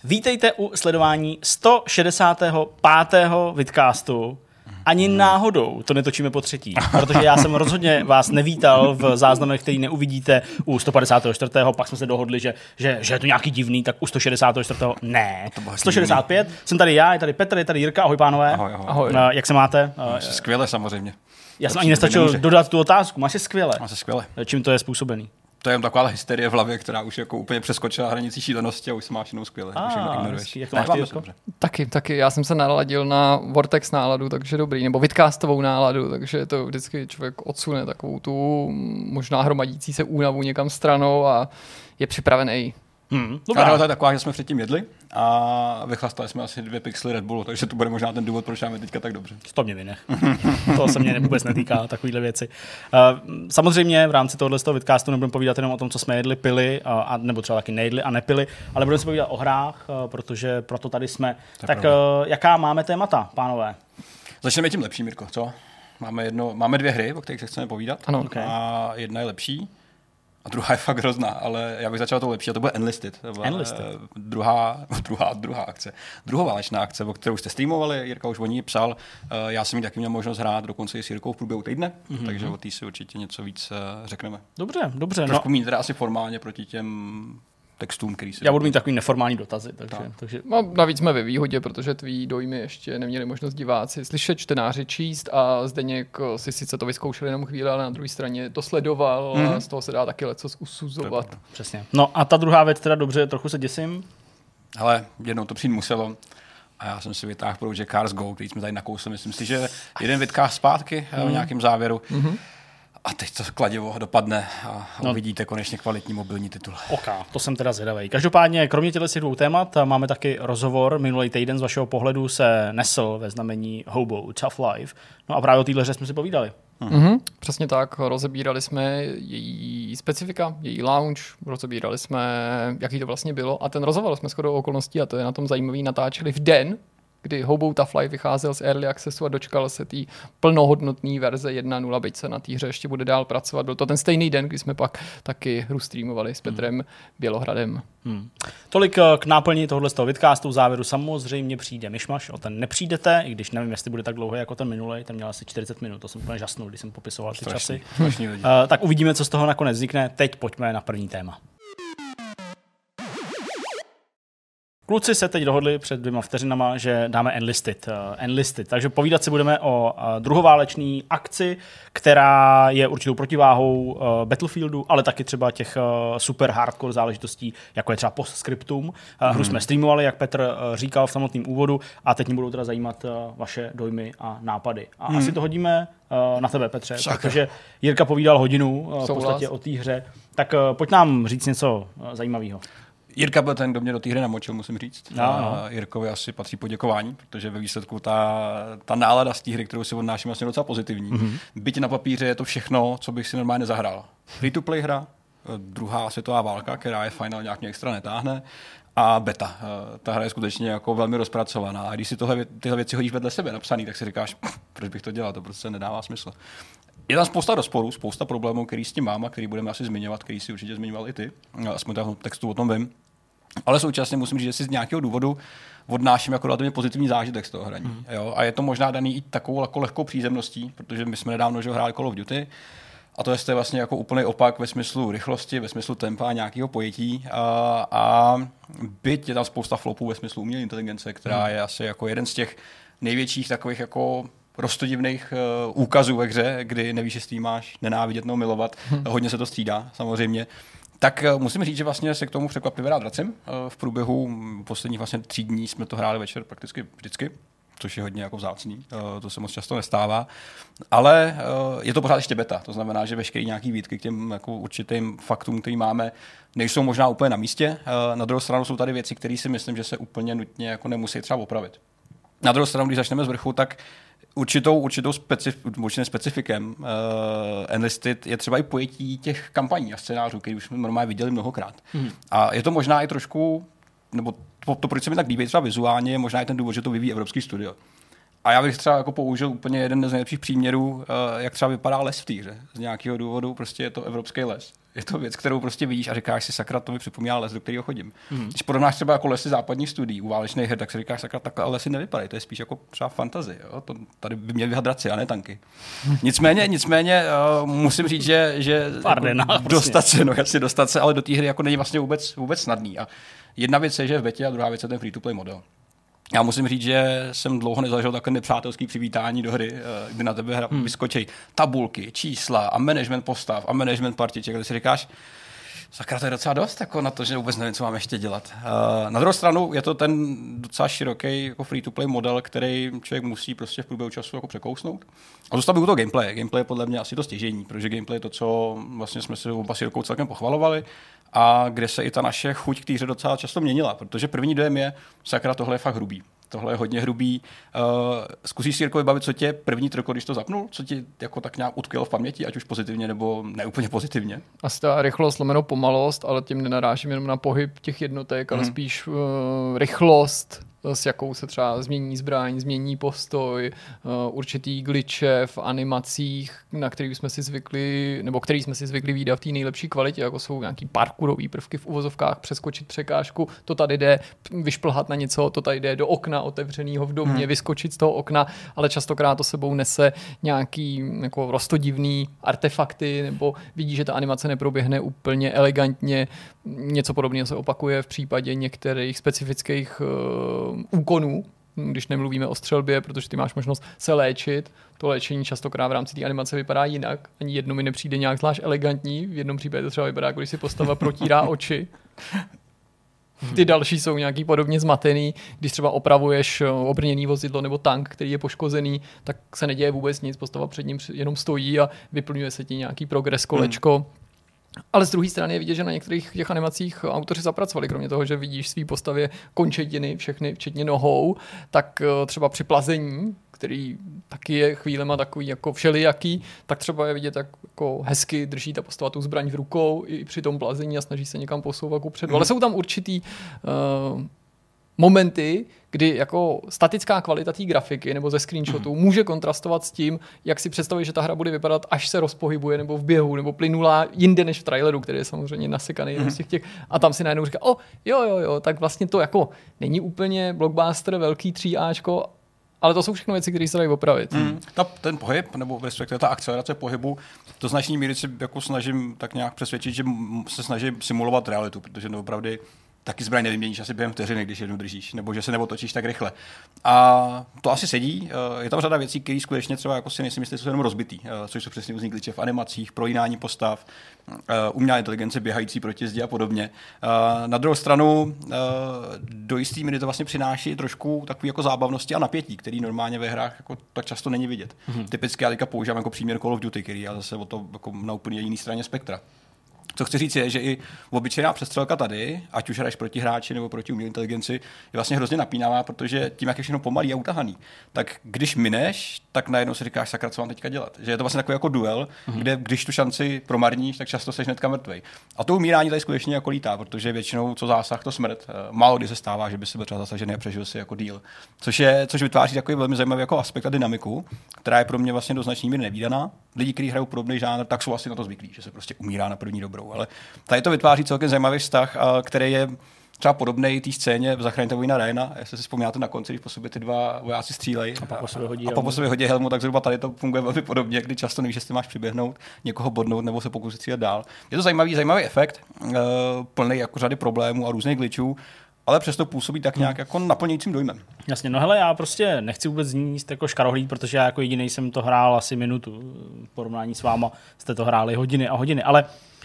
Vítejte u sledování 165. vidcastu. Ani náhodou to netočíme po třetí, protože já jsem rozhodně vás nevítal v záznamech, který neuvidíte u 154. Pak jsme se dohodli, že je to nějaký divný, tak u 164. ne. 165. Divný. Jsem tady já, je tady Petr, je tady Jirka. Ahoj pánové. Ahoj. Jak se máte? Skvěle samozřejmě. Já jsem ani nestačil dodat tu otázku. Máš se skvěle. Máš se skvěle. Čím to je způsobený? To je jen taková hysterie v hlavě, která už jako úplně přeskočila hranici šílenosti a už se máš jenom skvěle. Už jenom ignoruješ. Jak to máš ty, Jirko? Taky. Já jsem se naladil na Vortex náladu, takže dobrý. Nebo vidcastovou náladu, takže to vždycky člověk odsune takovou tu možná hromadící se únavu někam stranou a je připravený. Ale to je taková, že jsme předtím jedli a vychlastali jsme asi 2 pixely Red Bullu, takže to bude možná ten důvod, proč máme teďka tak dobře. To mě vynech. To se mě vůbec netýká, takovýhle věci. Samozřejmě v rámci tohoto vidcastu nebudeme povídat jenom o tom, co jsme jedli, pili, nebo třeba taky nejedli a nepili, ale budeme se povídat o hrách, protože proto tady jsme. Tak jaká máme témata, pánové? Začneme tím lepším, Mirko, co? Máme 2 hry, o kterých se chceme povídat. Ano. Okay. A jedna je lepší. A druhá je fakt hrozná, ale já bych začal tou lepší, a to bude Enlisted. Druhá akce. Druhoválečná akce, o kterou jste streamovali, Jirka už o ní psal. Já jsem ji taky měl možnost hrát dokonce i s Jirkou v průběhu týdne, takže o té si určitě něco víc řekneme. Dobře. Trošku méně teda asi formálně proti těm textům, který se... Já budu mít takový neformální dotazy. Takže... No, navíc jsme ve výhodě, protože tvý dojmy ještě neměli možnost diváci slyšet, čtenáři číst a Zdeněk si sice to vyzkoušel jenom chvíli, ale na druhé straně to sledoval a z toho se dá taky lecos usuzovat. Přesně. No a ta druhá věc teda dobře, trochu se děsím. Ale jednou to přijít muselo. A já jsem si vytáhl Project Cars Go, který jsme tady nakousli. Myslím si, že jeden vidcast zpátky v nějakém závěru. A teď to kladivo dopadne a uvidíte konečně kvalitní mobilní titul. To jsem teda zvědavej. Každopádně, kromě těchto 2 témat, máme taky rozhovor. Minulý týden z vašeho pohledu se nesl ve znamení Hobo Tough Life. No a právě o téhle hře jsme si povídali. Přesně tak, rozebírali jsme její specifika, její launch, rozebírali jsme, jaký to vlastně bylo a ten rozhovor jsme shodou okolností, a to je na tom zajímavý, natáčeli v den, kdy Hobo Tough Life vycházel z Early Accessu a dočkal se té plnohodnotné verze 1.0, byť se na té hře ještě bude dál pracovat. Byl to ten stejný den, kdy jsme pak taky hru streamovali s Petrem Bělohradem. Tolik k náplni tohoto vidcastu. V závěru samozřejmě přijde myšmaš, o ten nepřijdete, i když nevím, jestli bude tak dlouho jako ten minulej, ten měl asi 40 minut, to jsem úplně žasnul, když jsem popisoval ty časy. Tak uvidíme, co z toho nakonec vznikne. Teď pojďme na první téma. Kluci se teď dohodli před 2 vteřinama, že dáme Enlisted. Takže povídat si budeme o druhoválečné akci, která je určitou protiváhou Battlefieldu, ale taky třeba těch super hardcore záležitostí, jako je třeba Postscriptum. Hru jsme streamovali, jak Petr říkal v samotném úvodu, a teď mě budou teda zajímat vaše dojmy a nápady. A asi to hodíme na tebe, Petře, protože Jirka povídal hodinu v podstatě o té hře. Tak pojď nám říct něco zajímavého. Jirka byl ten, kdo mě do té hry namočil, musím říct. Jirkovi asi patří poděkování, protože ve výsledku ta nálada z té hry, kterou si odnáším, vlastně docela pozitivní. Byť na papíře je to všechno, co bych si normálně nezahrál. Free-to-play hra, druhá světová válka, která je fajn, ale nějak mě extra netáhne, a beta. Ta hra je skutečně jako velmi rozpracovaná. A když si tyhle věci hodíš vedle sebe napsaný, tak si říkáš, proč bych to dělal, to prostě nedává smysl. Je tam spousta rozporů, spousta problémů, který s tím mám a který budeme asi zmiňovat, který si určitě zmiňoval i ty. Aspoň v textu o tom vím. Ale současně musím říct, že si z nějakého důvodu odnáším jako relativně pozitivní zážitek z toho hraní. Jo? A je to možná daný i takovou jako lehkou přízemností, protože my jsme nedávno hráli Call of Duty. A to je vlastně jako úplný opak ve smyslu rychlosti, ve smyslu tempa a nějakého pojetí. A byť je tam spousta flopů ve smyslu umělé inteligence, která je asi jako jeden z těch největších takových jako roztodivných úkazů ve hře, kdy nevíš, jestli máš nenávidět nebo milovat. Hodně se to střídá, samozřejmě. Tak musím říct, že vlastně se k tomu překvapivě rád vracím. V průběhu posledních vlastně 3 dní jsme to hráli večer prakticky vždycky, což je hodně jako vzácný. To se moc často nestává. Ale je to pořád ještě beta. To znamená, že veškeré nějaký výtky k těm jako určitým faktům, který máme, nejsou možná úplně na místě. Na druhou stranu jsou tady věci, které si myslím, že se úplně nutně jako nemusí třeba opravit. Na druhou stranu, když začneme z vrchu, tak určitým specifikem Enlisted je třeba i pojetí těch kampaní a scénářů, který už jsme normálně viděli mnohokrát. A je to možná i trošku, nebo to proč se mi tak líbí třeba vizuálně, je možná i ten důvod, že to vyvíjí evropský studio. A já bych třeba jako použil úplně jeden z nejlepších příměrů, jak třeba vypadá les v té hře. Z nějakého důvodu prostě je to evropský les. Je to věc, kterou prostě vidíš a říkáš si, sakra, to mi připomíná les, do kterého chodím. Když porovnáš třeba jako lesy západních studií, u válečných her, tak si říkáš, sakra, takhle lesy nevypadají, to je spíš jako třeba fantazie. Jo? To tady by měly vyhat draci, a ne tanky. Nicméně musím říct, že dostat se, ale do té hry jako není vlastně vůbec snadný. A jedna věc je, že v betě, a druhá věc je ten free-to-play model. Já musím říct, že jsem dlouho nezažil takové nepřátelské přivítání do hry, kdy na tebe vyskočí tabulky, čísla a management postav a management partiček, kde si říkáš, sakra, to je docela dost jako na to, že vůbec nevím, co mám ještě dělat. Na druhou stranu je to ten docela široký jako free-to-play model, který člověk musí prostě v průběhu času jako překousnout. A zůstal bych u toho gameplay. Gameplay je podle mě asi to stěžení, protože gameplay je to, co vlastně jsme si oba s Jirkou celkem pochvalovali a kde se i ta naše chuť k té hře docela často měnila, protože první dojem je, sakra, tohle je fakt hrubý. Tohle je hodně hrubý. Zkusíš si, Jirko, vybavit, co tě první triko, když to zapnul? Co ti jako tak nějak utkvělo v paměti, ať už pozitivně nebo neúplně pozitivně? Asi ta rychlost, lomeno pomalost, ale tím nenarážím jenom na pohyb těch jednotek, ale spíš rychlost, s jakou se třeba změní zbraň, změní postoj, určitý glitche v animacích, na který jsme si zvykli, nebo který jsme si zvykli vídat v té nejlepší kvalitě, jako jsou nějaký parkourový prvky v uvozovkách, přeskočit překážku, to tady jde vyšplhat na něco, to tady jde do okna otevřeného v domě, vyskočit z toho okna, ale častokrát to sebou nese nějaký jako rostodivný artefakty, nebo vidí, že ta animace neproběhne úplně elegantně. Něco podobného se opakuje v případě některých specifických úkonů, když nemluvíme o střelbě, protože ty máš možnost se léčit. To léčení častokrát v rámci té animace vypadá jinak. Ani jedno mi nepřijde nějak zvlášť elegantní. V jednom případě to třeba vypadá, jako když si postava protírá oči. Ty další jsou nějaký podobně zmatený. Když třeba opravuješ obrněný vozidlo nebo tank, který je poškozený, tak se neděje vůbec nic. Postava před ním jenom stojí a vyplňuje se ti nějaký progres kolečko. Ale z druhé strany je vidět, že na některých těch animacích autoři zapracovali, kromě toho, že vidíš svý postavě končetiny, všechny, včetně nohou, tak třeba při plazení, který taky je chvílema takový jako všelijaký, tak třeba je vidět, jak jako hezky drží ta postava tu zbraň v rukou i při tom plazení a snaží se někam posouvat kupředu. Ale jsou tam určitý momenty, kdy jako statická kvalita té grafiky nebo ze screenshotů může kontrastovat s tím, jak si představuješ, že ta hra bude vypadat, až se rozpohybuje nebo v běhu nebo plynulá jinde než v traileru, který je samozřejmě nasekaný z těch a tam si najednou říká, jo, tak vlastně to jako není úplně blockbuster, velký 3Ačko, ale to jsou všechno věci, které se dají opravit. Ten pohyb, nebo respektive ta akcelerace pohybu, to značný míry si jako snažím tak nějak přesvědčit, že se snažím simulovat realitu, protože opravdu taky zbraň nevyměníš asi během vteřiny, když jednu držíš, nebo že se neotočíš tak rychle. A to asi sedí. Je tam řada věcí, které skutečně třeba jako si nejsem jistý, jsou jenom rozbitý, což jsou přesně různý glitche v animacích, prolínání postav, umělá inteligence běhající proti zdi a podobně. Na druhou stranu do jistý míry to vlastně přináší trošku takové jako zábavnosti a napětí, který normálně ve hrách jako tak často není vidět. Typicky já teďka používám jako příměr Call of Duty, který je zase o to jako na úplně jiné straně spektra. Co chci říct je, že i obyčejná přestřelka tady, ať už hraješ proti hráči nebo proti umělé inteligenci, je vlastně hrozně napínavá, protože tím, jak je všechno pomalý a utahaný, tak když mineš, tak najednou si říkáš, sakra, co mám teďka dělat. Že je to vlastně takový jako duel, kde když tu šanci promarníš, tak často seš hnedka mrtvej. A to umírání tady skutečně jako lítá, protože většinou co zásah, to smrt. Málo kdy se stává, že by si byl třeba zasažený a přežil si jako díl. Což vytváří takový velmi zajímavý jako aspekt a dynamiku, která je pro mě vlastně do značné míry nevídaná. Lidi, kteří hrajou podobný žánr, tak jsou asi na to zvyklí, že se prostě umírá na první dobrou. Ale tady to vytváří celkem zajímavý vztah, který je třeba podobný té scéně v Zachraňte vojína Ryana. Jestli si vzpomínáte na konci, když po sobě ty dva vojáci střílejí a po sobě hodí helmu, tak zhruba tady to funguje velmi podobně, kdy často nevíš, jestli máš přiběhnout, někoho bodnout nebo se pokusit střílet dál. Je to zajímavý efekt, plný jako řady problémů a různých glitchů, ale přesto působí tak nějak jako naplňujícím dojmem. Jasně, no hele, já prostě nechci vůbec znít jako škarohlíd, protože já jako jedinej jsem to hrál asi minutu. V porovnání s váma jste to hráli hodiny a hodiny, ale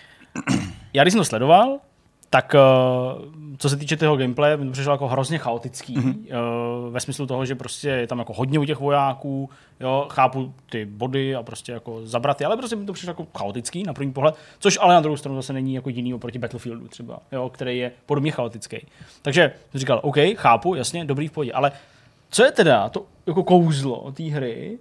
já když jsem to sledoval, tak co se týče toho gameplaye, mi to přišlo jako hrozně chaotický, ve smyslu toho, že prostě je tam jako hodně u těch vojáků, jo, chápu ty body a prostě jako zabraty, ale prostě mi to přišlo jako chaotický na první pohled, což ale na druhou stranu zase není jako jiný oproti Battlefieldu třeba, jo, který je podobně chaotický. Takže jsem říkal, OK, chápu, jasně, dobrý v pohodě, ale co je teda to jako kouzlo té hry,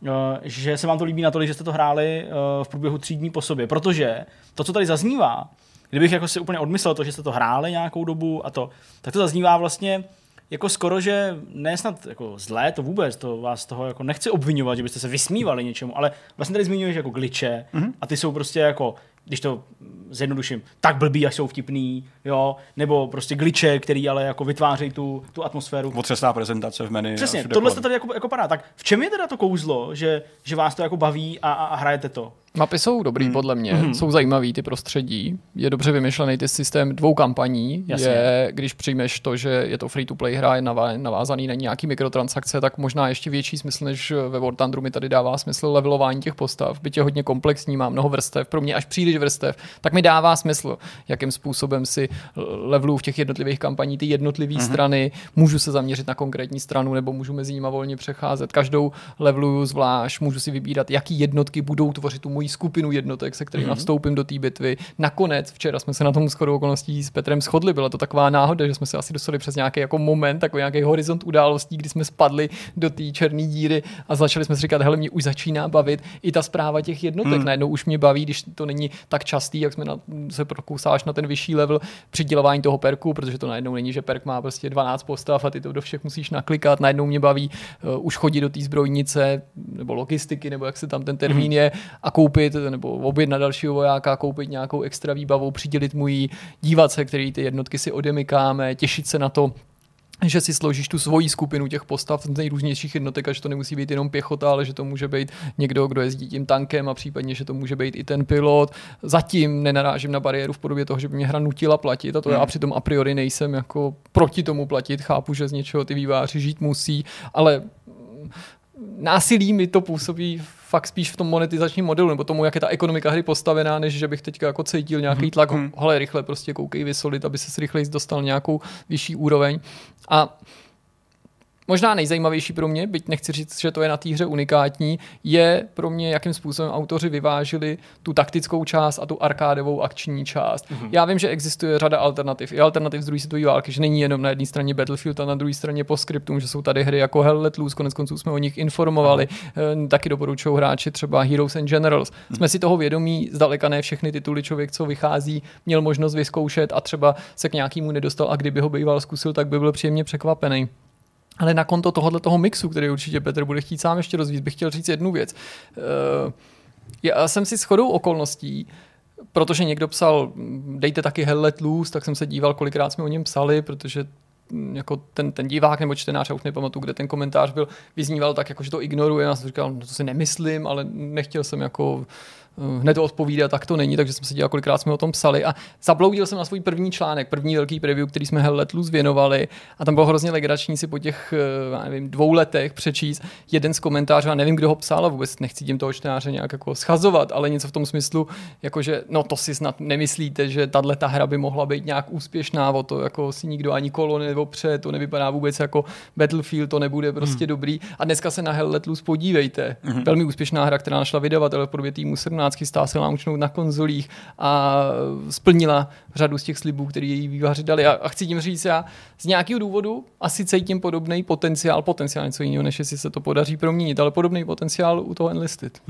že se vám to líbí natolik, že jste to hráli v průběhu 3 dní po sobě, protože to, co tady zaznívá, kdybych jako si úplně odmyslel to, že jste to hráli nějakou dobu a to, tak to zaznívá vlastně, jako skoro, že ne snad jako zlé, to vůbec, to vás toho jako nechci obvinovat, že byste se vysmívali něčemu, ale vlastně tady zmiňuješ jako glitche a ty jsou prostě jako, když to zjednoduším, tak blbý, až jsou vtipný, jo, nebo prostě glitche, který ale jako vytvářejí tu atmosféru. Otřesná prezentace v menu. Přesně, tohle se tady jako padá. Tak v čem je teda to kouzlo, že vás to jako baví a hrajete to? Mapy jsou dobrý, podle mě. Jsou zajímavý ty prostředí. Je dobře vymyšlený ty systém 2 kampaní. Když přijmeš to, že je to free-to-play hra, je navázaný na nějaký mikrotransakce, tak možná ještě větší smysl, než ve War Thunderu mi tady dává smysl levelování těch postav. Byť je hodně komplexní, má mnoho vrstev, pro mě až příliš vrstev, tak mi dává smysl, jakým způsobem si leveluju v těch jednotlivých kampaní ty jednotlivé strany. Můžu se zaměřit na konkrétní stranu, nebo můžu mezi nimi volně přecházet. Každou leveluju zvlášť, můžu si vybírat, jaký jednotky budou tvořit tu moji skupinu jednotek, se kterými vstoupím do té bitvy. Nakonec, včera jsme se na tom shodou okolností s Petrem shodli, byla to taková náhoda, že jsme se asi dostali přes nějaký jako moment, takový nějaký horizont událostí, kdy jsme spadli do té černé díry a začali jsme si říkat, hele, mě už začíná bavit i ta správa těch jednotek. Najednou už mě baví, když to není tak častý, jak jsme se prokousáš na ten vyšší level přidělování toho perku, protože to najednou není, že perk má prostě 12 postav a ty to do všech musíš naklikat. Najednou mě baví už chodit do té zbrojnice nebo logistiky, nebo jak se tam ten termín je, a koupit nebo objednat dalšího vojáka, koupit nějakou extra výbavu, přidělit mu jí, dívat se, který ty jednotky si odemykáme, těšit se na to, že si složíš tu svoji skupinu těch postav z nejrůznějších jednotek, a že to nemusí být jenom pěchota, ale že to může být někdo, kdo jezdí tím tankem, a případně, že to může být i ten pilot. Zatím nenarážím na bariéru v podobě toho, že by mě hra nutila platit, a to já přitom a priori nejsem jako proti tomu platit. Chápu, že z něčeho ty vývojáři žít musí, ale násilí mi to působí fakt spíš v tom monetizačním modelu, nebo tomu, jak je ta ekonomika hry postavená, než že bych teďka jako cítil nějaký tlak, hele, rychle prostě koukej vysolit, aby se rychleji dostal nějakou vyšší úroveň. A možná nejzajímavější pro mě, byť nechci říct, že to je na té hře unikátní, je pro mě, jakým způsobem autoři vyvážili tu taktickou část a tu arkádovou akční část. Já vím, že existuje řada alternativ. I alternativ z druhé světové války, že není jenom na jedné straně Battlefield a na druhé straně Postscriptum, že jsou tady hry jako Hell Let Loose, koneckonců jsme o nich informovali. Taky doporučují hráči třeba Heroes and Generals. Jsme si toho vědomí, zdaleka ne všechny tituly člověk, co vychází, měl možnost vyzkoušet a třeba se k nějakému nedostal, a kdyby ho býval zkusil, tak by byl příjemně překvapený. Ale na konto tohoto mixu, který určitě Petr bude chtít sám ještě rozvíjet, bych chtěl říct jednu věc. Já jsem si shodou okolností, protože někdo psal, dejte taky Hell Let Loose, tak jsem se díval, kolikrát jsme o něm psali, protože jako ten divák nebo čtenář, já už nepamatuju, kde ten komentář byl, vyzníval tak, jako, že to ignoruje. Já jsem říkal, no to si nemyslím, ale nechtěl jsem jako hned to odpovídat, tak to není, takže jsem se díval, kolikrát jsme o tom psali, a zabloudil jsem na svůj první článek, první velký preview, který jsme Hell Let Loose věnovali, a tam bylo hrozně legrační si po těch, nevím, 2 letech přečíst jeden z komentářů, a nevím, kdo ho psal, a vůbec nechci tím toho čtenáře nějak jako schazovat, ale něco v tom smyslu, jakože no to si snad nemyslíte, že tato hra by mohla být nějak úspěšná, o to jako si nikdo ani kolo neopře, to nevypadá vůbec jako Battlefield, to nebude prostě dobrý. A dneska se na Hell Let Loose podívejte. Velmi úspěšná hra, která našla vydavatele v podobě týmu 17, chystá se launchnout na konzolích a splnila řadu z těch slibů, které její vývojáři dali. A chci tím říct, já z nějakého důvodu asi cítím podobný potenciál něco jiného, než jestli se to podaří proměnit, ale podobný potenciál u toho Enlisted.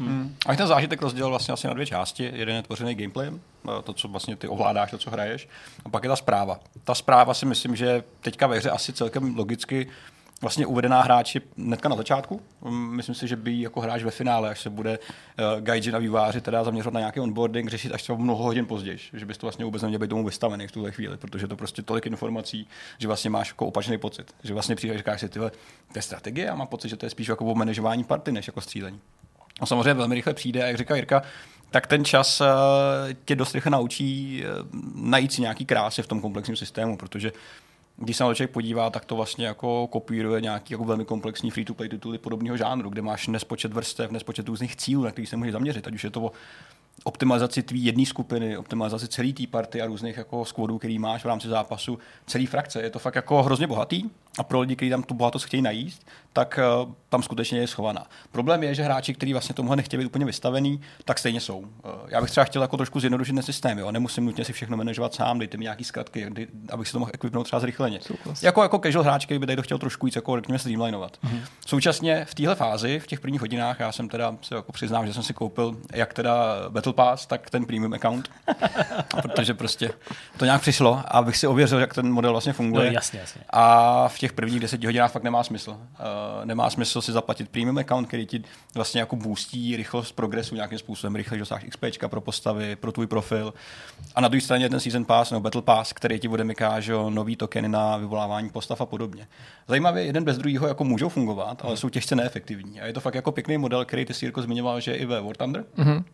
A ten zážitek rozdělil vlastně asi na 2 části. Jeden je tvořený gameplayem, to, co vlastně ty ovládáš, to, co hraješ, a pak je ta zpráva. Ta zpráva si myslím, že teďka ve hře asi celkem logicky vlastně uvedená hráči hnedka na začátku. Myslím si, že by jako hráč ve finále, až se bude gaijin a vývojáři teda zaměřovat na nějaký onboarding, řešit až třeba mnoho hodin později, že bys to vlastně vůbec neměl být tomu vystavený v tuhle chvíli, protože to prostě tolik informací, že vlastně máš jako opačný pocit, že vlastně přijdeš a říkáš si, tyhle, to je strategie, a mám pocit, že to je spíš jako o manažování party, než jako střílení. A samozřejmě velmi rychle přijde, a jak říká Jirka, tak ten čas tě dost rychle naučí najít si nějaký krásy v tom komplexním systému, protože když se na to člověk podívá, tak to vlastně jako kopíruje nějaký jako velmi komplexní free-to-play tituly podobného žánru, kde máš nespočet vrstev, nespočet různých cílů, na kterých se můžeš zaměřit, ať už je to o optimalizaci tvý jedné skupiny, optimalizaci celé té party a různých jako squadů, který máš v rámci zápasu, celý frakce. Je to fakt jako hrozně bohatý, a pro lidi, kteří tam tu bohatost chtějí najíst, tak tam skutečně je schovaná. Problém je, že hráči, kteří vlastně tomuhle nechtějí být úplně vystavený, tak stejně jsou. Já bych třeba chtěl jako trošku zjednodušit ten systém, jo? Nemusím nutně si všechno manažovat sám, dejte mi nějaký zkratky, abych si to mohl equipnout třeba zrychleně. Jako chtěl hráč, který by tady chtěl trošku víc jako streamlinovat. Současně v téhle fázi, v těch prvních hodinách, já jsem teda se jako přiznám, že jsem si koupil jak teda Battle Pass, tak ten premium account, protože prostě to nějak přišlo, abych si ověřil, jak ten model vlastně funguje. No, jasně. A v těch prvních 10 hodinách fakt nemá smysl. Nemá smysl si zaplatit premium account, který ti vlastně jako boostí rychlost progresu nějakým způsobem, rychle dosáš XPčka pro postavy, pro tvůj profil. A na druhé straně ten Season Pass nebo Battle Pass, který ti odemyká nový tokeny na vyvolávání postav a podobně. Zajímavě, jeden bez druhého jako můžou fungovat, ale jsou těžce neefektivní. A je to fakt jako pěkný model, který ty si Jirko zmiňoval, že i ve War Thunder.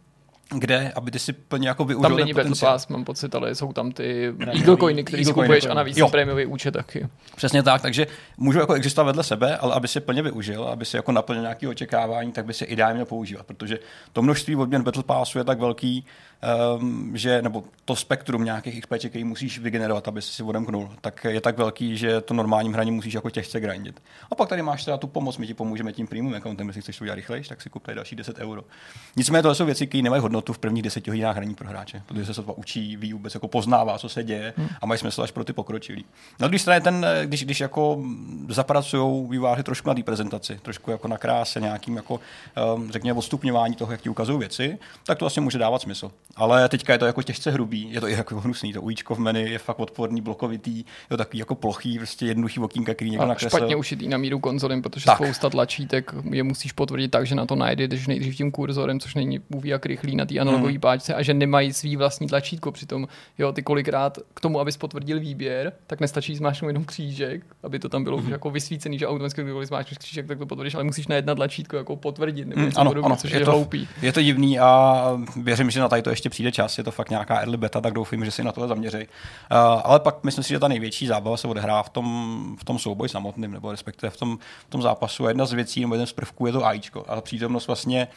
Kde, aby ty si plně jako využil ten potenciál. Tam není Battle Pass, mám pocit, ale jsou tam ty Eagle Coiny, který kupuješ a navíc prémiový účet taky. Přesně tak, takže můžou jako existovat vedle sebe, ale aby si plně využil, aby si jako naplnil nějaké očekávání, tak by se ideálně měl používat, protože to množství odměn Battle Passu je tak velký, že, nebo to spektrum nějakých XP, který musíš vygenerovat, aby si odemknul, tak je tak velký, že to normálním hraní musíš jako těžce grindit. A pak tady máš teda tu pomoc, my ti pomůžeme tím premium accountem, jestli chceš to udělat rychlejš, tak si kup tady další 10 €. Nicméně to jsou věci, které nemají hodnotu v prvních 10 hodinách hraní pro hráče, protože se sotva učí, ví vůbec jako poznává, co se děje a mají smysl až pro ty pokročilí. Na druhé straně když jako zapracují vývojáři trošku na té prezentaci, trošku jako na kráse, nějakým jako řekněme odstupňování toho, jak ti ukazují věci, tak to vlastně může dávat smysl. Ale teďka je to jako těžce hrubý, je to i jako hnusný, to ujíčko v menu je fakt odporný, blokovitý, je to takový jako plochý, prostě jednoduchý okýnka, který někdo nakreslil. Špatně ušitý na míru konzolem, protože spousta tlačítek je musíš potvrdit tak, že na to najdeš nejdřív tím kurzorem, což není bůh jak rychlý na té analogové páčce a že nemají svý vlastní tlačítko. Přitom ty kolikrát k tomu, abys potvrdil výběr, tak nestačí zmáčknout jenom křížek, aby to tam bylo už jako vysvícený, že automaticky když zmáčkneš křížek, tak to potvrdíš, ale musíš na jedno tlačítko jako potvrdit, nebo podobně, což je hloupý. Je to divný a věřím, že na tady to ještě přijde čas, je to fakt nějaká early beta, tak doufám, že si na tohle zaměří. Ale pak myslím si, že ta největší zábava se odehrává v tom souboji samotným, nebo respektive v tom zápasu. A jedna z věcí, nebo jeden z prvků je to AIčko, a přítomnost vlastně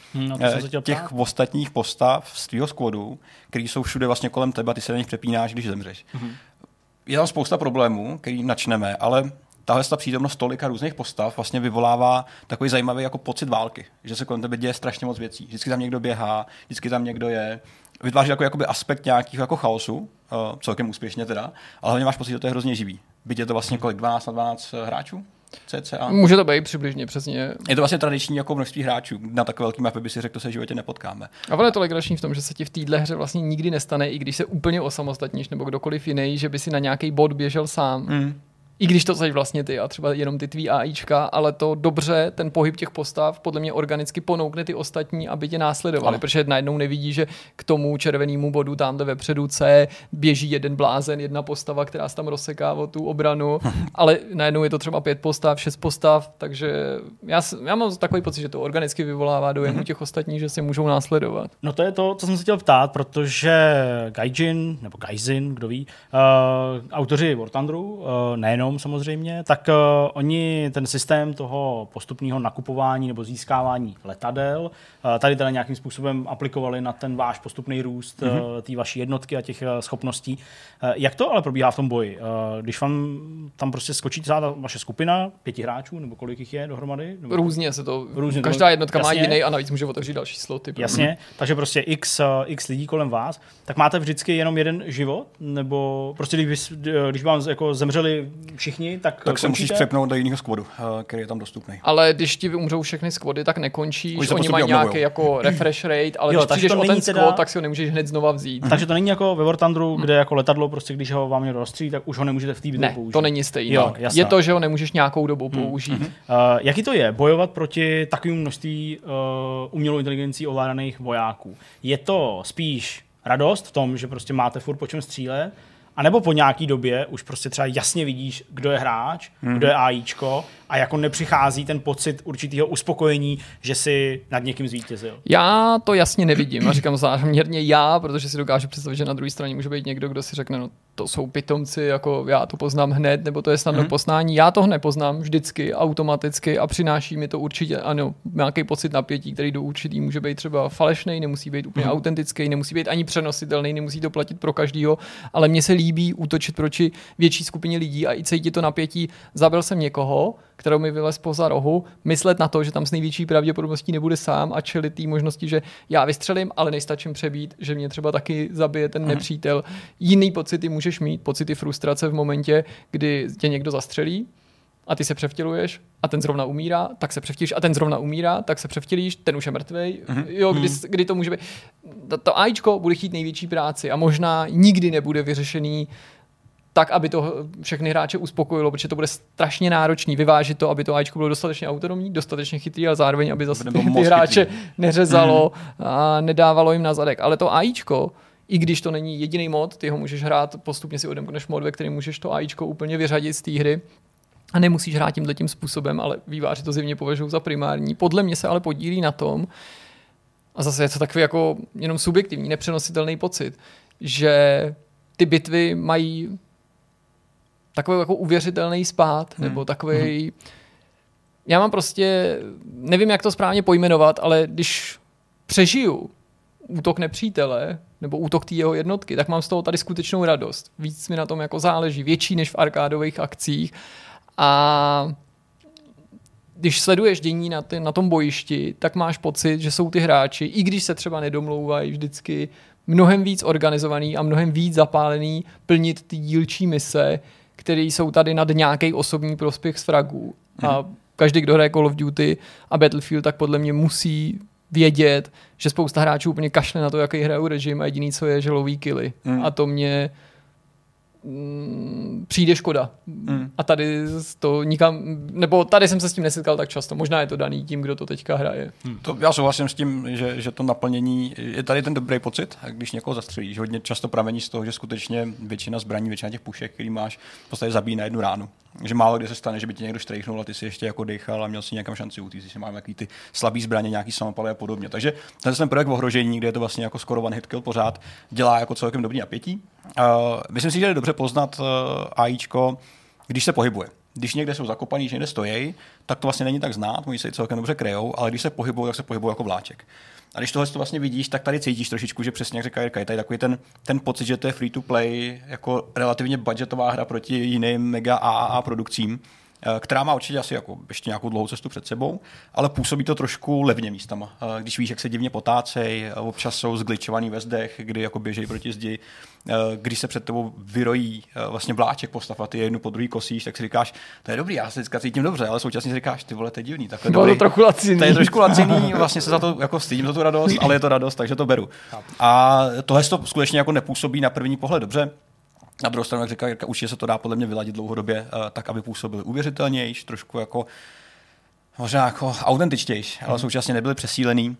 těch ostatních postav z tvýho squadu, který jsou všude vlastně kolem tebe, ty se na nich přepínáš, když zemřeš. Je tam spousta problémů, který načneme, ale tahle přítomnost tolika různých postav vlastně vyvolává takový zajímavý jako pocit války, že se kolem tebe děje strašně moc věcí. Vždycky tam někdo běhá, vždycky tam někdo je. Vytváří takový jakoby aspekt nějakých jako chaosu, celkem úspěšně teda, ale hlavně máš pocit, že to je hrozně živý. Byť je to vlastně kolik 12 na 12 hráčů? CCA. Může to být přibližně, přesně. Je to vlastně tradiční jako množství hráčů. Na takové velké mapě by si řekl, to se v životě nepotkáme. A ono je to legrační v tom, že se ti v téhle hře vlastně nikdy nestane, i když se úplně osamostatníš nebo kdokoliv jiný, že by si na nějaký bod běžel sám. I když to jsi vlastně ty a třeba jenom ty tvý AIčka, ale to dobře, ten pohyb těch postav podle mě organicky ponoukne ty ostatní, aby tě následovali, protože najednou nevidí, že k tomu červenému bodu tamhle vepředu C běží jeden blázen, jedna postava, která se tam rozseká o tu obranu, ale najednou je to třeba 5 postav, 6 postav, takže já mám takový pocit, že to organicky vyvolává dojem těch ostatních, že se můžou následovat. No to je to, co jsem se chtěl ptát, protože Gaijin, nebo Gaijin, kdo ví, autoři War Thunderu, nejenom samozřejmě, tak oni ten systém toho postupného nakupování nebo získávání letadel tady teda nějakým způsobem aplikovali na ten váš postupný růst té vaší jednotky a těch schopností. Jak to ale probíhá v tom boji? Když vám tam prostě skočí celá ta vaše skupina, 5 hráčů, nebo kolik jich je dohromady? Nebo různě se to, každá jednotka má jiný a navíc může otevřít další sloty. Jasně, takže prostě x lidí kolem vás, tak máte vždycky jenom jeden život? Nebo prostě když vám jako zemřeli všichni, tak se musíš přepnout do jiného squadu, který je tam dostupný. Ale když ti umřou všechny squady, tak nekončíš. Oni mají nějaký jako refresh rate, ale když přijdeš o ten squad, tak si ho nemůžeš hned znova vzít. Takže to není jako ve War Thunderu, kde jako letadlo, prostě když ho vám někdo rozstřílí, tak už ho nemůžete v té bitvě použít. To není stejné. Je to, že ho nemůžeš nějakou dobu použít. Jaký to je bojovat proti takovému množství umělou inteligencí ovládaných vojáků? Je to spíš radost v tom, že prostě máte furt po čem střílet, a nebo po nějaký době už prostě třeba jasně vidíš, kdo je hráč, kdo je AIčko a jako nepřichází ten pocit určitého uspokojení, že si nad někým zvítězil. Já to jasně nevidím a říkám záměrně protože si dokážu představit, že na druhé straně může být někdo, kdo si řekne, no to jsou pitomci, jako já to poznám hned, nebo to je snadno poznání. Já to nepoznám vždycky automaticky a přináší mi to určitě nějaký pocit napětí, který do určitý může být třeba falešný, nemusí být úplně autentický, nemusí být ani přenositelný, nemusí to platit pro každýho, ale mně se líbí útočit proti větší skupině lidí a i cítit to napětí. Zabil jsem někoho, kterou mi vylez poza rohu, myslet na to, že tam s největší pravděpodobností nebude sám a čelit té možnosti, že já vystřelím, ale nejstačím přebít, že mě třeba taky zabije ten nepřítel. Jiný pocity můžeš mít, pocity frustrace v momentě, kdy tě někdo zastřelí, a ty se převtěluješ a ten zrovna umírá, tak se převtělíš a ten zrovna umírá, tak se převtělíš, ten už je mrtvej. Jo, kdy to může být. To AIčko bude chtít největší práci a možná nikdy nebude vyřešený tak, aby to všechny hráče uspokojilo, protože to bude strašně náročný vyvážit to, aby to AIčko bylo dostatečně autonomní, dostatečně chytrý, ale zároveň, aby zase ty hráče neřezalo a nedávalo jim na zadek. Ale to AIčko, i když to není jediný mod, ty ho můžeš hrát, postupně si odemkneš mod, ve kterém můžeš to AIčko úplně vyřadit z té hry. A nemusíš hrát tímhletím způsobem, ale vývojáři to zjevně považují za primární. Podle mě se ale podílí na tom, a zase je to takový jako jenom subjektivní, nepřenositelný pocit, že ty bitvy mají takový jako uvěřitelný spád, nebo takový. Já mám prostě, nevím, jak to správně pojmenovat, ale když přežiju útok nepřítele, nebo útok té jeho jednotky, tak mám z toho tady skutečnou radost. Víc mi na tom jako záleží, větší než v arkádových akcích. A když sleduješ dění na tom bojišti, tak máš pocit, že jsou ty hráči, i když se třeba nedomlouvají vždycky, mnohem víc organizovaný a mnohem víc zapálený plnit ty dílčí mise, které jsou tady nad nějaký osobní prospěch z fragů. A každý, kdo hraje Call of Duty a Battlefield, tak podle mě musí vědět, že spousta hráčů úplně kašle na to, jaký hrajou režim a jediný, co je, že loví killy. A to mě přijde škoda. A tady to nikam, nebo tady jsem se s tím nesetkal tak často. Možná je to daný tím, kdo to teďka hraje. To já souhlasím s tím, že to naplnění, je tady ten dobrý pocit, když někoho zastřelíš. Hodně často pramení z toho, že skutečně většina zbraní, většina těch pušek, který máš, v podstatě zabíjí na jednu ránu. Že málo kdy se stane, že by tě někdo štrejchnul a ty si ještě jako dýchal a měl si nějakam šanci utíct, že máme takový ty slabý zbraně, nějaký samopaly a podobně. Takže ten projekt v ohrožení, kde je to vlastně jako skoro one hit kill pořád, dělá jako celkem dobrý napětí. Myslím si, že je dobře poznat AIčko, když se pohybuje. Když někde jsou zakopaný, když někde stojí, tak to vlastně není tak znát, oni se celkem dobře kryjou, ale když se pohybují, tak se pohybují jako vláček. A když tohle to vlastně vidíš, tak tady cítíš trošičku, že přesně jak říká Jirka, je tady takový ten pocit, že to je free to play, jako relativně budgetová hra proti jiným mega AAA produkcím, která má určitě asi jako ještě nějakou dlouhou cestu před sebou, ale působí to trošku levně místama. Když víš, jak se divně potácej, občas jsou zgličovaný ve zdech, kdy jako běžejí proti zdi, když se před tebou vyrojí vlastně vláček postav a ty jednu po druhý kosíš, tak si říkáš, to je dobrý, já se vždycky cítím dobře, ale současně si říkáš, ty vole, to je divný, takhle dobrý. To je trošku laciný, vlastně se za to jako stydím za tu radost, ale je to radost, takže to beru. A tohle to skutečně jako nepůsobí na první pohled dobře. Na druhou stranu, jak říká Jirka, určitě se to dá podle mě vyladit dlouhodobě tak, aby působili uvěřitelnější, trošku jako možná jako autentičtější, ale současně nebyli přesílený.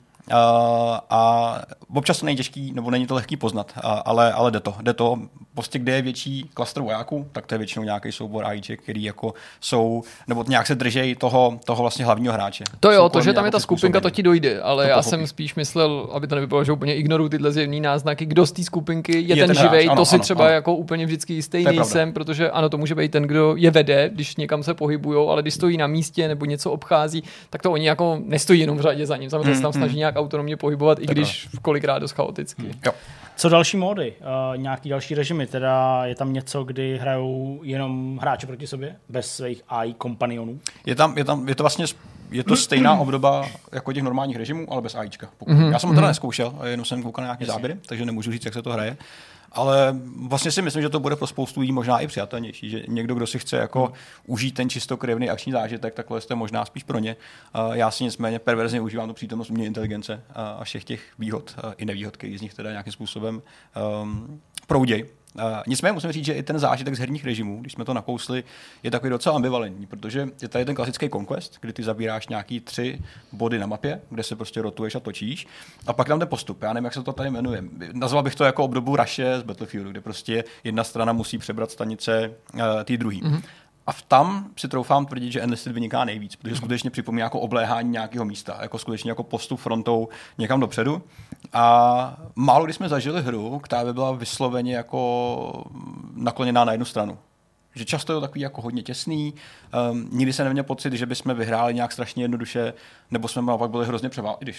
A občas to není těžký, nebo není to lehký poznat, ale jde to. Prostě kde je větší klastr vojáků, tak to je většinou nějaký soubor AIček, který jako jsou, nebo nějak se držejí toho vlastně hlavního hráče. To jo, to, že tam je ta skupinka, to ti dojde, ale já jsem spíš myslel, aby to nevypadalo, že úplně ignoruju tyhle zjevný náznaky, kdo z té skupinky je ten živej, to si třeba jako úplně vždycky jistý nejsem, protože ano, to může být ten, kdo je vede, když někam se pohybujou, ale když stojí na místě nebo něco obchází, tak to oni jako nestojí jenom v řadě za ním, samozřejmě se tam snaží nějak autonomně pohybovat, i když kolikrát dost chaoticky. Co další módy? Nějaký další režimy? Teda je tam něco, kdy hrajou jenom hráči proti sobě, bez svých AI kompanionů? Je to vlastně stejná obdoba jako těch normálních režimů, ale bez AIčka. Já jsem to teda neskoušel, jenom jsem koukal na nějaké záběry, takže nemůžu říct, jak se to hraje. Ale vlastně si myslím, že to bude pro spoustu lidí možná i přijatelnější, že někdo, kdo si chce jako užít ten čistokrevný akční zážitek, takhle je možná spíš pro ně. Já si nicméně perverzně užívám tu přítomnost umělé inteligence a všech těch výhod i nevýhod, který z nich teda nějakým způsobem prouděj. Nicméně musím říct, že i ten zážitek z herních režimů, když jsme to nakousli, je takový docela ambivalentní, protože je tady ten klasický conquest, kdy ty zabíráš nějaký 3 body na mapě, kde se prostě rotuješ a točíš, a pak tam ten postup. Já nevím, jak se to tady jmenuje. Nazval bych to jako obdobu Rushe z Battlefieldu, kde prostě jedna strana musí přebrat stanice té druhý. A tam si troufám tvrdit, že Enlisted vyniká nejvíc, protože skutečně připomíná jako obléhání nějakého místa, jako skutečně jako postup frontou někam dopředu. A málo kdy jsme zažili hru, která by byla vysloveně jako nakloněná na jednu stranu. Že často je to takový jako hodně těsný, nikdy se neměl pocit, že bychom vyhráli nějak strašně jednoduše, nebo jsme naopak byli hrozně převážení,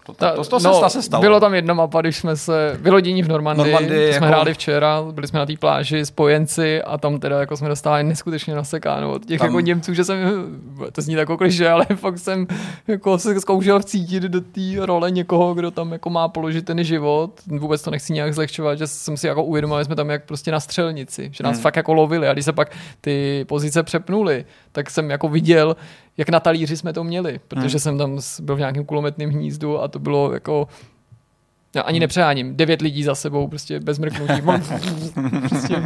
To se stalo. Bylo tam jedna mapa, když jsme se vylodění v Normandii jsme hráli včera, byli jsme na té pláži spojenci a tam teda jako jsme dostali neskutečně nasekáno od těch jako Němců, že jsem, to zní tak klišé, ale fakt jsem jako se zkoušel vcítit do té role někoho, kdo tam jako má položit ten život. Vůbec to nechci nějak zlehčovat, že jsem si jako uvědomil, že jsme tam jak prostě na střelnici, že nás fakt jako lovili a když se pak ty pozice přepnuly, tak jsem jako viděl, jak na talíři jsme to měli, protože jsem tam byl v nějakém kulometném hnízdu a to bylo jako, já ani nepřeháním, 9 lidí za sebou, prostě bez mrknutí. Prostě.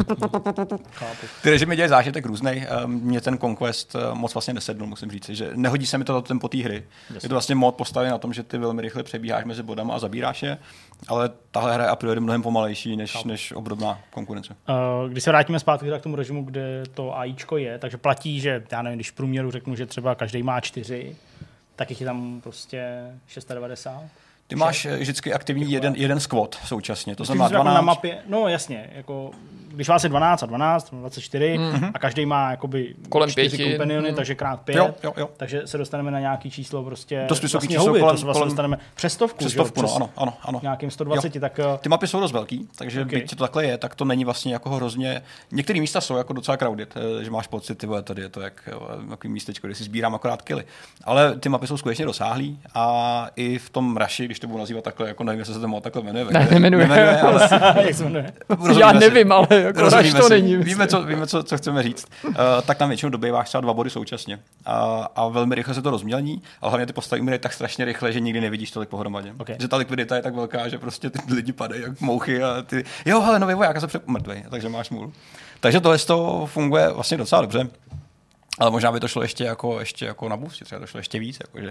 Ty režimy dělají zážitek různej. Mně ten Conquest moc vlastně nesednul, musím říct, že nehodí se mi to do tempo té hry. Je to vlastně mod postavený na tom, že ty velmi rychle přebíháš mezi bodama a zabíráš je, ale tahle hra je a priori mnohem pomalejší než obdobná konkurence. Když se vrátíme zpátky k tomu režimu, kde to AIčko je, takže platí, že já nevím, když v průměru řeknu, že třeba každý má 4, tak jich je tam prostě 690. Ty máš vždycky aktivní jeden squad současně, to znamená 12. Na mapě, no jasně, jako, když vás je 12 a 12, 24 a každý má jakoby kolem 4 kompaniony, takže krát 5, jo. Takže se dostaneme na nějaký číslo prostě dost vysoký vlastně číslo, houby, to se vlastně dostaneme přes stovku, no, ano. Nějakým 120, tak... Ty mapy jsou dost velký, takže byť to takhle je, tak to není vlastně jako hrozně... Některé místa jsou jako docela crowded, že máš pocit, ty vole, tady je to jak takový místečko, kde si sbírám akorát killy. Ale ty mapy jsou skutečně rozsáhlý a i v tom Rushi, když to budu nazývat takhle, jako nevím, jestli se ten mod takhle jmenuje. Nemenuje, ale... Jak se jmenuje? Já nevím, ale jako Rush to není. Víme, co chceme říct. Tak tam většinou dobýváš třeba 2 body současně. A velmi rychle se to rozmělní, ale hlavně ty postavy umírají tak strašně rychle, že nikdy nevidíš tolik pohromadě. Okay. Že ta likvidita je tak velká, že prostě ty lidi padají jak mouchy a ty, jo, hele, nový voják, se mrtvej, takže máš smůlu. Takže tohle to funguje vlastně docela dobře. Ale možná by to šlo ještě jako na boost, třeba to šlo ještě víc. Jakože,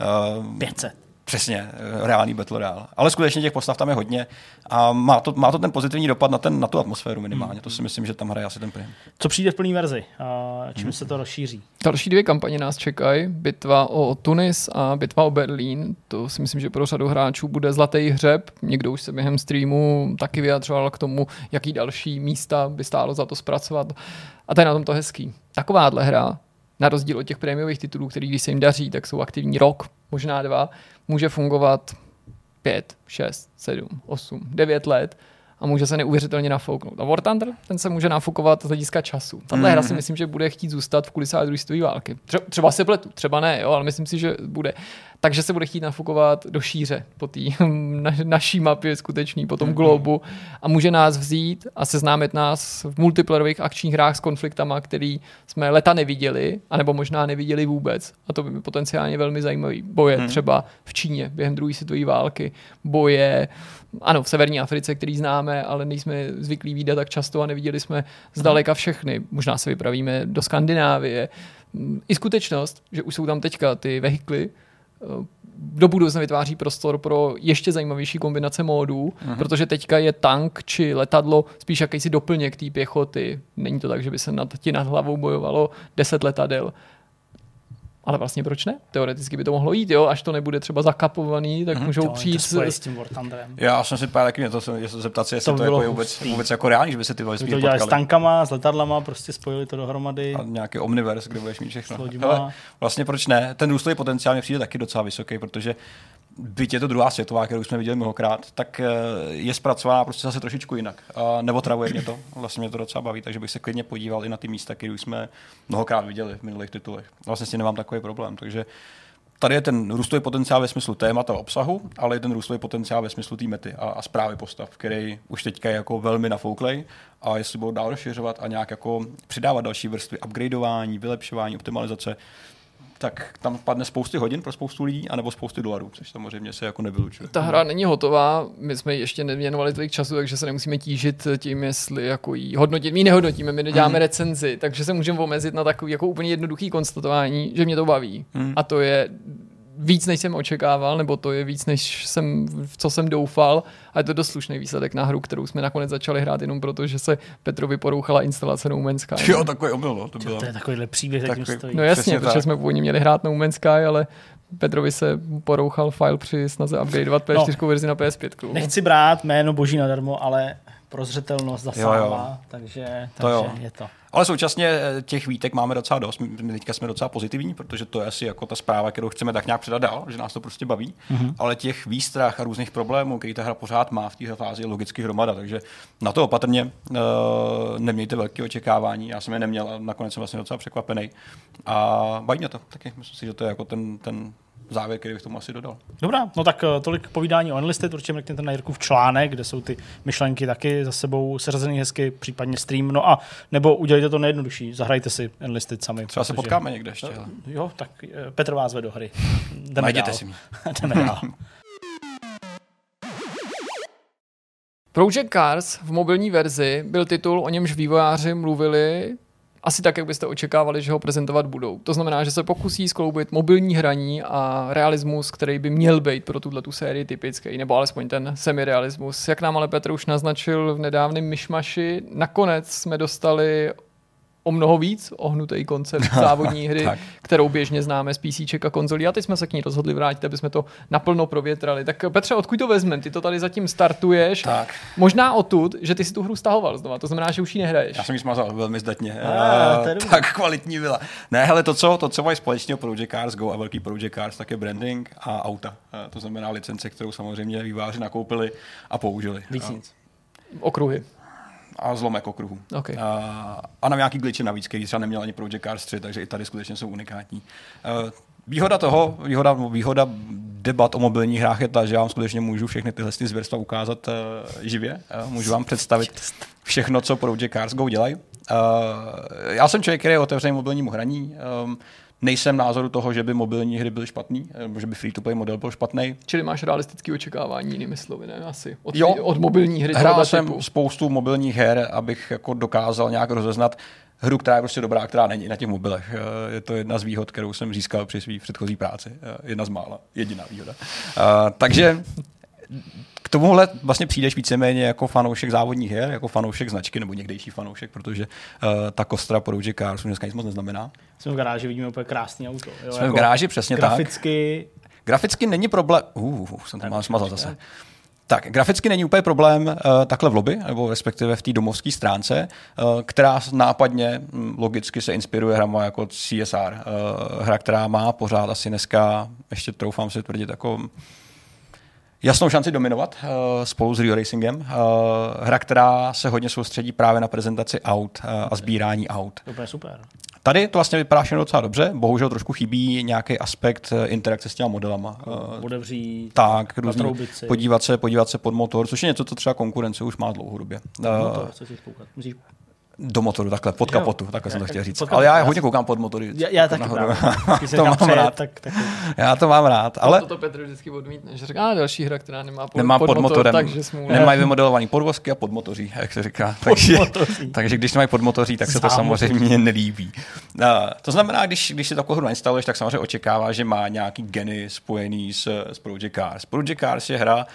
500. Přesně, reálný Battle Royale. Ale skutečně těch postav tam je hodně a má to ten pozitivní dopad na tu atmosféru minimálně. To si myslím, že tam hraje asi ten prim. Co přijde v plné verzi? Čím se to rozšíří? Další 2 kampaně nás čekají. Bitva o Tunis a bitva o Berlín. To si myslím, že pro řadu hráčů bude zlatý hřeb. Někdo už se během streamu taky vyjadřoval k tomu, jaký další místa by stálo za to zpracovat. A to je na tom to hezký. Takováhle hra, na rozdíl od těch prémiových titulů, který když se jim daří, tak jsou aktivní rok, možná 2, může fungovat 5, 6, 7, 8, 9 let a může se neuvěřitelně nafouknout. A War Thunder, ten se může nafukovat z hlediska času. Tahle hra si myslím, že bude chtít zůstat v kulisách druhé světové války. Třeba se pletu, třeba ne, jo, ale myslím si, že bude. Takže se bude chtít nafukovat do šíře po té naší mapě skutečný, po tom globu a může nás vzít a seznámit nás v multiplayerových akčních hrách s konfliktama, který jsme leta neviděli, anebo možná neviděli vůbec. A to by potenciálně velmi zajímavý. Boje třeba v Číně během druhé světové války, boje ano, v severní Africe, který známe, ale nejsme zvyklí vidět tak často a neviděli jsme zdaleka všechny. Možná se vypravíme do Skandinávie. I skutečnost, že už jsou tam teďka ty vehikly, do budoucna vytváří prostor pro ještě zajímavější kombinace módů, protože teďka je tank či letadlo spíš jakýsi doplněk té pěchoty. Není to tak, že by se nad hlavou bojovalo 10 letadel. Ale vlastně proč ne? Teoreticky by to mohlo jít, jo? Až to nebude třeba zakapovaný, tak můžou přijít s tím War Thunderem. Já jsem si pár taky zeptat se, jestli to jako je vůbec jako reálný, že by se ty vesmíry potkali. To dělali s tankama, s letadlama, prostě spojili to dohromady. A nějaký omniverse, kde budeš mít všechno. Hele, vlastně proč ne? Ten růstový potenciál mi přijde taky docela vysoký, protože byť je to druhá světová, kterou jsme viděli mnohokrát, tak je zpracovaná prostě zase trošičku jinak. Nebo travuje mě to, vlastně mě to docela baví, takže bych se klidně podíval i na ty místa, které už jsme mnohokrát viděli v minulých titulech. Vlastně s tím nemám takový problém, takže tady je ten růstový potenciál ve smyslu témata a obsahu, ale je ten růstový potenciál ve smyslu té mety a správy postav, který už teďka je jako velmi nafouklej a jestli budou dál rozšiřovat a nějak jako přidávat další vrstvy, upgradeování, vylepšování, optimalizace, tak tam padne spousty hodin pro spoustu lidí, anebo spousty dolarů, což samozřejmě se jako nevylučuje. Ta hra není hotová, my jsme ji ještě nevěnovali tolik času, takže se nemusíme tížit tím, jestli jako jí hodnotit. My ji nehodnotíme, my neděláme recenzi, takže se můžeme omezit na takový jako úplně jednoduchý konstatování, že mě to baví. A to je víc, než jsem očekával, nebo to je víc, než co jsem doufal. A je to dost slušný výsledek na hru, kterou jsme nakonec začali hrát jenom proto, že se Petrovi porouchala instalace No Man's Sky. Jo, takový omyl, no. To je takovýhle příběh, jak stojí. No jasně, protože jsme původně měli hrát No Man's Sky, ale Petrovi se porouchal file při snaze upgradeovat PS4 verzi na PS5. Nechci brát jméno boží nadarmo, ale prozřetelnost zasáhla, takže je to. Ale současně těch výtek máme docela dost. My teďka jsme docela pozitivní, protože to je asi jako ta zpráva, kterou chceme tak nějak předat dál, že nás to prostě baví. Ale těch výstrah a různých problémů, který ta hra pořád má v té fázi, je logicky hromada. Takže na to opatrně nemějte velké očekávání. Já jsem je neměl a nakonec jsem vlastně docela překvapený. A baví mě to taky. Myslím si, že to je jako ten závěr, který bych tomu asi dodal. Dobrá, no tak tolik povídání o Enlisted, určitě mrkněte na Jirkův článek, kde jsou ty myšlenky taky za sebou seřazený hezky, případně stream, no a nebo udělejte to nejjednodušší, zahrajte si Enlisted sami. Třeba se potkáme někde ještě. Jo, tak Petr vás ve do hry. Najděte si mě. Jdeme dál. Project Cars v mobilní verzi byl titul, o němž vývojáři mluvili asi tak, jak byste očekávali, že ho prezentovat budou. To znamená, že se pokusí skloubit mobilní hraní a realismus, který by měl být pro tuto sérii typický, nebo alespoň ten semirealismus. Jak nám ale Petr už naznačil v nedávném myšmaši, nakonec jsme dostali o mnoho víc ohnutý koncept závodní hry, kterou běžně známe z PCček a konzolí. A teď jsme se k ní rozhodli vrátit, aby jsme to naplno provětrali. Tak Petře, odkud to vezmeme? Ty to tady zatím startuješ. Tak. Možná odtud, že ty si tu hru stahoval znova. To znamená, že už ji nehraješ. Já jsem ji smazal velmi zdatně. Tak kvalitní byla. Ne, hele, to, co mají společného Project Cars Go a velký Project Cars, tak je branding a auta. To znamená licence, kterou samozřejmě vývojáři nakoupili a použili. Víc nic. Okruhy. A zlomek okruhu. Okay. A na nějaký glitche navíc, který třeba neměl ani Project Cars 3, takže i tady skutečně jsou unikátní. Výhoda debat o mobilních hrách je ta, že já vám skutečně můžu všechny tyhle zvěrstva ukázat živě. Můžu vám představit všechno, co Project Cars Go dělají. Já jsem člověk, který je otevřený mobilnímu hraní. Nejsem názoru toho, že by mobilní hry byly špatný, nebo že by free-to-play model byl špatný. Čili máš realistické očekávání, jinými slovy, ne? Asi. Od mobilní hry. Hrál jsem spoustu mobilních her, abych jako dokázal nějak rozeznat hru, která je prostě dobrá, a která není na těch mobilech. Je to jedna z výhod, kterou jsem získal při své předchozí práci. Jedna z mála. Jediná výhoda. Takže k tomuhle vlastně přijdeš víceméně jako fanoušek závodních her, jako fanoušek značky, nebo někdejší fanoušek, protože ta kostra Project Cars dneska nic moc neznamená. Jsme v garáži, vidíme úplně krásný auto. Jo, jsme v garáži, přesně graficky... tak. Graficky není problém... jsem to mal smazal zase. Tak, graficky není úplně problém takhle v lobby, nebo respektive v té domovské stránce, která nápadně logicky se inspiruje hrama jako CSR. Hra, která má pořád asi dneska, ještě troufám si tvrdit, jako jasnou šanci dominovat spolu s Rio Racingem. Hra, která se hodně soustředí právě na prezentaci aut a sbírání aut. Úplně super. Tady to vlastně vypadá všechno docela dobře, bohužel trošku chybí nějaký aspekt interakce s těma modelama. Otevřít, tak, podívat se pod motor, což je něco, co třeba konkurence už má dlouhodobě. Motor, co si spoukat? Myslíš? Do motoru, takhle, pod kapotu, takhle jsem to chtěl říct. Ale já hodně koukám pod motory. Já taky právě. To mám rád. Já to mám rád. Ale to Petr vždycky odmítne, že říká, další hra, která nemá pod motorem, takže smůle. Nemají vymodelovaný podvozky a podmotoří, jak se říká. Takže když nemají podmotoří, tak se to samozřejmě nelíbí. To znamená, když si takovou hru instaluješ, tak samozřejmě očekává, že má nějaký geny spojený s Project Cars. Project Cars je hra,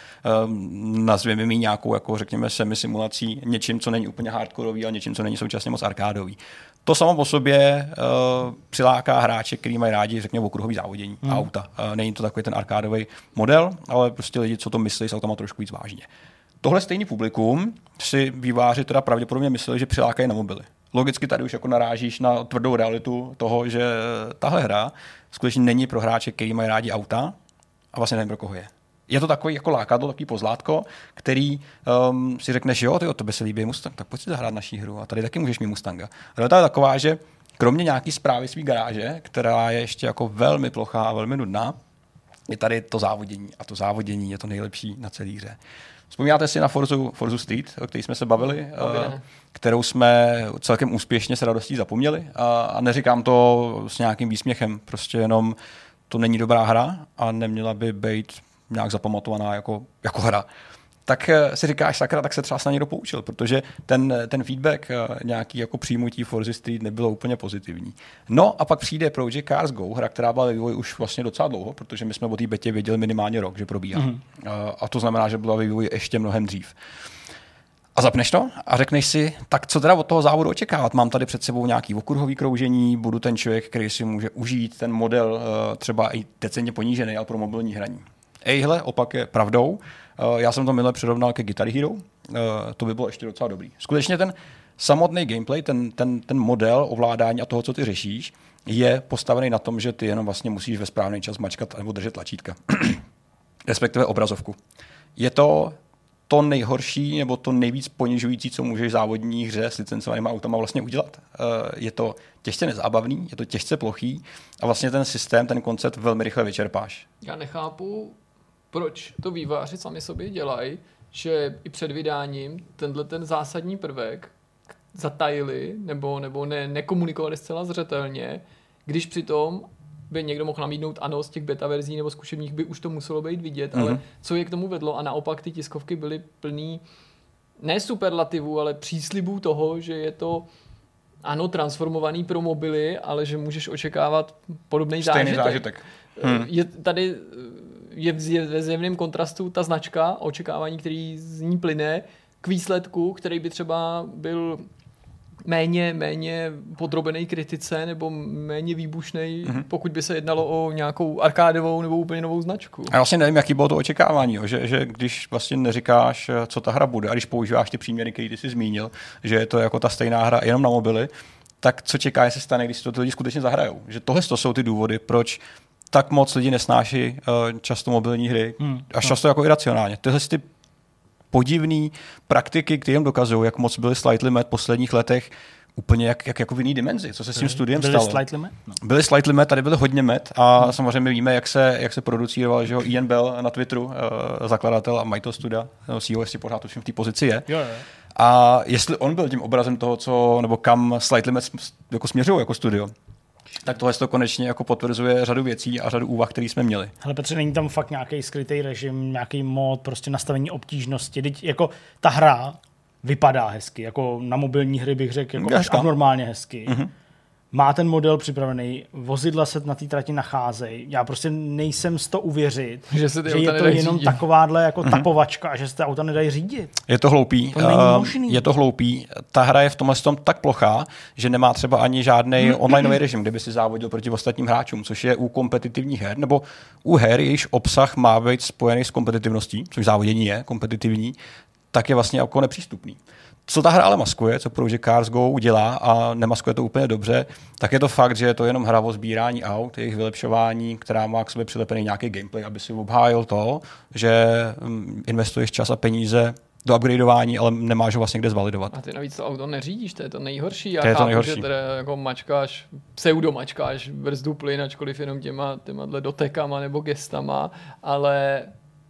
nazvěme mi nějakou, jako řekněme, semi-simulací, něčím, co není úplně hardkorový, a něčím, co není současně moc arkádový. To samo po sobě přiláká hráče, kteří mají rádi, řekněme, okruhový závodění a auta. Není to takový ten arkádový model, ale prostě lidi, co to myslí, s autama trošku víc vážně. Tohle stejný publikum si vývojáři teda pravděpodobně mysleli, že přilákají na mobily. Logicky tady už jako narážíš na tvrdou realitu toho, že tahle hra skutečně není pro hráče, kteří mají rádi auta a vlastně nevím, pro koho je. Je to takový jako lákadlo, takový pozlátko, který si řekneš, jo, to by se líbí Mustang, tak pojď si zahrát naší hru a tady taky můžeš mít Mustanga. Ale to je taková, že kromě nějaký správy svý garáže, která je ještě jako velmi plochá a velmi nudná, je tady to závodění a to závodění je to nejlepší na celé hře. Vzpomínáte si na Forzu Street, o které jsme se bavili, kterou jsme celkem úspěšně s radostí zapomněli a neříkám to s nějakým výsměchem, prostě jenom to není dobrá hra a neměla by být nějak zapamatovaná jako hra. Tak si říkáš, sakra, tak se třeba na někdo poučil, protože ten feedback nějaký jako přijmutí Forza Street nebylo úplně pozitivní. No a pak přijde Project Cars Go, hra, která byla ve vývoji už vlastně docela dlouho, protože my jsme o té betě věděli minimálně rok, že probíhá. A to znamená, že byla ve vývoji ještě mnohem dřív. A zapneš to a řekneš si, tak co teda od toho závodu očekávat? Mám tady před sebou nějaký okruhový kroužení, budu ten člověk, který si může užít ten model třeba i decentně ponížený, ale pro mobilní hraní. Ejhle, opak je pravdou. Já jsem to minule přirovnal ke Guitar Hero, to by bylo ještě docela dobrý. Skutečně ten samotný gameplay, ten model ovládání a toho, co ty řešíš, je postavený na tom, že ty jenom vlastně musíš ve správný čas mačkat nebo držet tlačítka. Respektive obrazovku. Je to nejhorší nebo to nejvíc ponižující, co můžeš závodní hře s licencovanýma autama vlastně udělat. Je to těžce nezábavný, je to těžce plochý a vlastně ten systém, ten koncept velmi rychle vyčerpáš. Já nechápu, proč to vývojáři sami sobě dělají, že i před vydáním ten zásadní prvek zatajili nebo nekomunikovali zcela zřetelně, když přitom by někdo mohl namítnout, ano, z těch beta verzí nebo zkušebních by už to muselo být vidět, ale co je k tomu vedlo a naopak ty tiskovky byly plný ne superlativů, ale příslibů toho, že je to ano, transformovaný pro mobily, ale že můžeš očekávat podobný zážitek. Je tady ve zjevném kontrastu ta značka, očekávání, který z ní plyne, k výsledku, který by třeba byl méně podrobený kritice nebo méně výbušnej, pokud by se jednalo o nějakou arkádovou nebo úplně novou značku. Já vlastně nevím, jaký bylo to očekávání, že když vlastně neříkáš, co ta hra bude, a když používáš ty příměry, které ty jsi zmínil, že je to jako ta stejná hra jenom na mobily, tak co čeká, že se stane, když to ty lidi skutečně zahrajou. Že tohle jsou ty důvody, proč tak moc lidi nesnáší často mobilní hry, až často jako iracionálně. Tyhle ty podivný praktiky, které jim dokazují, jak moc byly slightly mad v posledních letech úplně jak jako v jiný dimenzi, co se s tím studiem stalo. Byly slightly mad? No. Byly slightly mad, tady byly hodně mad a samozřejmě víme, jak se produciroval, že Ian Bell na Twitteru, zakladatel a majitel studia, CEO, jestli pořád v té pozici je. Jo. A jestli on byl tím obrazem toho, nebo kam slightly mad jako směřují jako studio, tak tohle to konečně jako potvrzuje řadu věcí a řadu úvah, které jsme měli. Ale Petře, není tam fakt nějaký skrytý režim, nějaký mod, prostě nastavení obtížnosti. Teď jako ta hra vypadá hezky, jako na mobilní hry bych řekl, jako až normálně hezky. Má ten model připravený, vozidla se na té trati nacházejí. Já prostě nejsem z toho uvěřit, že je to jenom řídit. Takováhle jako tapovačka a že se ty auta nedají řídit. Je to hloupý. To není možný. Je to hloupý. Ta hra je v tomhle tom tak plochá, že nemá třeba ani žádný onlineový režim, kde by si závodil proti ostatním hráčům, což je u kompetitivních her, nebo u her, jejichž obsah má být spojený s kompetitivností, což závodění je kompetitivní, tak je vlastně jako nepřístupný. Co ta hra ale maskuje, co Project Cars Go udělá a nemaskuje to úplně dobře, tak je to fakt, že je to jenom hra o sbírání aut, jejich vylepšování, která má k sobě přilepený nějaký gameplay, aby si obhájil to, že investuješ čas a peníze do upgradeování, ale nemáš ho vlastně kde zvalidovat. A ty navíc to auto neřídíš, to je to nejhorší. Já to je to chápu, nejhorší. že teda jako pseudomačkáš brzdu plyn, ačkoliv jenom těma dotekama nebo gestama, ale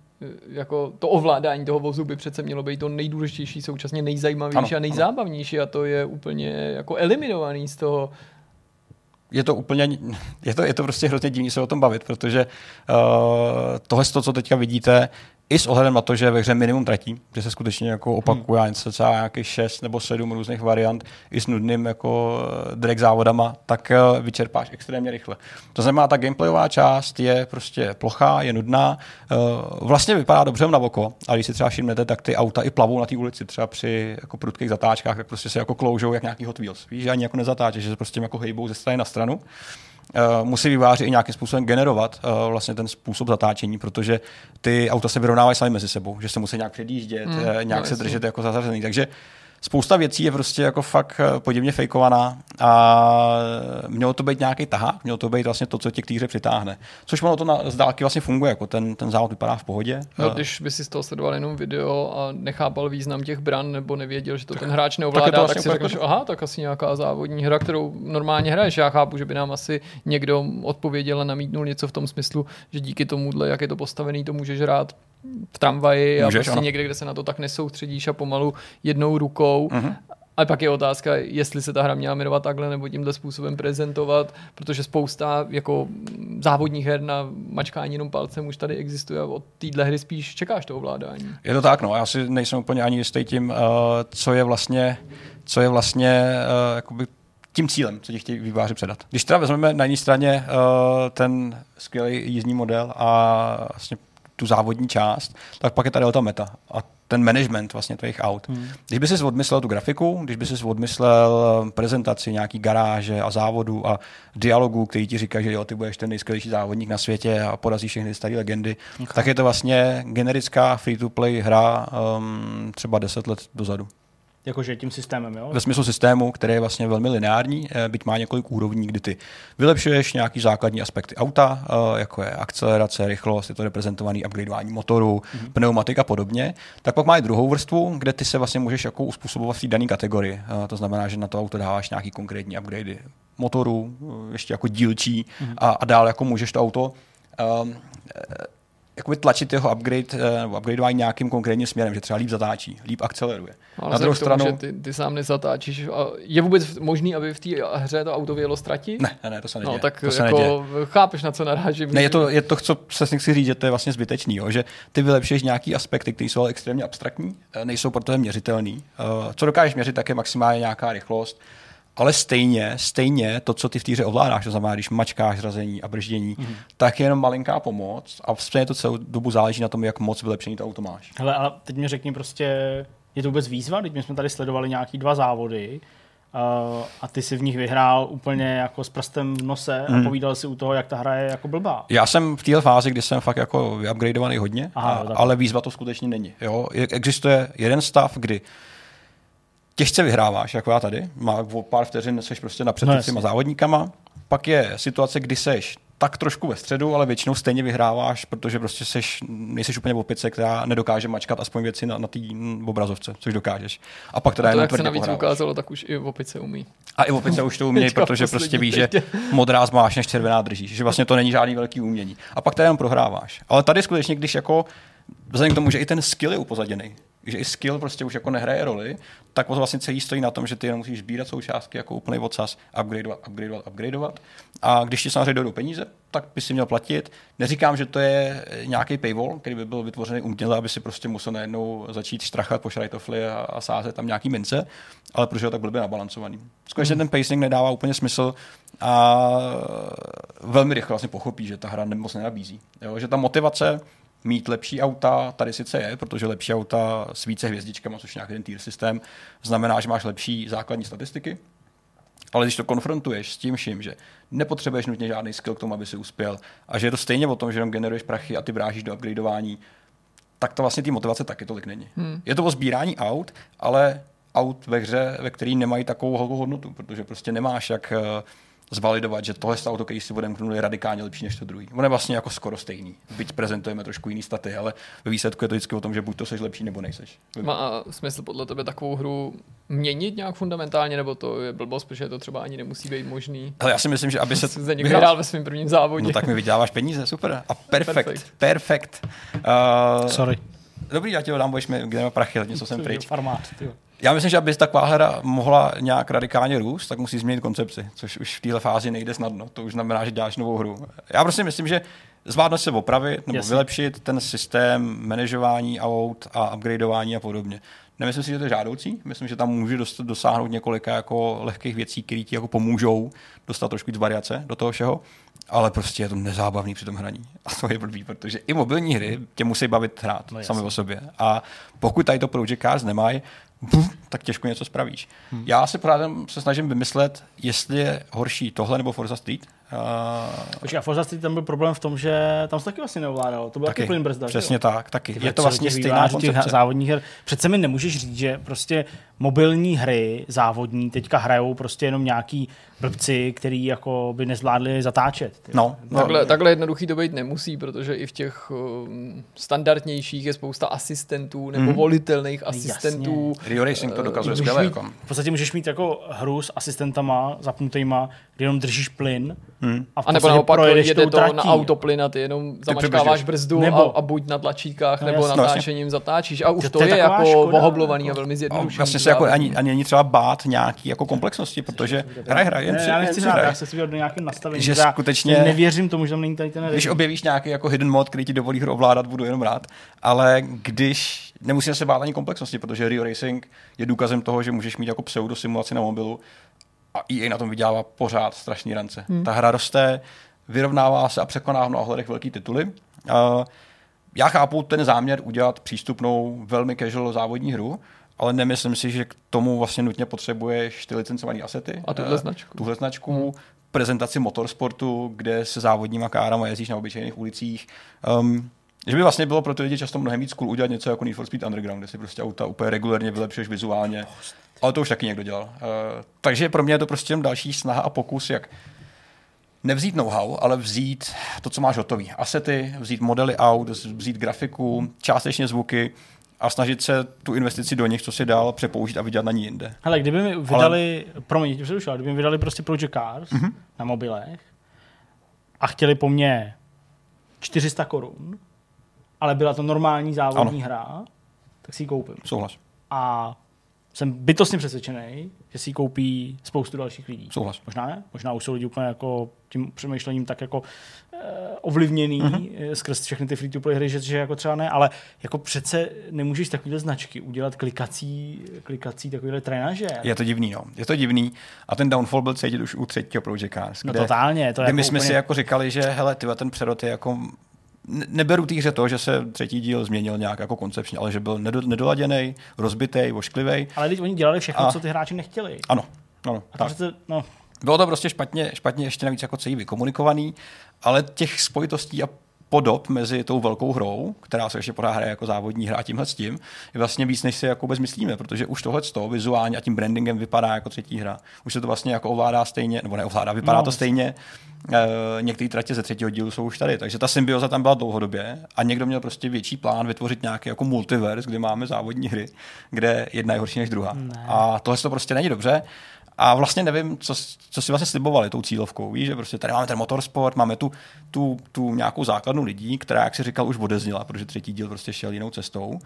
jako to ovládání toho vozu by přece mělo být to nejdůležitější, současně nejzajímavější a nejzábavnější a to je úplně jako eliminovaný z toho. Je to prostě hrozně divný se o tom bavit, protože tohle, co teďka vidíte, i s ohledem na to, že ve hře minimum tratí, že se skutečně jako opakuje celá nějakých 6 nebo 7 různých variant i s nudným jako drag závodama, tak vyčerpáš extrémně rychle. To znamená, ta gameplayová část je prostě plochá, je nudná, vlastně vypadá dobře na oko, ale když si třeba všimnete, tak ty auta i plavou na té ulici, třeba při jako prudkých zatáčkách, tak prostě se jako kloužou jak nějaký Hot Wheels. Víš, že ani jako nezatáčeš, že se prostě jako hejbou ze strany na stranu. Musí vývojáři i nějakým způsobem generovat vlastně ten způsob zatáčení, protože ty auta se vyrovnávají sami mezi sebou, že se musí nějak předjíždět, nějak se držet jako zařazený. Takže spousta věcí je prostě jako fakt podivně fejkovaná a mělo to být nějaký tahák, mělo to být vlastně to, co tě k té hře přitáhne. Což ono to z dálky vlastně funguje, jako ten závod vypadá v pohodě. No, když by si z toho sledoval jenom video a nechápal význam těch bran nebo nevěděl, že to ten hráč neovládá, tak si řekneš, aha, tak asi nějaká závodní hra, kterou normálně hraješ. Já chápu, že by nám asi někdo odpověděl a namítnul něco v tom smyslu, že díky tomuhle, jak je to postavený, to můžeš hrát v tramvaji a prostě někde, kde se na to tak nesoustředíš a pomalu jednou rukou. Ale pak je otázka, jestli se ta hra měla jmenovat takhle nebo tímhle způsobem prezentovat, protože spousta jako závodních her na mačkání jenom palcem už tady existuje a od téhle hry spíš čekáš to ovládání. Je to tak, no. Já si nejsem úplně ani jistý tím, co je vlastně jakoby tím cílem, co ti chtějí vývojáři předat. Když teda vezmeme na jedné straně ten skvělý jízdní model a vlastně tu závodní část, tak pak je tady ta meta. A ten management vlastně tvých aut. Když by si odmyslel tu grafiku, když by si odmyslel prezentaci nějaký garáže a závodu a dialogů, který ti říká, že jo, ty budeš ten nejskvělejší závodník na světě a porazíš všechny staré legendy, tak je to vlastně generická free-to-play hra třeba 10 let dozadu. Jakože tím systémem, jo? Ve smyslu systému, který je vlastně velmi lineární, byť má několik úrovní, kdy ty vylepšuješ nějaký základní aspekty auta, jako je akcelerace, rychlost, je to reprezentovaný upgradeování motoru, pneumatik a podobně. Tak pak má i druhou vrstvu, kde ty se vlastně můžeš jako uspůsobovat v té dané kategorii. To znamená, že na to auto dáváš nějaký konkrétní upgradey motoru, ještě jako dílčí a dál jako můžeš to auto jakoby tlačit jeho upgradeování nějakým konkrétním směrem, že třeba líp zatáčí, líp akceleruje. Ale na druhou stranu, že ty sám nezatáčíš. Je vůbec možný, aby v té hře to auto vyjelo ztrati? Ne, to se neděje. No, tak to se jako chápeš, na co narážím. Ne, je to, co se chci říct, že to je vlastně zbytečný, jo? Že ty vylepšuješ nějaký aspekty, které jsou ale extrémně abstraktní, nejsou proto měřitelný. Co dokážeš měřit, tak je maximálně nějaká rychlost. Ale stejně to, co ty v té hře ovládáš, to znamená, když mačkáš řazení a brždění, tak je jenom malinká pomoc a stejně to celou dobu záleží na tom, jak moc vylepšený to auto máš. Hele, ale teď mi řekni prostě, je to vůbec výzva? Teď my jsme tady sledovali nějaký 2 závody a ty si v nich vyhrál úplně jako s prstem v nose a povídal si u toho, jak ta hra je jako blbá. Já jsem v téhle fázi, kdy jsem fakt jako vyupgradeovaný hodně, ale výzva to skutečně není. Jo? Existuje jeden stav, kdy těžce vyhráváš, jako já tady, má o pár vteřin seš prostě napřed s těma závodníkama, pak je situace, kdy seš tak trošku ve středu, ale většinou stejně vyhráváš, protože prostě nejseš úplně v opice, která nedokáže mačkat aspoň věci na té obrazovce, což dokážeš. A pak teda to, jenom jak se tvrdě navíc pohráváš. ukázalo, tak už i v opice umí. A i v opice už to umějí, protože prostě víš, že modrá zmáš než červená držíš, že vlastně to není žádný velký umění. A pak teda jenom prohráváš. Ale tady skutečně, když jako vzhledem k tomu, že i ten skill je upozaděný, že i skill prostě už jako nehraje roli, tak to vlastně celý stojí na tom, že ty jenom musíš sbírat součástky jako úplný odsaz, upgradeovat. A když ti samozřejmě dojdou peníze, tak by si měl platit. Neříkám, že to je nějaký paywall, který by byl vytvořený uměle, aby si prostě musel najednou začít štrachat po šrajtofli a sázet tam nějaký mince, ale protože je tak blbě nabalancovaný. Skutečně ten pacing nedává úplně smysl a velmi rychle vlastně pochopí, že ta hra moc nenabízí. Jo? Že ta motivace mít lepší auta tady sice je, protože lepší auta s více hvězdičkama, což je nějaký ten tier systém, znamená, že máš lepší základní statistiky, ale když to konfrontuješ s tím vším, že nepotřebuješ nutně žádný skill k tomu, aby si uspěl a že je to stejně o tom, že jenom generuješ prachy a ty brážíš do upgradeování, tak to vlastně té motivace taky tolik není. Je to o sbírání aut, ale aut ve hře, ve který nemají takovou hodnotu, protože prostě nemáš jak zvalidovat, že tohle auto, který si odemknul, je radikálně lepší než to druhý. On je vlastně jako skoro stejný. Byť prezentujeme trošku jiný staty, ale ve výsledku je to vždycky o tom, že buď to seš lepší, nebo nejseš. Má smysl podle tebe takovou hru měnit nějak fundamentálně, nebo to je blbost, protože to třeba ani nemusí být možný? Ale já si myslím, že aby se vyhrál ve svém prvním závodě. No tak mi vyděláváš peníze, super. A perfekt. Sorry. Dobrý, já ti ho dám, budeš mi generovat prachy, něco jsem pryč. Farmář, Já myslím, že aby taková hra mohla nějak radikálně růst, tak musí změnit koncepci, což už v téhle fázi nejde snadno. To už znamená, že děláš novou hru. Já prostě myslím, že zvládnout se opravit nebo vylepšit ten systém manažování aut a upgradeování a podobně. Nemyslím si, že to je žádoucí. Myslím, že tam může dosáhnout několika jako lehkých věcí, které ti jako pomůžou dostat trošku víc variace do toho všeho, ale prostě je to nezábavný při tom hraní. A to je blbý, protože i mobilní hry tě musí bavit hrát sami o sobě. A pokud tady to Project Cars nemají, tak těžko něco spravíš. Já se právě se snažím vymyslet, jestli je horší tohle nebo Forza Street. Počkej, a Forza Street tam byl problém v tom, že tam se taky vlastně neovládalo. To byl taky plyn brzda. Přesně tak, taky. Je to vlastně stejná koncepce. Závodních her. Přece mi nemůžeš říct, že prostě mobilní hry závodní teďka hrajou prostě jenom nějaký blbci, který jako by nezvládli zatáčet. Takhle jednoduchý to být nemusí, protože i v těch standardnějších je spousta asistentů nebo volitelných asistentů. Rio Racing to dokazuje skvěle. V podstatě můžeš mít jako hru s asistentama zapnutýma, kde jenom držíš plyn a nebo naopak jede to na autoplyn a ty jenom zamačkáváš brzdu a buď na tlačítkách nebo natáčením zatáčíš a už to je jako ohoblovaný a velmi zjednodušený. Vlastně se jako ani není třeba bát nějaký jako komplexnosti, protože hraj. Já nechci hrát, já se chci do nějakým nastavení. Že skutečně nevěřím tomu, že tam není tady ten režim. Když objevíš nějaký jako hidden mod, který ti dovolí hru ovládat, budu jenom rád, ale když nemusíme se bát ani komplexnosti, protože Rio Racing je důkazem toho, že můžeš mít jako pseudo simulaci na mobilu a EA na tom vydělává pořád strašný rance. Ta hra roste, vyrovnává se a překoná v mnoha ohledech velký tituly. já chápu ten záměr udělat přístupnou velmi casual závodní hru, ale nemyslím si, že k tomu vlastně nutně potřebuješ ty licencované asety. A tuhle značku. Prezentaci motorsportu, kde se závodníma kárama jezdíš na obyčejných ulicích. Že by vlastně bylo pro ty lidi často mnohem víc cool udělat něco jako Need for Speed Underground, kde si prostě auta úplně regulérně vylepšuješ vizuálně. Ale to už taky někdo dělal. Takže pro mě je to prostě další snaha a pokus, jak nevzít know-how, ale vzít to, co máš hotový. Asety, vzít modely aut, vzít grafiku, částečně zvuky a snažit se tu investici do nich, co si dál přepoužít a vydělat na ní jinde. Hele, kdyby mi vydali, kdyby mi vydali prostě Project Cars na mobilech a chtěli po mně 400 korun, ale byla to normální závodní hra, tak si ji koupím. Souhlas. A jsem bytostně přesvědčený, že si ji koupí spoustu dalších lidí. Souhlas. Možná ne? Možná už jsou lidi úplně jako tím přemýšlením tak jako ovlivněný skrz všechny ty free-to-play hry, že jako třeba ne, ale jako přece nemůžeš takovýhle značky udělat klikací takovýhle trenaže. Je to divný, no. Je to divný. A ten downfall byl cítit už u třetího Project Cars. No totálně. To kde my jsme si jako říkali, že hele, ten přerod je jako neberu té hře to, že se třetí díl změnil nějak jako koncepčně, ale že byl nedoladěnej, rozbitej, ošklivej. Ale teď oni dělali všechno, co ty hráči nechtěli. Ano. A to přece, Bylo to prostě špatně ještě navíc jako celý vykomunikovaný, ale těch spojitostí a podob mezi tou velkou hrou, která se ještě pořád hraje jako závodní hra a tímhle s tím, je vlastně víc, než si jako myslíme, protože už tohleto vizuálně a tím brandingem vypadá jako třetí hra. Už se to vlastně jako ovládá stejně, nebo neovládá, vypadá to stejně. Některé tratě ze třetího dílu jsou už tady, takže ta symbioza tam byla dlouhodobě a někdo měl prostě větší plán vytvořit nějaký jako multiverse, kde máme závodní hry, kde jedna je horší než druhá. Ne. A tohle to prostě není dobře. A vlastně nevím, co si vlastně slibovali tou cílovkou. Víš, že prostě tady máme ten motorsport, máme tu nějakou základnu lidí, která, jak si říkal, už odezněla, protože třetí díl prostě šel jinou cestou.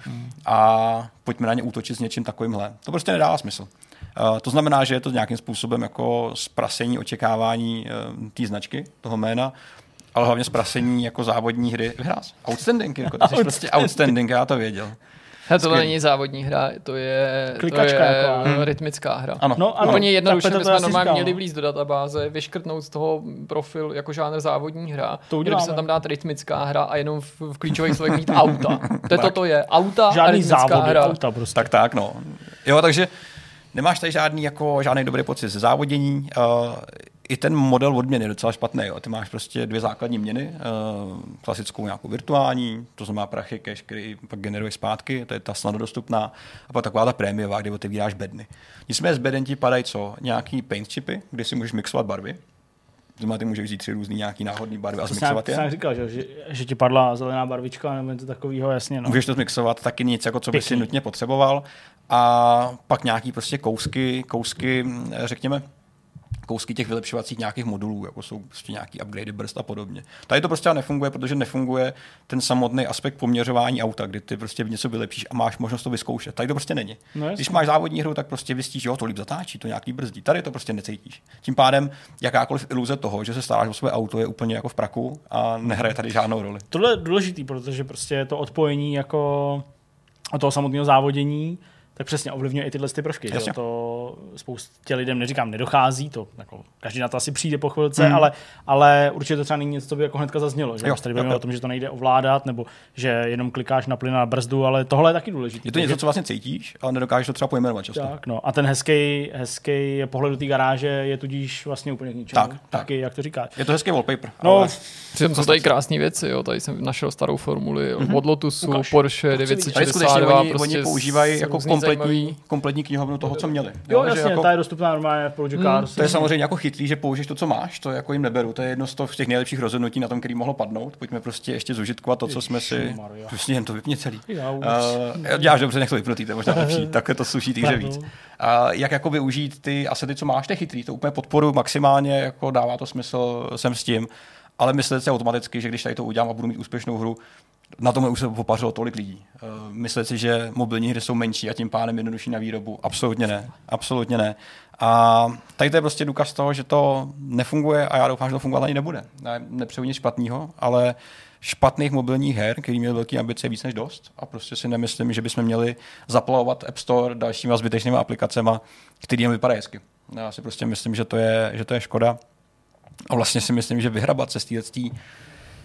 A pojďme na ně útočit s něčím takovýmhle. To prostě nedává smysl. To znamená, že je to nějakým způsobem jako zprasení očekávání té značky, toho jména, ale hlavně zprasení jako závodní hry. Vyhrás. Outstanding, jako ty jsi prostě outstanding, já to věděl. To není závodní hra, to je rytmická hra. Ano. No, ano. Úplně jednoduše, my jsme normálně měli vlízt do databáze, vyškrtnout z toho profil jako žánr závodní hra, měli bychom tam dát rytmická hra a jenom v klíčových slovech mít auta. To je auta a rytmická hra. Auta prostě. Tak, no. Jo, takže nemáš tady žádný dobrý pocit ze závodění. I ten model odměny je docela špatný. Jo. Ty máš prostě dvě základní měny, klasickou nějakou virtuální, to znamená prachy, cash, který pak generuje zpátky, to je ta snadno dostupná, a pak taková ta prémiová, kde otevíráš bedny. Nicméně z beden ti padají co? Nějaký paint chipy, kde si můžeš mixovat barvy. Znamená, ty můžeš vzít 3 různý nějaký náhodný barvy a zmixovat je. To jsem říkal, že ti padla zelená barvička nebo něco takového, jasně. No. Můžeš to zmixovat, taky nic, jako co by si nutně potřeboval. A pak nějaký prostě kousky, řekněme, kousky těch vylepšovacích nějakých modulů, jako jsou prostě nějaký upgrade burst a podobně. Tady to prostě nefunguje, protože nefunguje ten samotný aspekt poměřování auta, kdy ty prostě něco vylepšíš a máš možnost to vyzkoušet. Tady to prostě není. No, když máš závodní hru, tak prostě vystíš, jo, to líp zatáčí, to nějaký brzdí. Tady to prostě necítíš. Tím pádem jakákoliv iluze toho, že se staráš o své auto, je úplně jako v praku a nehraje tady žádnou roli. Tohle je důležitý, protože prostě to odpojení jako od toho samotného závodění tak přesně ovlivňuje i tyhle prvky. Že? To spoustě lidem, neříkám, nedochází, to jako, každý na to asi přijde po chvilce, ale určitě to třeba není něco, co by jako hnedka zaznělo. Že? Tady bavíme o tom, že to nejde ovládat, nebo že jenom klikáš na plyn a brzdu, ale tohle je taky důležité. Je to něco, co vlastně cítíš, ale nedokážeš to třeba pojmenovat často. Tak, no. A ten hezký pohled do té garáže je tudíž vlastně úplně k ničemu. Taky, jak to říkáš. Je to hezký wallpaper. No, ale přitom jsou tady krásné věci, jo. Tady jsem našel starou formuli od Lotusu, Porsche 962. Oni používají jako kompletní knihovnu toho, co měli. Jo, jasně, jako, ta je dostupná normálně v Project Cars. To je samozřejmě jako chytrý, že použiješ to, co máš, to jako jim neberu. To je jedno z těch nejlepších rozhodnutí na tom, který mohlo padnout. Pojďme prostě ještě zužitkovat to, co jsme si... Prostě jen to vypně celý. Děláš dobře, nech to vypnutý, to je možná lepší. Takhle to sluší týře víc. Jak jako využít ty asety, co máš, to je chytrý. To úplně podporu maximálně, jako dává to smysl, jsem s tím. Ale myslet si automaticky, že když tady to udělám a budu mít úspěšnou hru, na tom už se popařilo tolik lidí. Myslet si, že mobilní hry jsou menší a tím pádem jednodušší na výrobu. Absolutně ne. A tady to je prostě důkaz toho, že to nefunguje a já doufám, že to fungovat ani nebude. Nepřeju nic špatného, ale špatných mobilních her, který měl velký ambice, víc než dost. A prostě si nemyslím, že bychom měli zaplavovat App Store dalšíma zbytečnými aplikacemi, které jen vypadají hezky. Já si prostě myslím, že to je škoda. A vlastně si myslím, že vyhrabat se z této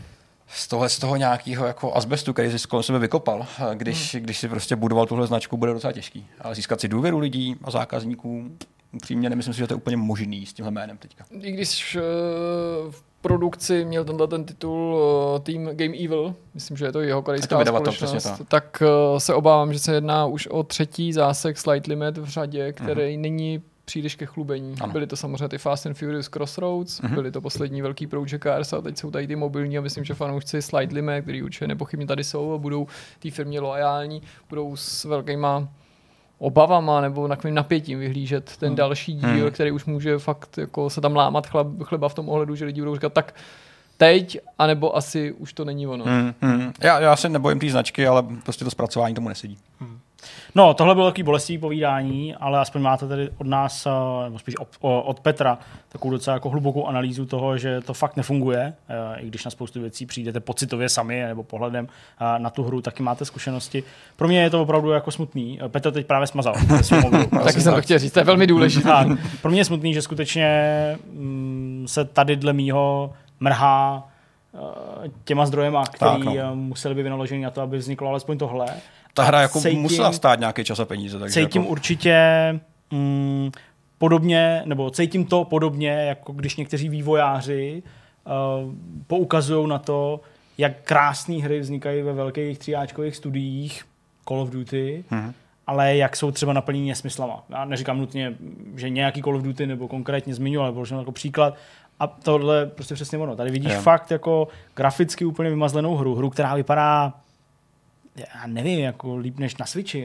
z toho nějakého jako azbestu, který si kolem sebe vykopal, když si prostě budoval tuhle značku, bude docela těžký. Ale získat si důvěru lidí a zákazníků, upřímně nemyslím si, že to je úplně možný s tímhle jménem teďka. I když v produkci měl ten titul tým Game Evil, myslím, že je to jeho korejská společnost, tak se obávám, že se jedná už o třetí zásek Slight Limit v řadě, který není příliš ke chlubení. Ano. Byly to samozřejmě ty Fast and Furious Crossroads, byly to poslední velký Project Cars a teď jsou tady ty mobilní a myslím, že fanoušci Slight Limit, který určitě nepochybně tady jsou a budou té firmě loajální, budou s velkýma obavama nebo takovým napětím vyhlížet ten další díl, který už může fakt jako se tam lámat chleba v tom ohledu, že lidi budou říkat tak teď, anebo asi už to není ono. Já se nebojím té značky, ale prostě to zpracování tomu nesedí. No, tohle bylo takový bolestivý povídání, ale aspoň máte tady od nás, nebo spíš od Petra, takovou docela jako hlubokou analýzu toho, že to fakt nefunguje, i když na spoustu věcí přijdete pocitově sami nebo pohledem na tu hru, taky máte zkušenosti. Pro mě je to opravdu jako smutný. Petr teď právě smazal. Taky jsem to chtěl říct, to je velmi důležité. Pro mě je smutný, že skutečně se tady dle mýho mrhá těma zdrojema, který museli by vynaložit na to, aby vzniklo alespoň tohle. Ta hra jako musela stát nějaký čas a peníze. Takže cítím jako určitě podobně, nebo cítím to podobně, jako když někteří vývojáři poukazují na to, jak krásné hry vznikají ve velkých tříáčkových studiích Call of Duty, ale jak jsou třeba naplnění nesmyslama. Já neříkám nutně, že nějaký Call of Duty nebo konkrétně zmiňuji, ale položím jako příklad. A tohle prostě přesně ono. Tady vidíš fakt jako graficky úplně vymazlenou hru, která vypadá, já nevím, jako líp než na Switchi,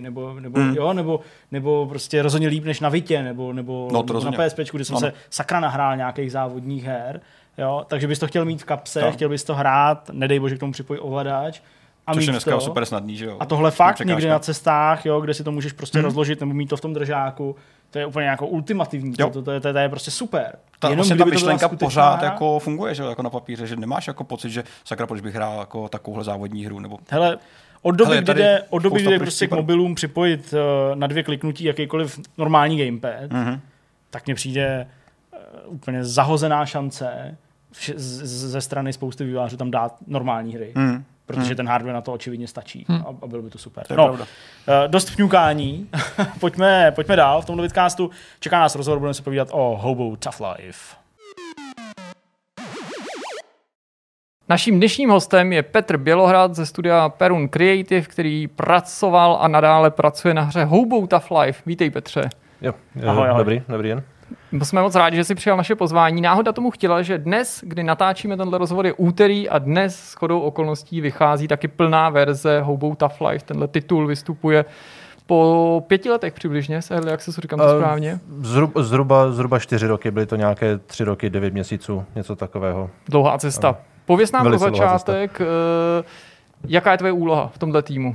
nebo prostě rozhodně líp než na Vitě, nebo na PSPčku, kde jsem se sakra nahrál nějakých závodních her. Jo? Takže bys to chtěl mít v kapse, chtěl bys to hrát, nedej bože k tomu připojit ovladač. A což je dneska super snadný, že jo? A tohle fakt někdy na cestách, jo, kde si to můžeš prostě rozložit nebo mít to v tom držáku, to je úplně jako ultimativní, to je prostě super. Jenom ta myšlenka pořád jako funguje, že jako na papíře, že nemáš jako pocit, že sakra, proč bych hrál jako takovouhle závodní hru. Nebo... Hele, od doby, kdy jde prostě k mobilům připojit na 2 kliknutí jakýkoliv normální gamepad, tak mně přijde úplně zahozená šance ze strany spousty vývojářů tam dát normální hry. Protože ten hardware na to očividně stačí a bylo by to super. Dost vňukání. pojďme dál. V tomhle vidcastu čeká nás rozhovor, budeme se povídat o Hobo Tough Life. Naším dnešním hostem je Petr Bělohrad ze studia Perun Creative, který pracoval a nadále pracuje na hře Hobo Tough Life. Vítej, Petře. Jo, ahoj. Dobrý den. Jsme moc rádi, že jsi přijal naše pozvání. Náhoda tomu chtěla, že dnes, kdy natáčíme tenhle rozhovor, je úterý a dnes shodou okolností vychází taky plná verze Hobo Tough Life. Tenhle titul vystupuje po 5 letech přibližně, jak se říkám to správně? Zhruba 4 roky, byly to nějaké 3 roky, 9 měsíců, něco takového. Dlouhá cesta. Pověz nám pro začátek, jaká je tvoje úloha v tomhle týmu?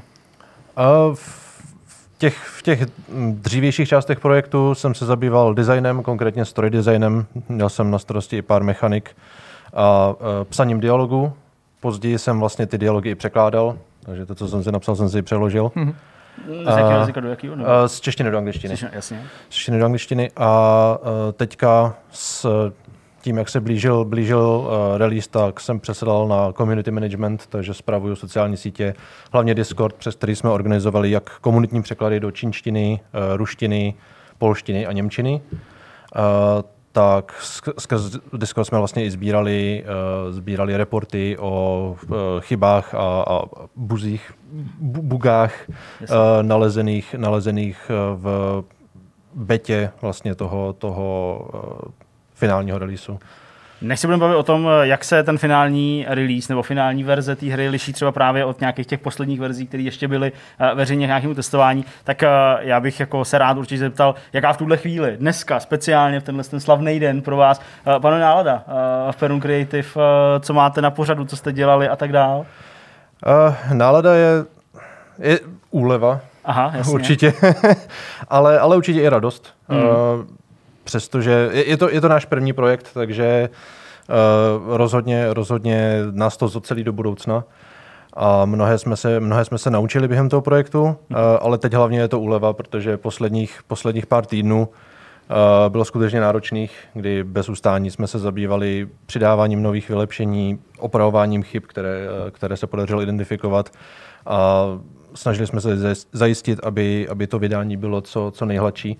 V těch dřívějších částech projektu jsem se zabýval designem, konkrétně stroj designem. Měl jsem na starosti i pár mechanik a psaním dialogů. Později jsem vlastně ty dialogy i překládal, takže to, co jsem si napsal, jsem si přeložil. Z jakého jazyka do jakého? Z češtiny do angličtiny. Jasně. Z češtiny do angličtiny a teďka s tím, jak se blížil release, tak jsem přesedal na community management, takže spravuju sociální sítě, hlavně Discord, přes který jsme organizovali jak komunitní překlady do čínštiny, ruštiny, polštiny a němčiny. Tak skrz Discord jsme vlastně i sbírali reporty o chybách a bugách nalezených v betě vlastně toho finálního releaseu. Než se budeme bavit o tom, jak se ten finální release nebo finální verze té hry liší třeba právě od nějakých těch posledních verzí, které ještě byly veřejně k nějakému testování, tak já bych jako se rád určitě zeptal, jaká v tuhle chvíli, dneska speciálně v ten slavný den pro vás, pane nálada v Perun Creative, co máte na pořadu, co jste dělali a tak dál? Nálada je úleva. Aha, jasně. Určitě, ale určitě i radost. Přestože je to náš první projekt, takže rozhodně nás to zocelí do budoucna. A mnohé jsme se naučili během toho projektu, ale teď hlavně je to úleva, protože posledních pár týdnů bylo skutečně náročných, kdy bez ustání jsme se zabývali přidáváním nových vylepšení, opravováním chyb, které se podařilo identifikovat a snažili jsme se zajistit, aby to vydání bylo co nejhladší.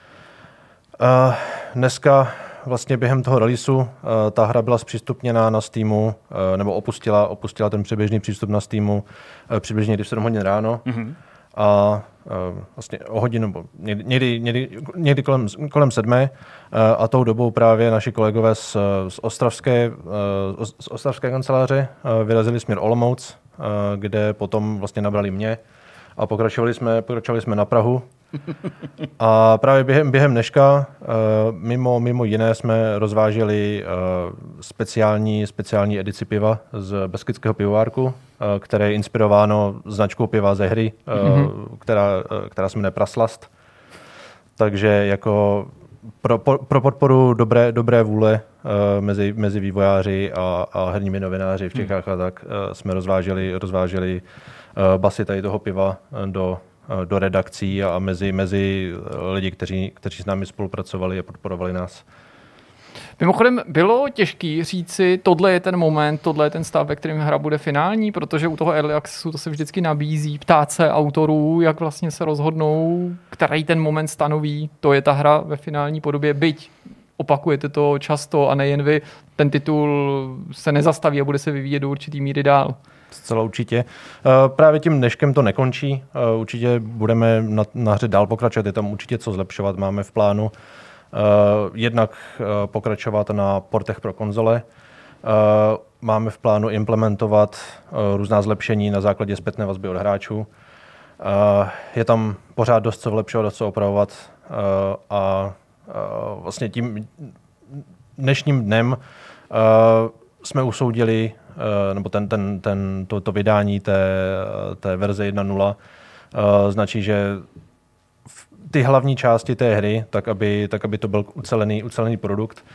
Dneska vlastně během toho releaseu ta hra byla zpřístupněna na Steamu, nebo opustila ten předběžný přístup na Steamu přibližně v 7 hodin ráno. Mm-hmm. A vlastně o hodinu, někdy kolem 7. A tou dobou právě naši kolegové z ostravské kanceláře vyrazili směr Olomouc, kde potom vlastně nabrali mě a pokračovali jsme na Prahu. A právě během dneška mimo jiné jsme rozváželi speciální edici piva z Beskydského pivovárku, které je inspirováno značkou piva ze hry, která se jmenuje Praslast. Takže jako pro podporu dobré vůle mezi vývojáři a herními novináři v Čechách a tak jsme rozváželi basy tady toho piva do redakcí a mezi lidi, kteří s námi spolupracovali a podporovali nás. Mimochodem, bylo těžké říci, tohle je ten moment, tohle je ten stav, ve kterém hra bude finální, protože u toho Early Accessu to se vždycky nabízí, ptát se autorů, jak vlastně se rozhodnou, který ten moment stanoví, to je ta hra ve finální podobě, byť opakujete to často a nejen vy, ten titul se nezastaví a bude se vyvíjet do určitý míry dál. Zcela určitě. Právě tím dneškem to nekončí. Určitě budeme na hře dál pokračovat, je tam určitě co zlepšovat. Máme v plánu jednak pokračovat na portech pro konzole. Máme v plánu implementovat různá zlepšení na základě zpětné vazby od hráčů. Je tam pořád dost co vlepšovat, dost co opravovat a vlastně tím dnešním dnem jsme usoudili, nebo to vydání té verze 1.0 značí, že ty hlavní části té hry, tak aby to byl ucelený produkt,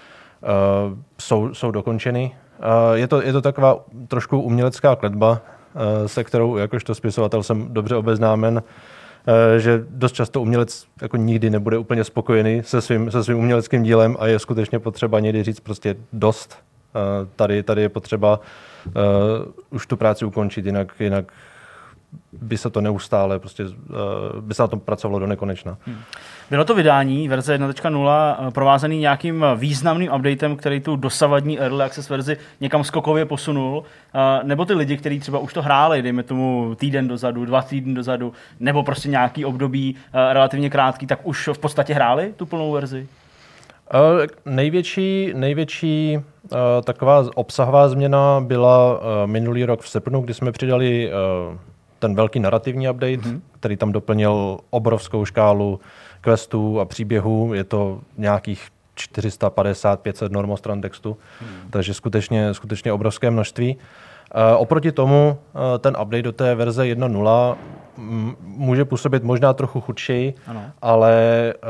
jsou dokončeny. Je to taková trošku umělecká kletba, se kterou jakožto spisovatel jsem dobře obeznámen, že dost často umělec jako nikdy nebude úplně spokojený se svým uměleckým dílem a je skutečně potřeba někdy říct prostě dost. Tady je potřeba už tu práci ukončit, jinak by se to neustále, prostě by se na tom pracovalo do nekonečna. Bylo to vydání verze 1.0 provázený nějakým významným updatem, který tu dosavadní Early Access verzi někam skokově posunul, nebo ty lidi, kteří třeba už to hráli, dejme tomu týden dozadu, 2 týdny dozadu, nebo prostě nějaký období relativně krátký, tak už v podstatě hráli tu plnou verzi? Největší taková obsahová změna byla minulý rok v srpnu, kdy jsme přidali ten velký narrativní update, který tam doplnil obrovskou škálu questů a příběhů. Je to nějakých 450-500 normostran textu, takže skutečně obrovské množství. Oproti tomu ten update do té verze 1.0 může působit možná trochu chudší, ale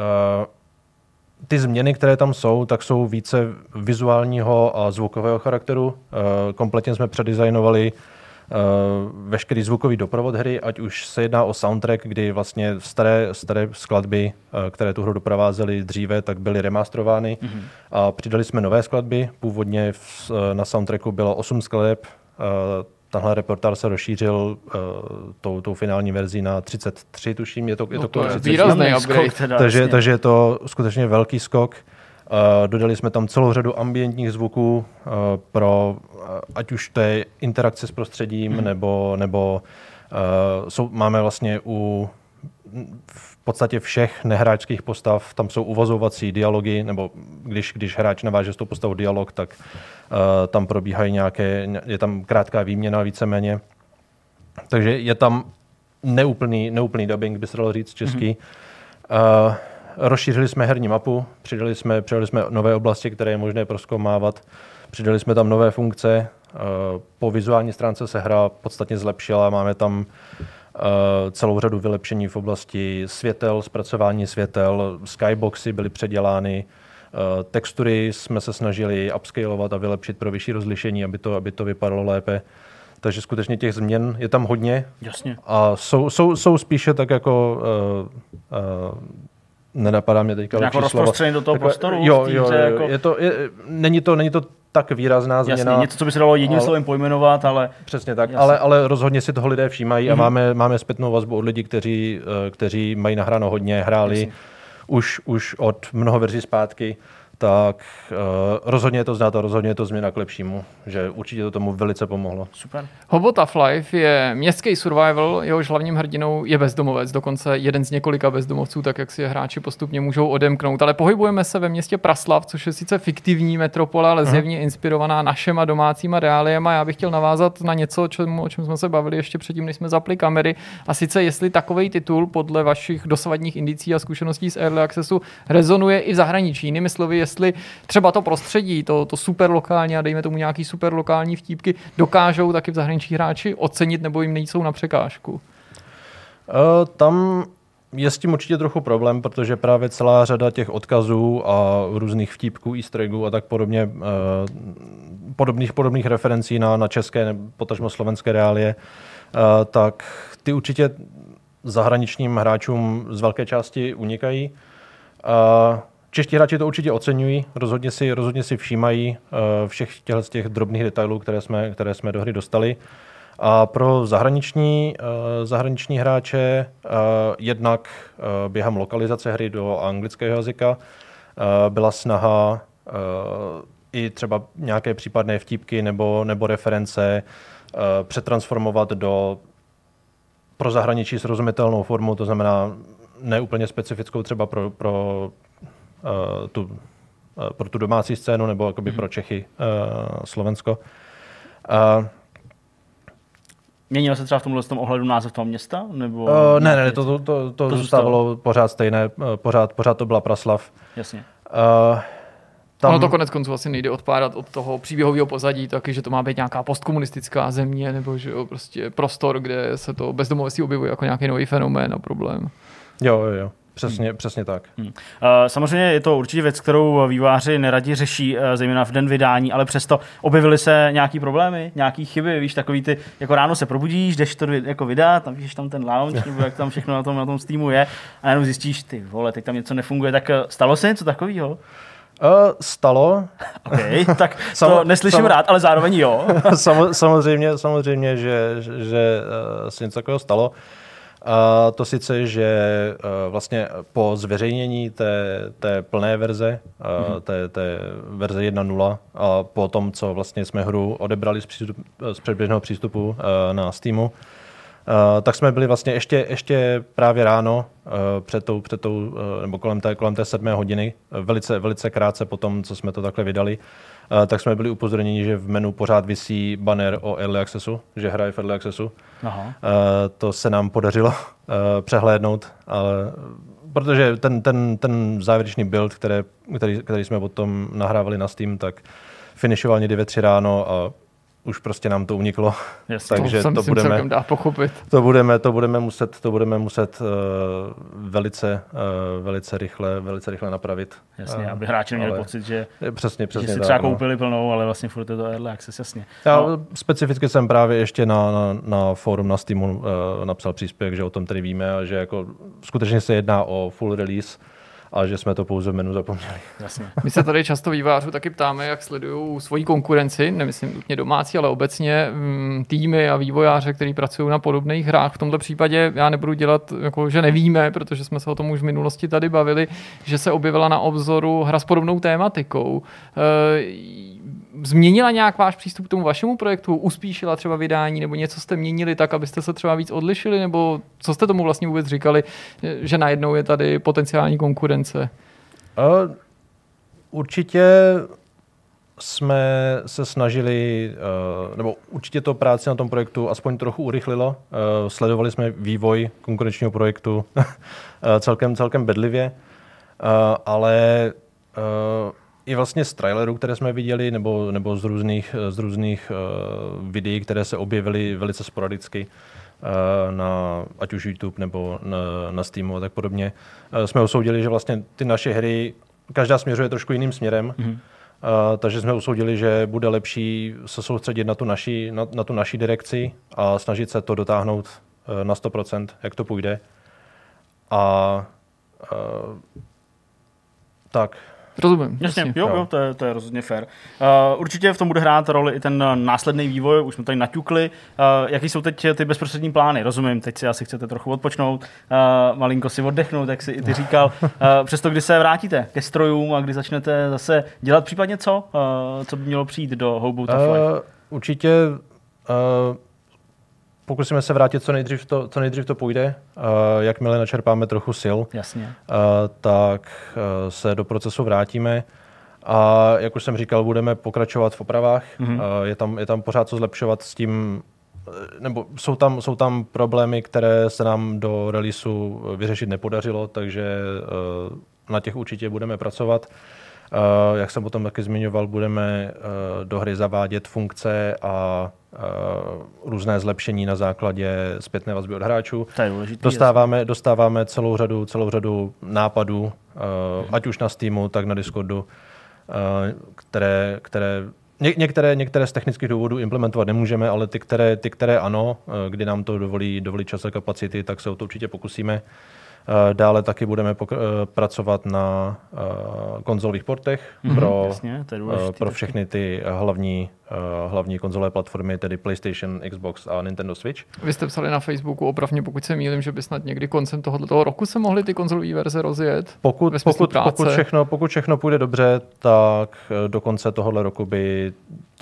ty změny, které tam jsou, tak jsou více vizuálního a zvukového charakteru. Kompletně jsme předesignovali veškerý zvukový doprovod hry, ať už se jedná o soundtrack, kdy vlastně staré skladby, které tu hru doprovázely dříve, tak byly remasterovány a přidali jsme nové skladby. Původně na soundtracku bylo 8 skladeb, tenhle repertoár se rozšířil tou finální verzí na 33, tuším. Je to výrazný upgrade. Takže je to skutečně velký skok. Dodali jsme tam celou řadu ambientních zvuků pro ať už to je interakce s prostředím, nebo máme vlastně v podstatě všech nehráčských postav, tam jsou uvazovací dialogy, nebo když hráč naváže s tou postavou dialog, tak tam probíhají je tam krátká výměna víceméně. Takže je tam neúplný dubbing, by se dalo říct český. Rozšířili jsme herní mapu, přidali jsme nové oblasti, které je možné prozkoumávat, přidali jsme tam nové funkce, po vizuální stránce se hra podstatně zlepšila, máme tam celou řadu vylepšení v oblasti světel, zpracování světel, skyboxy byly předělány, textury jsme se snažili upscalovat a vylepšit pro vyšší rozlišení, aby to vypadalo lépe. Takže skutečně těch změn je tam hodně. Jasně. A jsou spíše tak jako Nenapadá mě teďka jako rozprostřený do toho prostoru. Jo, jako... není to tak výrazná změna. Jasně, něco, co by se dalo jedním slovem pojmenovat, ale... Přesně tak, ale rozhodně si toho lidé všímají a máme zpětnou vazbu od lidí, kteří mají nahráno hodně, hráli už od mnoho verzí zpátky, tak rozhodně je to znát a rozhodně je to změna k lepšímu, že určitě to tomu velice pomohlo. Super. Hobo Tough Life je městský survival, jehož hlavním hrdinou je bezdomovec, dokonce jeden z několika bezdomovců, tak jak si je hráči postupně můžou odemknout. Ale pohybujeme se ve městě Praslav, což je sice fiktivní metropole, ale zjevně inspirovaná našema domácíma reáliema. Já bych chtěl navázat na něco, o čem jsme se bavili ještě předtím, než jsme zapli kamery. A sice jestli takovej titul podle vašich dosavadních indicí a zkušeností z Early Accessu rezonuje i v zahraničí. Jinými slovy, jestli třeba to prostředí, to super lokální a dejme tomu nějaký super lokální vtípky, dokážou taky v zahraničí hráči ocenit nebo jim nejsou na překážku? Tam je s tím určitě trochu problém, protože právě celá řada těch odkazů a různých vtípků, easter eggů a tak podobně, podobných referencí na české nebo potažmo slovenské reálie, tak ty určitě zahraničním hráčům z velké části unikají. Čeští hráči to určitě oceňují, rozhodně si všímají všech těch drobných detailů, které jsme do hry dostali. A pro zahraniční hráče jednak během lokalizace hry do anglického jazyka byla snaha i třeba nějaké případné vtípky nebo reference přetransformovat pro zahraničí srozumitelnou formu, to znamená ne úplně specifickou třeba pro tu domácí scénu nebo jakoby pro Čechy, Slovensko. Měnilo se třeba v tomhle ohledu název toho města? Nebo ne, to zůstávalo pořád stejné, pořád to byla Praslav. Jasně. Ono to konec konců asi nejde odpádat od toho příběhového pozadí, taky, že to má být nějaká postkomunistická země, nebo že jo, prostě prostor, kde se to bezdomovectví objevuje jako nějaký nový fenomén a problém. Jo. Přesně tak. Samozřejmě je to určitě věc, kterou vývojáři neradi řeší, zejména v den vydání, ale přesto objevily se nějaký problémy, nějaký chyby, víš, takový ty, jako ráno se probudíš, jdeš to jako vydat, napíšeš tam ten launch, nebo jak tam všechno na tom Steamu je a jenom zjistíš, ty vole, teď tam něco nefunguje, tak stalo se něco takového? Stalo. Okay, tak to neslyším rád, ale zároveň jo. samozřejmě, že se něco takového stalo. To sice, že vlastně po zveřejnění té plné verze, té verze 1.0 a po tom, co vlastně jsme hru odebrali z předběžného přístupu na Steamu, tak jsme byli vlastně ještě právě ráno před tou nebo kolem té 7 hodiny, velice krátce po tom, co jsme to takhle vydali, tak jsme byli upozorněni, že v menu pořád visí banner o Early Accessu, že hra je v Early Accessu. Aha. To se nám podařilo přehlédnout, ale protože ten závěrečný build, který jsme potom nahrávali na Steam, tak finišoval někdy ve 3 ráno a už prostě nám to uniklo. Jasně, takže to budeme celkem dá pochopit. To budeme muset velice rychle napravit. Jasně, aby hráči neměli pocit, že přesně že si třeba koupili plnou, ale vlastně furt je to Early Access, jasně. Já specificky jsem právě ještě na fórum na Steamu napsal příspěvek, že o tom tady víme a že jako skutečně se jedná o full release a že jsme to pouze v menu zapomněli. Jasně. My se tady často vývojářů taky ptáme, jak sledují svoji konkurenci, nemyslím nutně domácí, ale obecně týmy a vývojáře, kteří pracují na podobných hrách. V tomto případě já nebudu dělat, jako, že nevíme, protože jsme se o tom už v minulosti tady bavili, že se objevila na obzoru hra s podobnou tématikou. Změnila nějak váš přístup k tomu vašemu projektu? Uspíšila třeba vydání, nebo něco jste měnili tak, abyste se třeba víc odlišili, nebo co jste tomu vlastně vůbec říkali, že najednou je tady potenciální konkurence? Určitě jsme se snažili, nebo určitě to práci na tom projektu aspoň trochu urychlilo. Sledovali jsme vývoj konkurenčního projektu celkem bedlivě, ale i vlastně z trailerů, které jsme viděli, nebo z různých videí, které se objevily velice sporadicky na ať už YouTube nebo na Steamu a tak podobně, jsme usoudili, že vlastně ty naše hry, každá směřuje trošku jiným směrem, takže jsme usoudili, že bude lepší se soustředit na tu naší direkci a snažit se to dotáhnout na 100%, jak to půjde. A Tak. Rozumím. Jasně, jo, to je rozhodně fair. Určitě v tom bude hrát roli i ten následný vývoj, už jsme tady naťukli. Jaký jsou teď ty bezprostřední plány? Rozumím, teď si asi chcete trochu odpočnout, malinko si oddechnout, jak si i ty říkal. Přesto, kdy se vrátíte ke strojům a kdy začnete zase dělat případně co by mělo přijít do Hobo Tough Life? Určitě pokusíme se vrátit co nejdřív to půjde. Jakmile načerpáme trochu sil, jasně. Tak se do procesu vrátíme. A jak už jsem říkal, budeme pokračovat v opravách. Je tam pořád co zlepšovat s tím, nebo jsou tam problémy, které se nám do releaseu vyřešit nepodařilo, takže na těch určitě budeme pracovat. Jak jsem potom taky zmiňoval, budeme do hry zavádět funkce a různé zlepšení na základě zpětné vazby od hráčů. To je důležitý, dostáváme celou řadu nápadů, ať už na Steamu, tak na Discordu, které některé z technických důvodů implementovat nemůžeme, ale ty, které ano, kdy nám to dovolí čas a kapacity, tak se o to určitě pokusíme. Dále taky budeme pracovat na konzolových portech pro všechny ty hlavní konzolové platformy, tedy PlayStation, Xbox a Nintendo Switch. Vy jste psali na Facebooku, opravdu, pokud se mýlím, že by snad někdy koncem tohoto roku se mohly ty konzolové verze rozjet? Pokud všechno půjde dobře, tak do konce tohoto roku by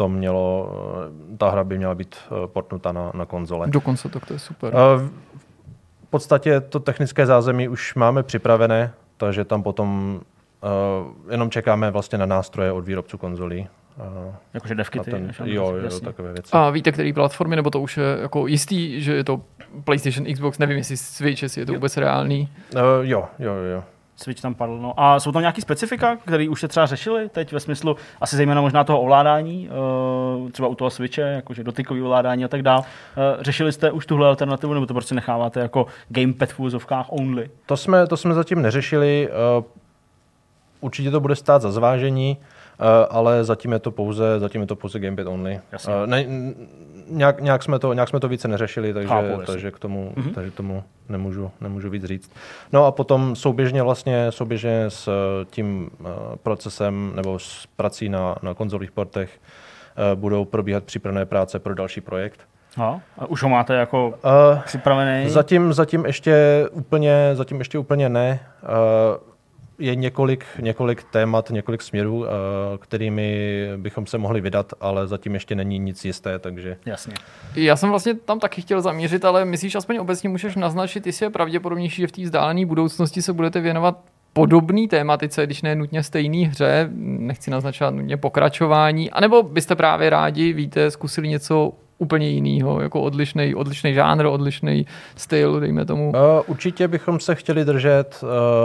ta hra by měla být portnuta na konzole. Do konce to je super. V podstatě to technické zázemí už máme připravené, takže tam potom jenom čekáme vlastně na nástroje od výrobců konzolí. Jakože devkity. Jo, takové věci. A víte, který platformy, nebo to už je jako jistý, že je to PlayStation, Xbox, nevím, jestli Switch, jestli je to vůbec reálný? Jo. Switch tam padl. No. A jsou tam nějaký specifika, které už se třeba řešili teď ve smyslu asi zejména možná toho ovládání, třeba u toho Switche, jakože dotykový ovládání a tak dále. Řešili jste už tuhle alternativu, nebo to prostě necháváte jako gamepad v úvozovkách only? To jsme zatím neřešili. Určitě to bude stát za zvážení, ale zatím je to pouze gamepad only. Nějak jsme to více neřešili, takže k tomu nemůžu víc říct. No a potom souběžně s tím procesem nebo s prací na konzolových portech budou probíhat přípravné práce pro další projekt. A už ho máte jako připravený? Zatím ještě úplně ne. Je několik témat, několik směrů, kterými bychom se mohli vydat, ale zatím ještě není nic jisté, takže... Jasně. Já jsem vlastně tam taky chtěl zamířit, ale myslíš, aspoň obecně můžeš naznačit, jestli je pravděpodobnější, že v té vzdálené budoucnosti se budete věnovat podobný tématice, když ne nutně stejný hře, nechci naznačovat nutně pokračování, anebo byste právě rádi, víte, zkusili něco úplně jinýho, jako odlišný žánr, odlišný styl, dejme tomu? Určitě bychom se chtěli držet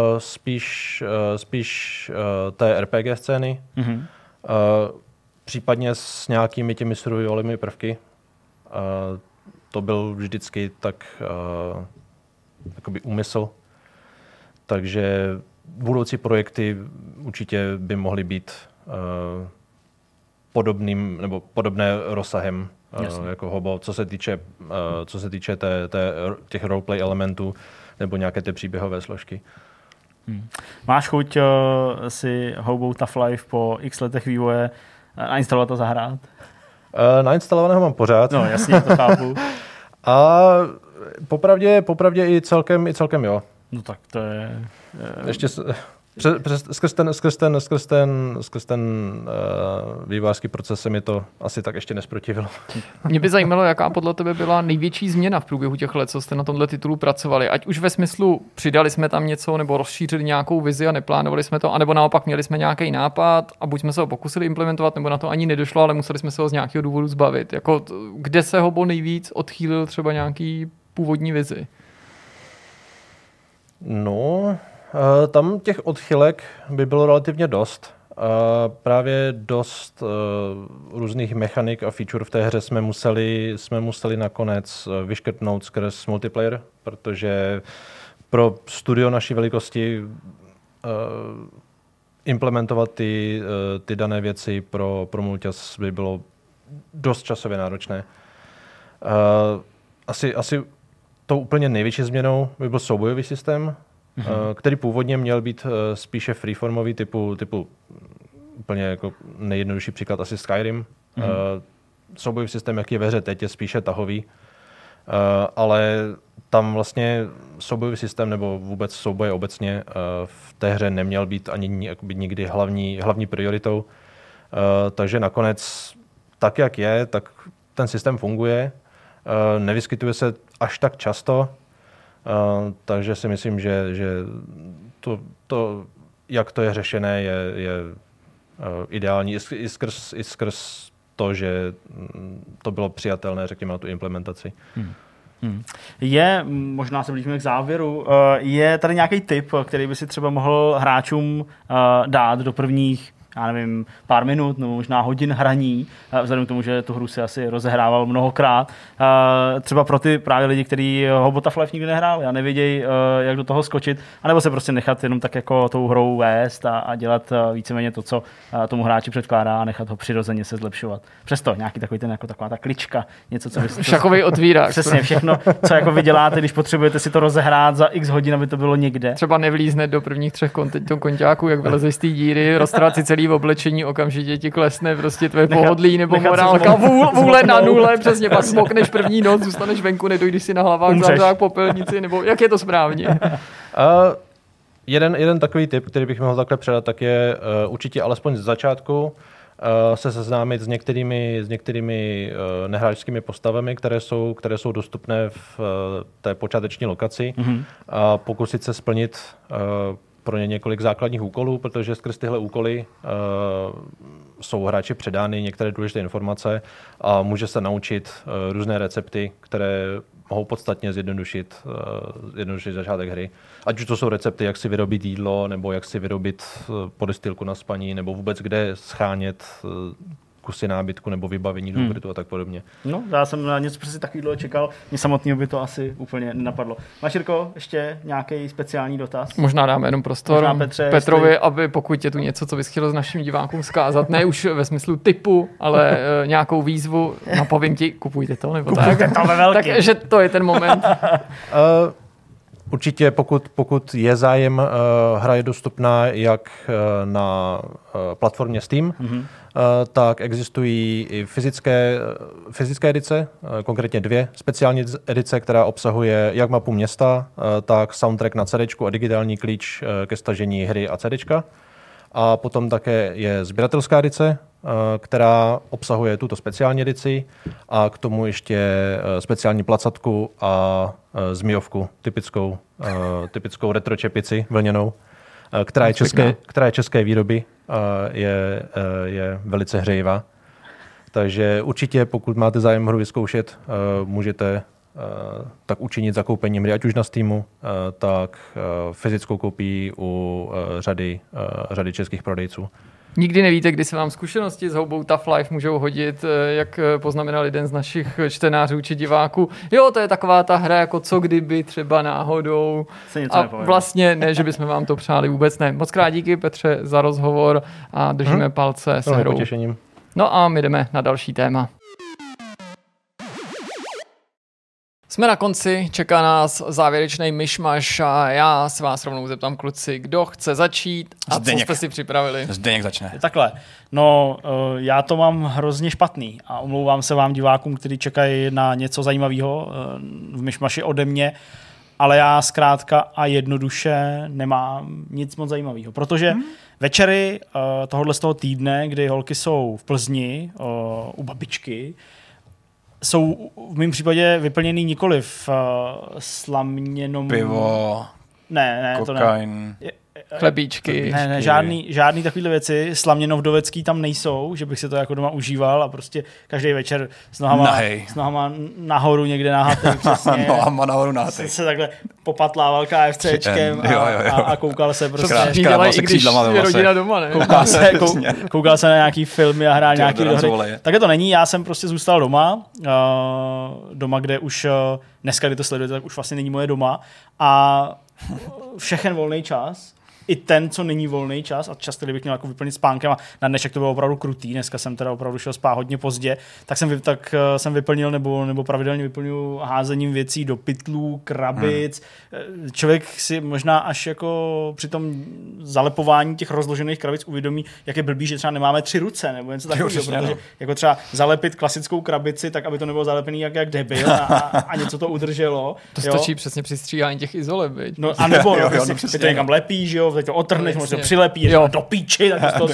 spíš té RPG scény, případně s nějakými těmi survivalovými prvky. To byl vždycky takový úmysl, takže budoucí projekty určitě by mohly být podobné rozsahem jako Hobo, co se týče těch roleplay elementů nebo nějaké ty příběhové složky. Máš chuť si Hobo Tough Life po x letech vývoje nainstalovat a zahrát? Nainstalovaného mám pořád. No jasně, to chápu. A popravdě i celkem jo. No tak to je... Ještě skrz ten vývojářský proces se mi to asi tak ještě nesprotivilo. Mě by zajímalo, jaká podle tebe byla největší změna v průběhu těch let, co jste na tomhle titulu pracovali. Ať už ve smyslu přidali jsme tam něco, nebo rozšířili nějakou vizi a neplánovali jsme to, anebo naopak měli jsme nějaký nápad a buď jsme se ho pokusili implementovat, nebo na to ani nedošlo, ale museli jsme se ho z nějakého důvodu zbavit. Jako, kde se Hobo nejvíc odchýlil třeba nějaký původní vizi? No... Tam těch odchylek by bylo relativně dost. Právě dost různých mechanik a feature v té hře jsme museli nakonec vyškrtnout skrz multiplayer, protože pro studio naší velikosti implementovat ty dané věci pro mulťas by bylo dost časově náročné. Asi tou úplně největší změnou by byl soubojový systém, který původně měl být spíše freeformový typu úplně jako nejjednodušší příklad asi Skyrim. Soubojový systém, jaký je ve hře teď, je spíše tahový, ale tam vlastně soubojový systém nebo vůbec souboje obecně v té hře neměl být ani nikdy hlavní prioritou. Takže nakonec tak, jak je, tak ten systém funguje. Nevyskytuje se až tak často, takže si myslím, že to, jak to je řešené, je ideální i skrz to, že to bylo přijatelné, řekněme, na tu implementaci. Je, možná se blížíme k závěru, je tady nějaký tip, který by si třeba mohl hráčům dát do prvních, já nevím, pár minut, no možná hodin hraní, vzhledem k tomu, že tu hru si asi rozehrával mnohokrát. Třeba pro ty právě lidi, kteří Hobota Life nikdy nehráli a nevědějí, jak do toho skočit, anebo se prostě nechat jenom tak jako tou hrou vést a dělat víceméně to, co tomu hráči předkládá a nechat ho přirozeně se zlepšovat. Přesto nějaký takový ten, jako taková ta klička, něco, co by... Šachový otvírák. Přesně, všechno, co jako vy děláte, když potřebujete si to rozehrát za x hodin, aby to bylo někde. Třeba nevlízne do prvních 3 konťáků, jak vylezeš z té díry, roztrhat si celý v oblečení, okamžitě ti klesne prostě tvoje pohodlí nebo morálka, vůle na nule, přesně pak smokneš první noc, zůstaneš venku, nedojdeš si na hlavách zavřák popelnici, nebo jak je to správně? Jeden takový tip, který bych mohl takhle předat, tak je určitě alespoň z začátku se seznámit s některými nehráčskými postavami, které jsou dostupné v té počáteční lokaci a pokusit se splnit pro ně několik základních úkolů, protože skrz tyhle úkoly jsou hráči předány některé důležité informace a může se naučit různé recepty, které mohou podstatně zjednodušit začátek hry. Ať už to jsou recepty, jak si vyrobit jídlo, nebo jak si vyrobit podestýlku na spaní, nebo vůbec kde schánět kusy nábytku nebo vybavení do bytu a tak podobně. No, já jsem na něco přesně takového čekal. Mě samotného by to asi úplně nenapadlo. Maširko, ještě nějaký speciální dotaz? Možná dáme jenom prostor Petrovi, aby pokud je tu něco, co bys chtěl s našim divákům vzkázat, ne už ve smyslu typu, ale nějakou výzvu, napovím ti, kupujte to, nebo tak. Kupujte to ve velkým. Takže to je ten moment. Určitě, pokud je zájem, hra je dostupná jak na platformě Steam, tak existují i fyzické edice, konkrétně 2 speciální edice, která obsahuje jak mapu města, tak soundtrack na CDčku a digitální klíč ke stažení hry a CDčka. A potom také je sběratelská edice, která obsahuje tuto speciální edici a k tomu ještě speciální placatku a zmijovku, typickou retro čepici vlněnou, která je české výroby, je velice hřejivá. Takže určitě, pokud máte zájem hru vyzkoušet, můžete tak učinit zakoupením hry, ať už na Steamu, tak fyzickou kopií u řady českých prodejců. Nikdy nevíte, kdy se vám zkušenosti s Hobou Tough Life můžou hodit, jak poznamenal jeden z našich čtenářů či diváků. Jo, to je taková ta hra, jako co kdyby třeba náhodou. A vlastně ne, že bychom vám to přáli, vůbec ne. Moc krát díky, Petře, za rozhovor a držíme palce s hrou. Potěšením. No a my jdeme na další téma. Jsme na konci, čeká nás závěrečný myšmaš a já se vás rovnou zeptám, kluci, kdo chce začít a Zdeněk. Co jste si připravili? Zdeněk začne. Takhle, no já to mám hrozně špatný a omlouvám se vám divákům, kteří čekají na něco zajímavého v myšmaši ode mě, ale já zkrátka a jednoduše nemám nic moc zajímavého, protože večery tohohle z toho týdne, kdy holky jsou v Plzni u babičky, jsou v mém případě vyplněný nikoliv slaměnou... Pivo, ne, kokain, to ne. Chlebíčky. Ne, žádný takovýhle věci. Slaměno-vdovecký tam nejsou, že bych si to jako doma užíval a prostě každý večer s nohama nahoru někde nahatý, přesně. Nohama nahoru nahatý. Se takhle popatlával KFCčkem a koukal se prostě. Dělají, i když je rodina doma, ne? Koukal se na nějaký filmy a hrál nějaký hry. Také to není, já jsem prostě zůstal doma, kde už dneska, kdy to sledujete, tak už vlastně není moje doma a všechen volný čas i ten, co není volný čas a čas, který bych měl jako vyplnit spánkem a na dnešek to bylo opravdu krutý, dneska jsem teda opravdu šel spát hodně pozdě, tak jsem vyplnil nebo pravidelně vyplňuji házením věcí do pytlů, krabic. Člověk si možná až jako při tom zalepování těch rozložených krabic uvědomí, jak je blbý, že třeba nemáme 3 ruce nebo něco takového, protože jako třeba zalepit klasickou krabici, tak aby to nebylo zalepený jak debil a něco to udrželo. To stačí přesně při stříhání těch izoleb, viď? No a nebo ty to někam lepíš, jo, teď to otrhneš, možná to přilepíš do píči,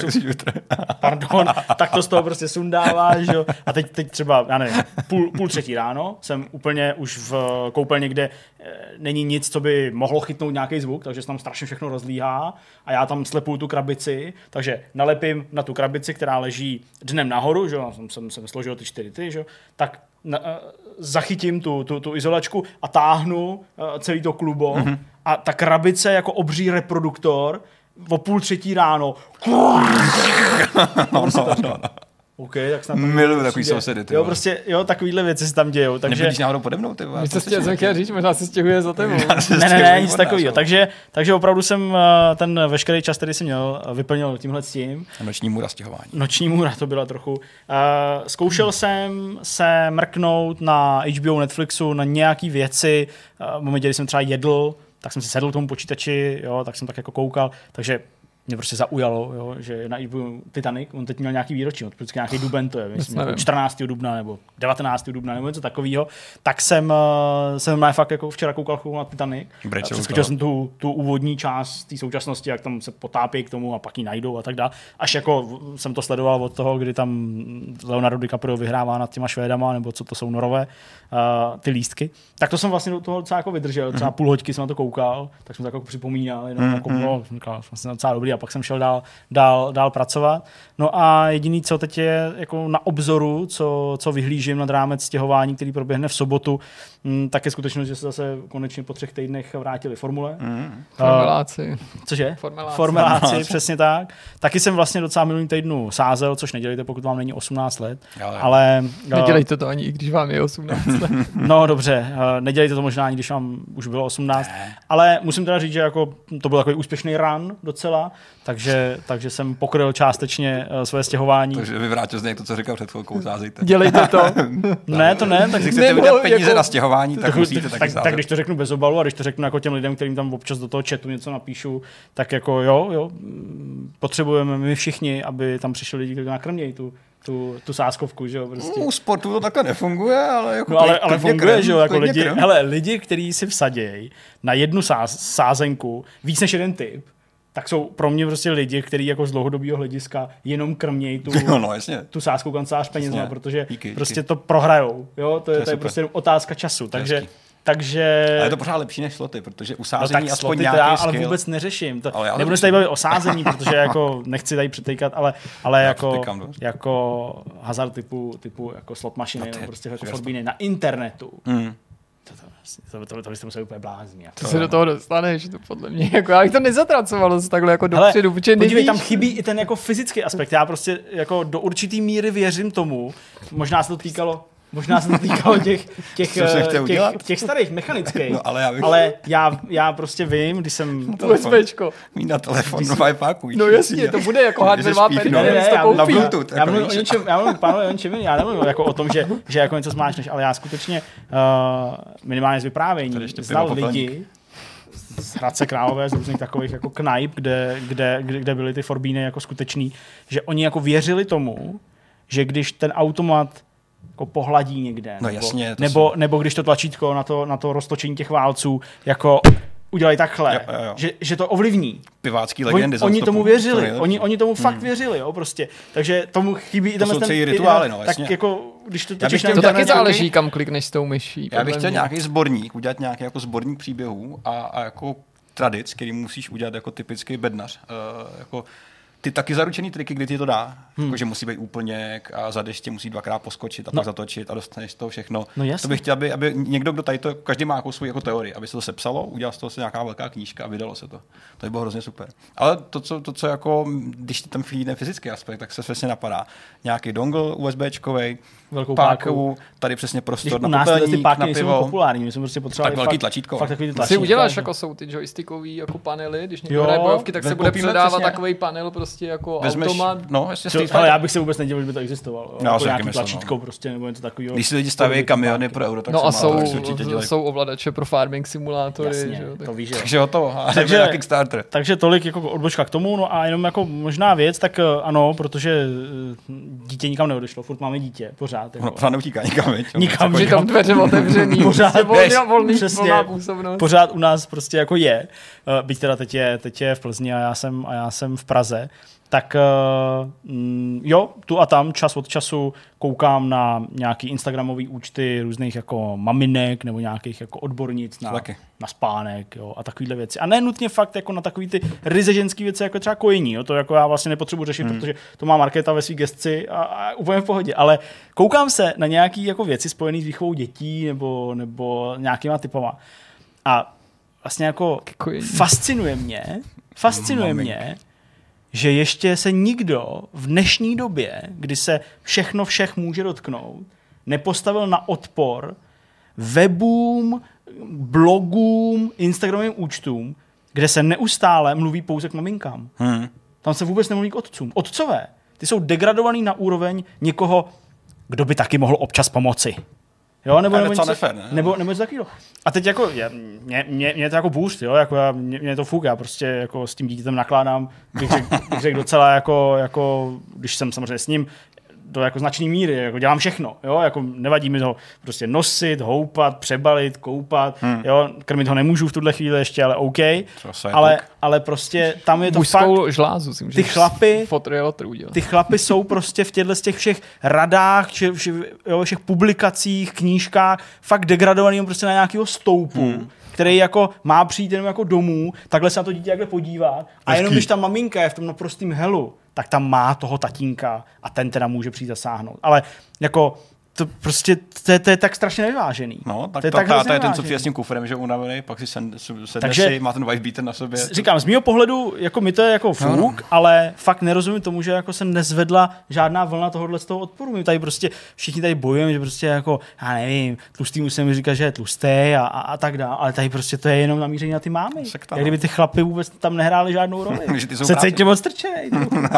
tak to z toho prostě sundáváš, jo. A teď třeba, já nevím, půl 3 ráno jsem úplně už v koupelně, kde není nic, co by mohlo chytnout nějaký zvuk, takže se tam strašně všechno rozlíhá a já tam slepuju tu krabici, takže nalepím na tu krabici, která leží dnem nahoru, že jo, jsem složil ty 4, že jo, tak zachytím tu izolačku a táhnu celý to klubo a ta krabice jako obří reproduktor o 2:30 ráno. OK, tak snad miluju takový sousedy. Jo, prostě, takovýhle věci se tam dějou. Takže nebudeš náhodou pode mnou, ty? Jsem chtěl říct, možná se stěhuje za tebou. Ne, nic takového. Takže opravdu jsem ten veškerý čas, který jsem měl, vyplnil tímhle s tím. Noční můra stěhování. Noční můra to byla trochu. Zkoušel jsem se mrknout na HBO, Netflixu, na nějaký věci. V momentě, kdy jsem třeba jedl, tak jsem si sedl k tomu počítači, jo, tak jsem tak jako koukal, takže mě prostě zaujalo, jo, že na Titanic, on teď měl nějaký výročí, vždycky nějaký duben, to je, myslím, 14. dubna nebo 19. dubna nebo něco takového, tak jsem fakt jako včera koukal na Titanic, přeskočil jsem tu úvodní část té současnosti, jak tam se potápí k tomu a pak ji najdou a tak dále, až jako jsem to sledoval od toho, kdy tam Leonardo DiCaprio vyhrává nad těma Švédama, nebo co to jsou Norové, ty lístky, tak to jsem vlastně do toho docela jako vydržel, třeba půl hoďky jsem na to koukal, tak jsem to jako připomínal, jenom jako vlastně docela dobrý, a pak jsem šel dál pracovat. No a jediný, co teď je jako na obzoru, co vyhlížím nad rámec stěhování, který proběhne v sobotu, tak je skutečnost, že se zase konečně po 3 týdnech vrátili formule. Formeláci. Cože? Formeláci, přesně tak. Taky jsem vlastně docela minulý týdnu sázel, což nedělejte, pokud vám není 18 let. Ale nedělejte to ani, když vám je 18 let. No dobře, nedělejte to možná ani, když vám už bylo 18. Ale musím teda říct, že jako to byl takový úspěšný run docela, takže jsem pokryl částečně své stěhování. Takže vyvrátil jsi to, co říkal před chvilkou, zázejte. Dělejte to. Ne, to ne. Tak chcete udělat peníze na stěhování, tak musíte taky sázet. Tak když to řeknu bez obalu a když to řeknu jako těm lidem, kterým tam občas do toho chatu něco napíšu, tak jako jo, potřebujeme my všichni, aby tam přišli lidi, kteří nakrmějí tu sázkovku, že jo, prostě. U sportu to takhle nefunguje, ale jako ale funguje, že jo, jako lidi, kteří si vsadějí na jednu sázenku víc než jeden typ, tak jsou pro mě prostě lidi, kteří jako z dlouhodobého hlediska jenom krmějí tu sázkou kancelář penězma, protože prostě to prohrajou, jo, to je prostě otázka času, takže ale je to pořád lepší než sloty, protože u sázení aspoň nějaký skill. Ale vůbec neřeším. Nebudu se tady bavit o sázení, protože jako nechci tady přetejkat, ale jako hazard typu jako slot mašiny, nebo prostě jako forbíny na internetu. To byste museli úplně bláznit. To se do toho dostaneš, to podle mě. Jako, já bych to nezatracoval takhle jako dopředu, protože podívej, tam chybí i ten jako fyzický aspekt. Já prostě jako do určitý míry věřím tomu, možná se to týkalo těch starých mechanických. No, ale já prostě vím, když jsem... USBčko. Mít na telefon na Wi-Fi. No jasně, to bude jako hardwareová perka. Na Bluetooth. Já mluvím o něčem, já nemluvím jako o tom, že jako něco zmáčneš, ale já skutečně minimálně z vyprávění znal lidi z Hradce Králové, z různých takových jako knajp, kde byly ty forbíny jako skutečný, že oni jako věřili tomu, že když ten automat jako pohladí někde, nebo když to tlačítko na to roztočení těch válců jako udělají takhle, jo. Že to ovlivní. Pivácký legendy. Oni tomu věřili, oni tomu fakt věřili, jo, prostě. Takže tomu chybí to jsou celý rituály, no, tak jako, když to to taky záleží, kam klikneš s tou myší. Já bych chtěl nějaký sborník, udělat nějaký jako sborník příběhů a jako tradic, který musíš udělat jako typický bednař. Jako ty taky zaručený triky, kdy ti to dá. Jakože musí být úplněk a za deště musí dvakrát poskočit a pak zatočit a dostaneš to všechno. No jasně. To bych chtěl, aby někdo, kdo tady to, každý má jako svou jako teorii, aby se to sepsalo, udělal z toho se nějaká velká knížka a vydalo se to. To by bylo hrozně super. Ale to, co jako, když tam chvíli fyzický aspekt, tak se přesně napadá. Nějaký dongle USBčkovej, velkou páku, tady přesně prostor na popelník, ty páky na nejsou pivo. populární, my jsme prostě potřebovali tak velký tlačítko. Fakt takový si uděláš, jako jsou ty joystickový jako panely, když někdo hraje bojovky, tak se bude předávat takový panel prostě jako automat. No, ale já bych se vůbec nedělal, že by to existovalo. No, jako nějaký tlačítko prostě, nebo něco takového. Když si lidi staví kamiony pro euro, tak no a jsou ovladače pro farming simulátory. Jasně, to víš, takže hotovo. Takže Kickstarter. Takže tolik jako odbočka k tomu, no a jenom jako možná věc, tak ano, protože dítě nikam neodešlo, furt máme dítě, pořád. No, pořád neutíká nikam, veď. Nikam, že tam dveře otevřený, pořád, volná působnost. Pořád u nás prostě jako je, byť teda teď je v Plzni a já jsem v Praze, tak jo, tu a tam čas od času koukám na nějaký instagramový účty různých jako maminek nebo nějakých jako odbornic na spánek, jo, a takovýhle věci. A ne nutně fakt jako na takový ty ryze ženský věci, jako třeba kojení, jo, to jako já vlastně nepotřebuji řešit, protože to má Markéta ve svý gesci a úplně v pohodě, ale koukám se na nějaký jako věci spojené s výchovou dětí nebo nějakýma typama. A vlastně jako fascinuje mě, že ještě se nikdo v dnešní době, kdy se všechno všech může dotknout, nepostavil na odpor webům, blogům, instagramovým účtům, kde se neustále mluví pouze k maminkám. Tam se vůbec nemluví k otcům. Otcové, ty jsou degradovaný na úroveň někoho, kdo by taky mohl občas pomoci. Jo, nebo něco takového. A teď jako, mě to jako boost, jo, jako mě to fuk, já prostě jako s tím dítětem nakládám, bych řekl docela jako, když jsem samozřejmě s ním, do jako značný míry, jako dělám všechno, jo, jako nevadí mi ho prostě nosit, houpat, přebalit, koupat, jo, krmit ho nemůžu v tuhle chvíli ještě, ale OK, ale prostě tam je to fakt, žlázu, ty chlapy jsou prostě v těchto z těch všech radách, všech publikacích, knížkách, fakt degradovaný prostě na nějakého stoupu, který jako má přijít jenom jako domů, takhle se na to dítě takhle podívat a jenom když ta maminka je v tom naprostým helu, tak tam má toho tatínka a ten teda může přijít zasáhnout. Ale jako to prostě, to je tak strašně nevyvážený. No, tak to je ten, co přijde s tím kufrem, že unavený, pak si sedne má ten wife beater na sobě. Říkám, z mýho pohledu, jako mi to je jako fuk, ale fakt nerozumím tomu, že jako se nezvedla žádná vlna tohohle z toho odporu. My tady prostě všichni tady bojujeme, že prostě jako, já nevím, tlustý musím říkat, že je tlustý a tak dále, ale tady prostě to je jenom namíření na ty mámy. Jak kdyby ty chlapy vůbec tam nehráli žádnou roli. Se cítě moc trčej.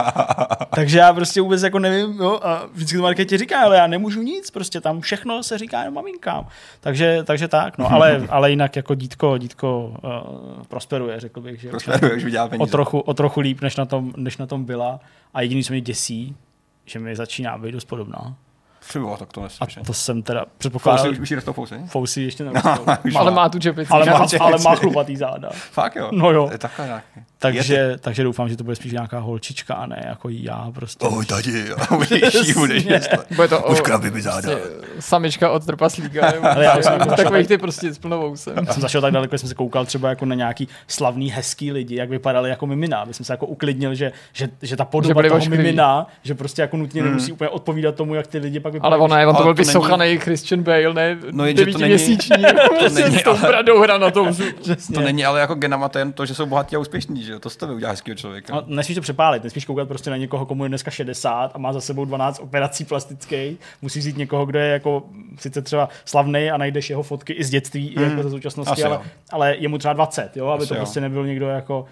Takže já prostě vůbec jako nevím, jo, a vždycky to Markétě říká, ale já nemůžu nic. Prostě tam všechno se říká jenom maminkám. Takže tak, no, ale jinak jako dítko prosperuje, řekl bych, že už vydělá peníze. O trochu líp, než na tom byla. A jediný, co mě děsí, že mi začíná být dost podobná. Třeba, tak to nesmíš. A to jsem teda předpokládal. Už jí rostou fousy? Fousy ještě nerostou. Ale má tu čepici. Ale má chlupatý záda. Fakt jo? No jo. Je takhle nějaký. Takže doufám, že to bude spíš nějaká holčička a ne jako já prostě. Ahoj tady, budeš bude to uškrabí mi záda. Samička od trpaslíka. Ale já jsem takových ty prostě s plnou vousem. Já jsem zašel tak daleko, že jsem se koukal třeba jako na nějaký slavný, hezký lidi, jak vypadali jako mimina, aby jsem se jako uklidnil, že ta podoba toho mimina, že prostě jako nutně nemusí úplně odpovídat tomu, jak ty lidi pak vypadají. Ale on to byl vysochaný Christian Bale, ne? No jenže to není. To není s tou bradou hra na tom. To není ale jako genama to, že jsou bohatí a úspěšní, že jo? To z tebe udělá hezkýho člověka. No, nesmíš to přepálit, nesmíš koukat prostě na někoho, komu je dneska 60 a má za sebou 12 operací plastických. Musíš vzít někoho, kdo je jako sice třeba slavnej a najdeš jeho fotky i z dětství, i jako ze současnosti, ale je mu třeba 20, jo, aby to prostě nebyl někdo jako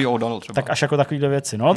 tak až jako takovýhle věci. No,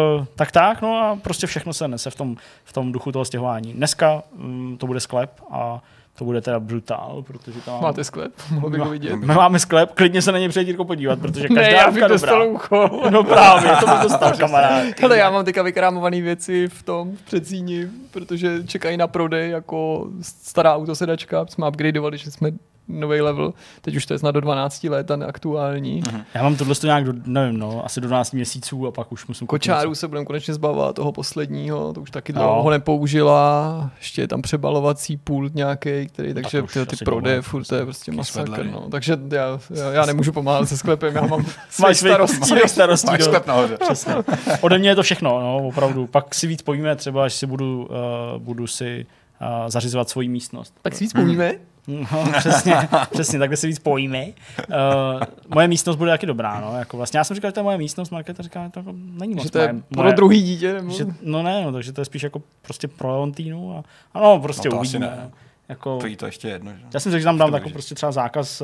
tak, no a prostě všechno se nese v tom duchu toho stěhování. Dneska to bude sklep a to bude teda brutál, protože tam máte sklep? Mohl bych ho vidět. My máme sklep, klidně se na něj přijít Jirko podívat, protože každá ne, já bych dostal úchol. No právě, to bych dostal, kamarád. Ale já mám teďka vykrámované věci v předsíni, protože čekají na prodej jako stará autosedačka, jsme upgradeovali, že jsme nový level. Teď už to je snad do 12 let a neaktuální. Já mám tohle nějak, nevím, asi do 12 měsíců a pak už musím... Kočárů se budeme konečně zbavovat toho posledního, to už taky dlouho nepoužila, ještě je tam přebalovací pult nějaký, který, takže ty prodeje furt to je prostě masakr. No. Takže já nemůžu pomáhat se sklepem, já mám své starostí. Máš sklep nahoře. Přesně. Ode mě je to všechno, no, opravdu. Pak si víc povíme třeba, až si budu si zařizovat svoji místnost. Tak si víc povíme? No, přesně, takhle si víc pojíme. Moje místnost bude taky dobrá, no, jako vlastně já jsem říkal, že to je moje místnost, Markéta říká, že to jako není moc. Že to je pro druhý dítě, nebo? Že, takže to je spíš jako prostě pro Leontýnu a ano, prostě no to uvidíme. Asi ne. Jako, to ještě jedno, že? Já jsem řekl, že tam dám jako prostě třeba zákaz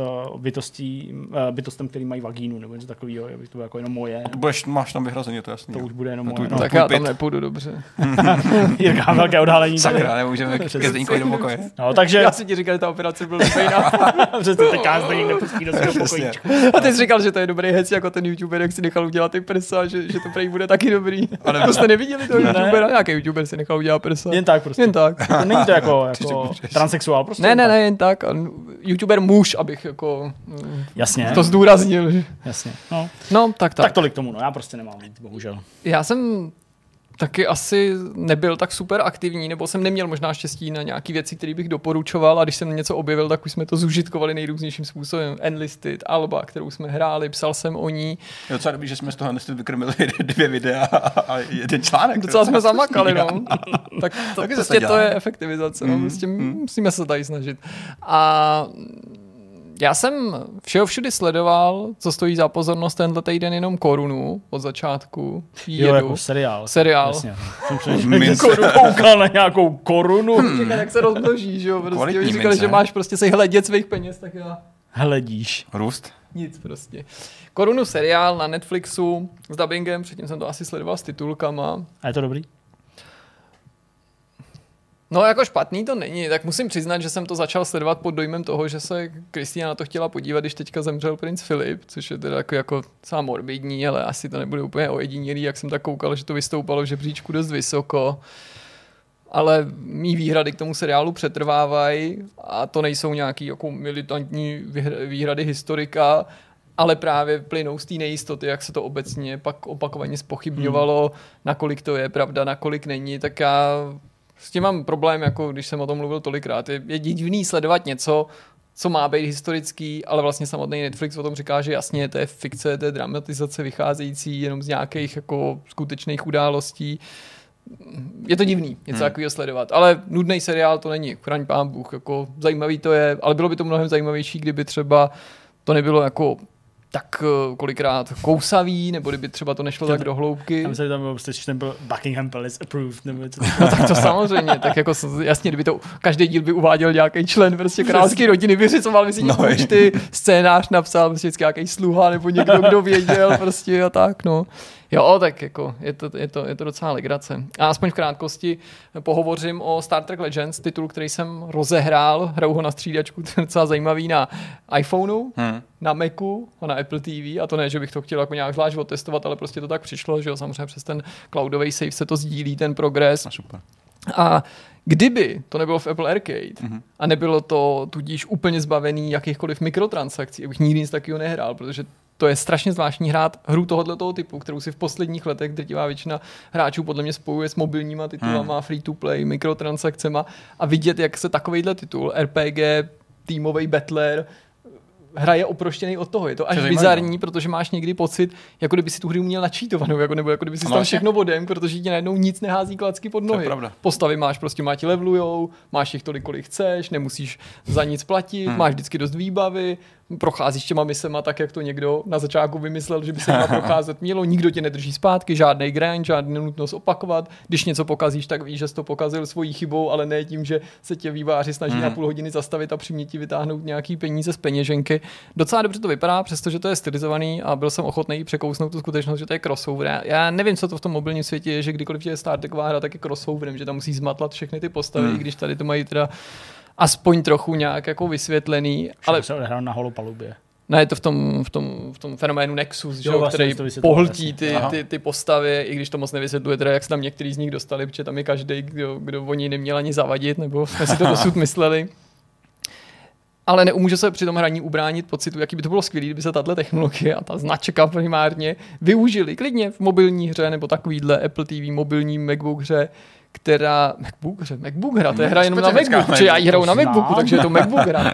bytostem, který mají vagínu, nebo něco takového, aby to bylo jako jenom moje. Máš tam vyhrazeně, to jasný. To už bude jenom moje. Tak já tam nepůjdu dobře. Jirka, velké odhalení. Sakra, nemůžeme ke Zdeňkovi do pokoje. No, takže... Já si ti říkal, že ta operace byla stejná. Přesně, tak já Zdeněk nepustí do svého pokojíčku. A ty jsi říkal, že to je dobrý hec, jako ten YouTuber, jak si nechal udělat ty prsa, že to prej bude taky dobrý. To jste neviděli toho YouTubera? Nějaký YouTuber si nechal udělat prsa. Jen tak prostě. Jen tak. Není to jako transsexuál prostě. Ne, jen tak. YouTuber muž, abych jako jasně. To zdůraznil. Jasně. No, tak. Tak tolik tomu, no já prostě nemám víc, bohužel. Já jsem taky asi nebyl tak super aktivní, nebo jsem neměl možná štěstí na nějaké věci, které bych doporučoval, a když jsem něco objevil, tak už jsme to zužitkovali nejrůznějším způsobem. Enlisted, Alba, kterou jsme hráli, psal jsem o ní. Je docela dobrý, že jsme z toho Enlisted vykrmili 2 videa a 1 článek. Docela jsme zamakali, no. Tak prostě to je efektivizace, no. Prostě musíme se tady snažit. A já jsem všudy sledoval, co stojí za pozornost tenhle týden, jenom Korunu od začátku. Jo, jako seriál. Jasně. Korunu koukal na nějakou Korunu. Říkal, jak se rozmnoží, že jo? Prostě oni říkali, že máš prostě si hledět svých peněz, tak já... Hledíš. Růst? Nic prostě. Korunu seriál na Netflixu s dubbingem, předtím jsem to asi sledoval s titulkama. A je to dobrý? No jako špatný to není, tak musím přiznat, že jsem to začal sledovat pod dojmem toho, že se Kristina na to chtěla podívat, když teďka zemřel princ Filip, což je teda jako sám morbidní, ale asi to nebude úplně ojedinělý, jak jsem tak koukal, že to vystoupalo v žebříčku dost vysoko. Ale mý výhrady k tomu seriálu přetrvávají a to nejsou nějaký jako militantní výhrady historika, ale právě plynou z té nejistoty, jak se to obecně pak opakovaně zpochybňovalo, nakolik to je pravda, nakolik není, tak já s tím mám problém, jako když jsem o tom mluvil tolikrát. Je divný sledovat něco, co má být historický, ale vlastně samotný Netflix o tom říká, že jasně, to je fikce, to je dramatizace vycházející jenom z nějakých jako skutečných událostí. Je to divný, něco takového sledovat, ale nudný seriál to není, chraň pán Bůh, jako zajímavý to je, ale bylo by to mnohem zajímavější, kdyby třeba to nebylo jako tak kolikrát kousavý, nebo kdyby třeba to nešlo tak do hloubky. Tam se tam byl prostě štempel Buckingham Palace approved, nebo něco. No tak to samozřejmě, tak jako jasně, kdyby to každý díl by uváděl nějaký člen prostě královské rodiny, vyřizoval si účty, scénář napsal prostě nějaký sluha, nebo někdo, kdo věděl prostě a tak, no. Jo, tak jako je to docela legrace. A aspoň v krátkosti pohovořím o Star Trek Legends, titul, který jsem rozehrál, hraju ho na střídačku, to je docela zajímavý, na iPhoneu, na Macu a na Apple TV, a to ne, že bych to chtěl jako nějak zvlášť otestovat, ale prostě to tak přišlo, že jo, samozřejmě přes ten cloudový save se to sdílí, ten progres. Super. A kdyby to nebylo v Apple Arcade a nebylo to tudíž úplně zbavený jakýchkoliv mikrotransakcí, bych nikdy nic takového nehrál, protože to je strašně zvláštní hrát hru tohoto typu, kterou si v posledních letech drtivá většina hráčů podle mě spojuje s mobilníma titulama, free to play, mikrotransakcema, a vidět, jak se takovejhle titul, RPG, týmový battler, hraje oproštěný od toho. Je to až bizarní, protože máš někdy pocit, jako kdyby si tu hru měl načítovanou, nebo jako kdyby si tam všechno vodem, protože ti najednou nic nehází klacky pod nohy. Postavy máš, prostě má ti levlujou, máš jich tolik, kolik chceš, nemusíš za nic platit, máš vždycky dost výbavy, procházíš těma misema tak, jak to někdo na začátku vymyslel, že by se měl procházet mělo, nikdo tě nedrží zpátky, žádný grind, žádný nutnost opakovat. Když něco pokazíš, tak víš, že jsi to pokazil svojí chybou, ale ne tím, že se tě výváři snaží na půl hodiny zastavit a přimět ti vytáhnout nějaký peníze z peněženky. Docela dobře to vypadá, přestože to je stylizovaný, a byl jsem ochotný překousnout tu skutečnost, že to je crossover. Já nevím, co to v tom mobilním světě je, že kdykoliv je Star Treková hra, tak je crossoverem, že tam musí zmatlat všechny ty postavy, i když tady to mají teda aspoň trochu nějak jako vysvětlený. Ale se odehrál na holopalubě. Ne, je to v tom fenoménu Nexus, že, vlastně, který pohltí ty postavy, i když to moc nevysvětluje, teda jak se tam některý z nich dostali, protože tam je každý, kdo o něj neměl ani zavadit, nebo jsme si to dosud mysleli. ale neumůže se při tom hraní ubránit pocitu, jaký by to bylo skvělé, kdyby se tato technologie a ta značka primárně využili klidně v mobilní hře nebo takovýhle Apple TV mobilní MacBook hře, která... MacBook hra, to je hra jenom na MacBooku, protože já ji hraju na MacBooku, takže je to MacBook hra.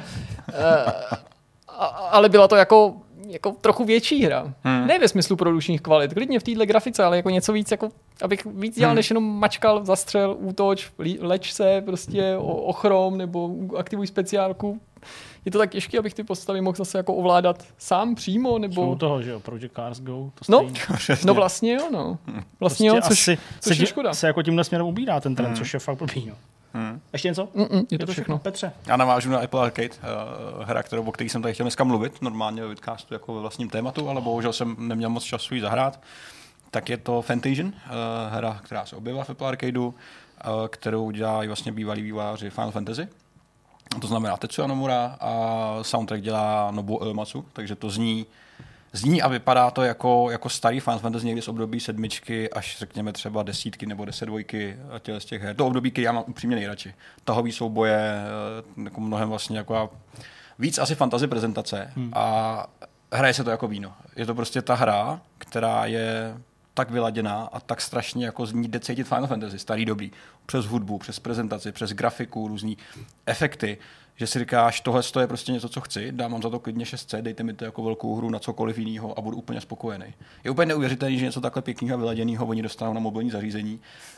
Ale byla to jako trochu větší hra. Ne ve smyslu produkčních kvalit, klidně v téhle grafice, ale jako něco víc, jako, abych víc dělal, než jenom mačkal, zastřel, útoč, leč se, prostě ochrom nebo aktivuj speciálku. Je to tak těžké, abych ty postavy mohl zase jako ovládat sám přímo, nebo... Jsou toho, že jo, Project Cars Go, to no vlastně jo, no. Vlastně jo, což je škoda. Se jako tímhle směrem ubírá ten trend, což je fakt blbý, no. Ještě něco? Je to všechno. Petře. Já navážu na Apple Arcade, hra, o které jsem tady chtěl dneska mluvit, normálně ve vidcastu jako ve vlastním tématu, ale bohužel jsem neměl moc času ji zahrát. Tak je to Fantasian, hra, která se objevila v Apple Arcadeu, kterou dělají vlastně bývalí vývojáři Final Fantasy. To znamená Tetsuya Nomura a soundtrack dělá Nobuo Uematsu, takže to zní a vypadá to jako starý Final Fantasy někdy z období 7 až řekněme třeba 10 nebo 10 z těch her. To období, který já mám upřímně nejradši. Tahový souboje, jako mnohem vlastně jako víc asi fantasy prezentace a hraje se to jako víno. Je to prostě ta hra, která je tak vyladěná a tak strašně jako z ní jde cítit Final Fantasy, starý dobrý. Přes hudbu, přes prezentaci, přes grafiku, různý efekty, že si říkáš, tohle je prostě něco, co chci, dám vám za to klidně 6C, dejte mi to jako velkou hru na cokoliv jiného a budu úplně spokojený. Je úplně neuvěřitelný, že něco takhle pěkného a vyladěného oni dostanou na mobilní zařízení.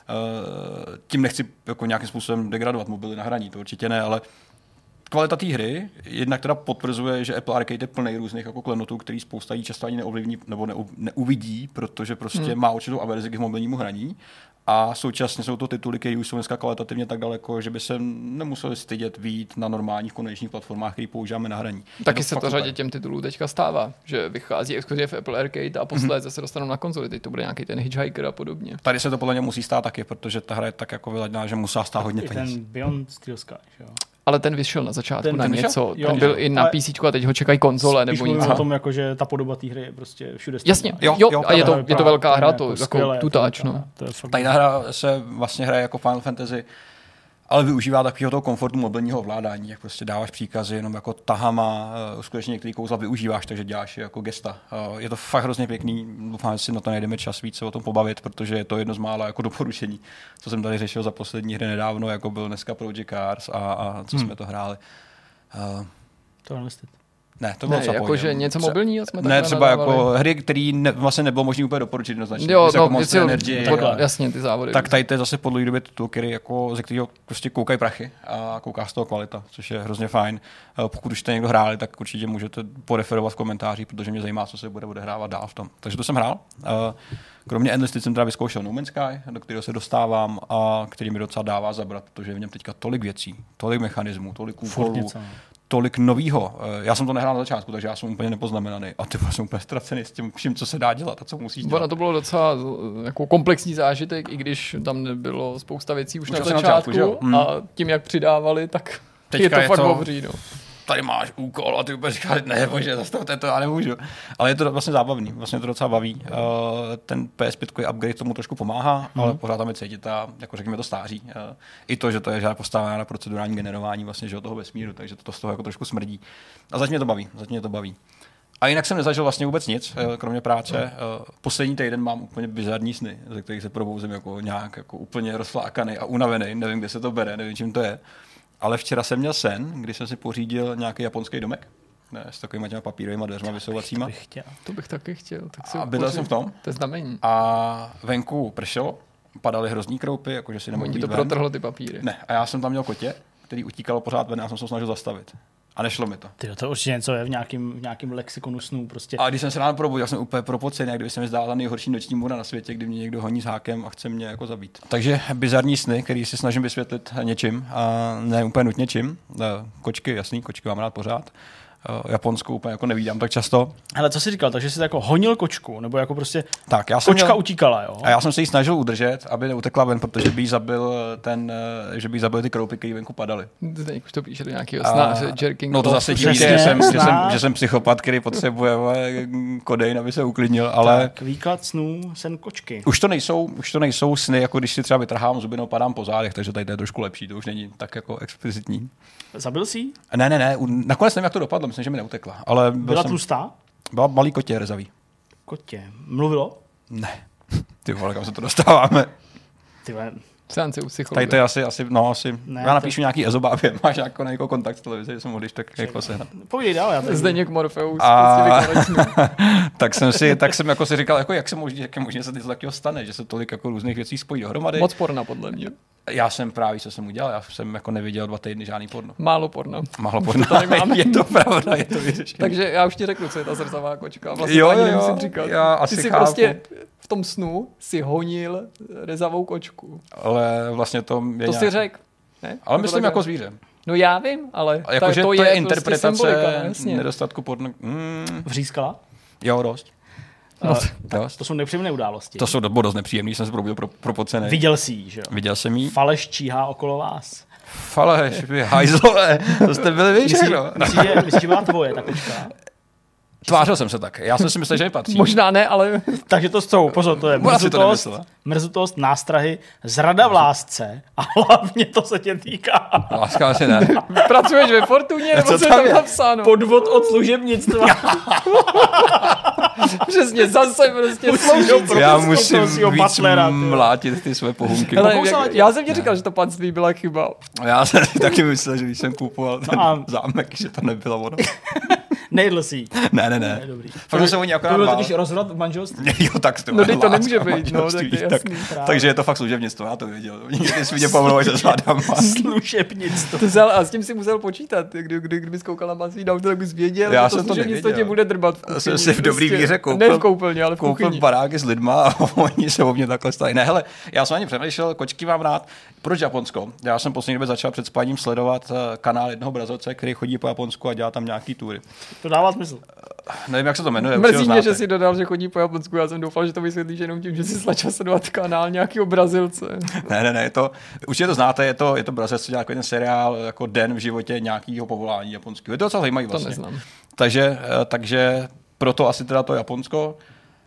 Tím nechci jako nějakým způsobem degradovat mobily na hraní, to určitě ne, ale kvalita té hry jednak teda potvrzuje, že Apple Arcade je plný různých jako klenotů, který spousta často ani neovlivní nebo neuvidí, protože prostě má určitou averzi k mobilnímu hraní. A současně jsou to tituly, které už jsou dneska kvalitativně tak daleko, že by se nemuseli stydět vyjít na normálních konečných platformách, které používáme na hraní. Taky se to řadě těm titulů teďka stává, že vychází exkluzivně v Apple Arcade a posléze se dostanou na konzoli. Teď to bude nějaký ten Hitchhiker a podobně. Tady se to podle mě musí stát taky, protože ta hra je tak jako vyladěná, že musí stát hodně peněz. Ten Beyond Steel Sky, jo. Ale ten vyšel na začátku ten na něco. Jo, ten byl i na PC a teď ho čekají konzole nebo něco. O tom, jako, že ta podoba té hry je prostě všude stejná. Jasně, jo, a je to velká hra, to jako tutáč, no. Tajná hra se vlastně hraje jako Final Fantasy, ale využívá takového toho komfortu mobilního ovládání, jak prostě dáváš příkazy jenom jako tahama, skutečně některý kouzla využíváš, takže děláš jako gesta. Je to fakt hrozně pěkný, doufám, že si na to najdeme čas víc se o tom pobavit, protože je to jedno z mála jako doporučení, co jsem tady řešil za poslední hry nedávno, jako byl dneska Project Cars a co jsme to hráli. To Enlisted. Ne, to bylo ne, jakože něco mobilního jsme ne, třeba jako hry, které vlastně nebylo možné úplně doporučit jednoznačně. Jo, jako Monster Energy. Jasně, ty závody. Tak tady to je zase po dlouhé době titul, který jako, ze kterého prostě koukají prachy a kouká z toho kvalita, což je hrozně fajn. Pokud už jste někdo hráli, tak určitě můžete poreferovat v komentářích, protože mě zajímá, co se bude odehrávat dál v tom. Takže to jsem hrál. Kromě Enlisted jsem teda vyzkoušel No Man's Sky, do kterého se dostávám a který mi docela dává zabrat, protože je v něm teďka tolik věcí, tolik mechanismů, tolik úkolů, tolik novýho. Já jsem to nehrál na začátku, takže já jsem úplně nepoznamenaný. A ty jsem úplně ztracený s tím vším, co se dá dělat a co musíš dělat. To bylo docela jako komplexní zážitek, i když tam nebylo spousta věcí už na začátku a tím, jak přidávali, tak teďka je to fakt obří. No. Tady máš úkol a ty úplně říkáš, ne, bože, zastavte to, já nemůžu. Ale je to vlastně zábavný, vlastně to docela baví. Ten PS5 upgrade tomu trošku pomáhá, ale pořád tam je cítit a jako řekněme to stáří. I to, že to je žádná postavená na procedurální generování vlastně, že od toho vesmíru, takže to z toho jako trošku smrdí. A zatím mě to baví. A jinak jsem nezažil vlastně vůbec nic, kromě práce. Poslední týden mám úplně bizarní sny, ze kterých se probouzím jako nějak jako úplně rozflákaný a unavený, nevím, kde se to bere, nevím, čím to je. Ale včera jsem měl sen, kdy jsem si pořídil nějaký japonský domek, ne, s takovými těma papírovými dveřma vysouvacíma. To bych taky chtěl. Tak a bydlel jsem v tom. To je znamení. A venku pršelo, padaly hrozný kroupy, jakože si nemohl jít to ven. protrhlo ty papíry. Ne, a já jsem tam měl kotě, který utíkalo pořád ven a já jsem se snažil zastavit. A nešlo mi to. To určitě něco je v nějakým lexikonu snů prostě. A když jsem se ráno probudil, já jsem úplně propocený, jak kdyby se mi zdála ta nejhorší noční můra na světě, kdy mě někdo honí s hákem a chce mě jako zabít. Takže bizarní sny, který si snažím vysvětlit něčím a ne úplně nutně čím. Kočky, jasný, kočky mám rád pořád. Japonskou úplně jako nevídám tak často. Hele, co jsi říkal, takže jsi jako honil kočku, nebo jako prostě tak, já jsem kočka utíkala, jo? A já jsem se jí snažil udržet, aby neutekla ven, protože by jí zabil ty kroupy, které venku padaly. Teď už to píše do nějakého snáře, jerking. No to zase díky, že jsem psychopat, který potřebuje kodein, aby se uklidnil, ale... Tak, výklad snů, sen kočky. Už to nejsou sny, jako když si třeba vytrhám zubinou, padám po zádech, takže tady to je trošku lepší, to už není tak jako explicitní. Zabil jsi jí? Ne, nakonec nevím, jak to dopadlo, myslím, že mi neutekla. Ale byla tlustá? Byla malý kotě, rezavý. Kotě. Mluvilo? Ne. Ty vole, kam se to dostáváme? Ty vole. Seanci u psychologa. Tady to je asi. Ne, já napíšu nějaký ezobábě, máš nějaký kontakt s televizí, že jsem mohl tak jako sehnat. Povídej dál, já tady. Zdeněk Morfeus. tak jsem jako si říkal, jako jak je možné se něco takového stane, že se tolik jako různých věcí spojí dohromady. Moc porna, podle mě. Já jsem právě, co jsem udělal, já jsem jako neviděl 2 týdny žádný porno. Málo porno. Je to pravda, je to vyřešené. Takže já už ti řeknu, co je ta zrzavá kočka. Vlastně jo, ani nemusím říkat. Já asi ty si chápu. prostě v tom snu si honil rezavou kočku. Ale vlastně to je si řekl, ne? Ale myslím jako zvíře. No já vím, ale jako, to je interpretace prostě nedostatku porno. Vřískala? Jo, dost. To jsou nepříjemné události. To jsou dost nepříjemný, jsem se probudil propocený. Viděl jsi ji, že jo? Viděl jsem jí. Faleš číhá okolo vás. Faleš, vy hajzlové, to jste byli vy všechno. Myslíš, že byla tvoje ta kočka? Tvářil jsem se tak. Já jsem si myslel, že mi patří. Možná ne, ale... Takže to jsou, pozor, to je mrzutost, nástrahy, zrada v lásce a hlavně to se tě týká. Láska asi ne. Pracuješ ve Fortuně, nebo co tam napsáno? Podvod od služebnictva. Přesně, zase prostě sloužící. Já musím víc mlátit ty své pohunky. Já jsem ti říkal, že to panství byla chyba. Já jsem si taky myslel, že když jsem kupoval ten zámek, že to nebylo ono. Nejedl si jí. Ne. Dobrý. Fakt se o ní akorát to byl totiž rozvod v manželství. Jo, tak to nemůže být, no, tak to je jasný. Takže je to fakt služebnictvo, já to věděl. Nikdy jsi mě povolil, že zvládám služebnictvo. A s tím si musel počítat, kdybys koukal na panství, tak bys věděl, já že to služebnictvo tě bude drbat v kuchyni. Jsem si v dobrý víře ne v koupelně, ale v kuchyni. Koupil baráky s lidma a oni se o mě takhle stají. Ne, hele, já jsem ani přemýšlel, kočky mám rád. Proč Japonsko? Já jsem poslední době začal před spáním sledovat kanál jednoho brazilce, který chodí po Japonsku a dělá tam nějaký tury. To dává smysl. Nevím, jak se to jmenuje. Mrzí mě, že si dodal, že chodí po Japonsku. Já jsem doufal, že to vysvětlíš jenom tím, že si začal sledovat kanál nějakého Brazilce. Ne, určitě to znáte, je to Brazilec, co dělá ten seriál jako den v životě nějakého povolání japonského. Je to docela zajímavý vlastně. To neznám. Takže proto asi teda to Japonsko.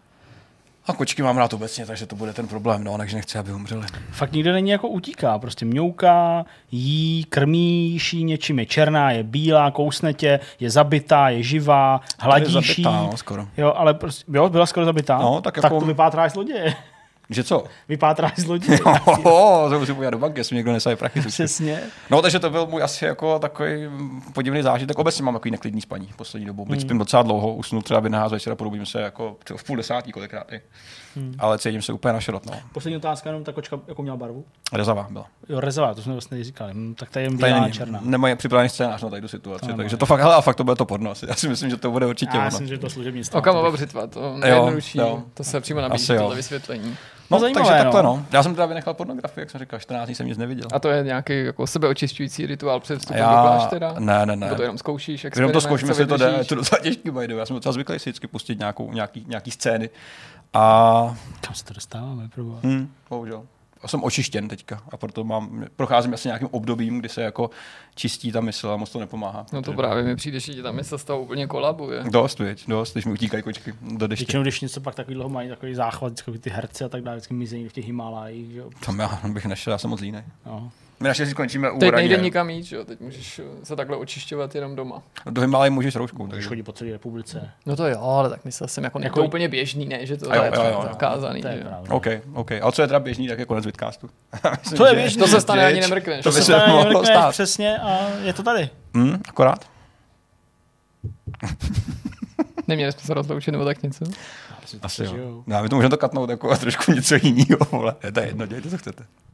A kočky mám rád obecně, takže to bude ten problém, no, takže nechci, aby umřeli. Fakt nikde není jako utíká, prostě mňouká, jí, krmíš jí něčím, je černá, je bílá, kousne tě, je zabitá, je živá, hladíš jí. No, skoro. Jo, ale prostě, jo, byla skoro zabitá? No, tak to vypátráš zloděje. Že co? Vypátráš zloděje. To musím pojít do banky, jestli mi někdo nesají prachy. Přesně. No, takže to byl můj asi jako takový podivný zážitek. Obecně mám takový neklidný spaní poslední dobou. Byť spím docela dlouho, usnu třeba v večera, probudím se jako v 9:30 kolikrát. Ale cítím se úplně na šrot, no. Poslední otázka, jenom ta kočka jako měla barvu? Rezavá byla. Jo, rezavá, to jsme vlastně říkali. Tak tady je bílá černá. Nemají připravený scénář na tady situaci, takže to fakt, hele, a fakt to bude to porno. Já si myslím, že to bude určitě ono. Já myslím, že to služebnictví. Okamová břitva, to nejjednodušší. To se přímo nabízí tohle vysvětlení. No, takže takhle, no. Já jsem teda vynechal pornografii, jak jsem říkal, 14 dní jsem nic neviděl. A to je nějaký jako sebeočišťující rituál před vstupem do kláštera? Ne. Nebo to jenom zkoušíš, jenom to zkouším, jestli to jde, je to docela těžký, já jsem docela zvyklý si vždycky pustit nějaký scény. A kam se to dostáváme, bohužel. Já jsem očištěn teďka a proto procházím asi nějakým obdobím, kdy se jako čistí ta mysl a moc to nepomáhá. No to právě mi přijde, že ta mysl z toho úplně kolabuje. Dost, když mi utíkají kočky do deště. Většinou, když něco pak takového mají, takový záchvat, ty herci a tak dále, vždycky mizení v těch Himálájích, že jo. Tam já bych nešel, já jsem moc línej. No. My naštěstí skončíme u teď nejde nikam jít, jo? Teď můžeš se takhle očišťovat jenom doma. Do Himálají můžeš rouškou. Takže chodí po celé republice. No to jo, ale tak myslel jsem, jako to úplně běžný, ne, že to je zakázaný. To je OK. A co je teda běžný, tak je konec vidcastu. To je běžný. To se stane ani nemrkneš. To se stane ani nemrkneš, přesně, a je to tady. Akorát. Neměli jsme se rozloučit nebo tak něco? Asi jo. My to můžeme to katnout jako trošku něco jiného. Je to jedno, dějte, co chcete.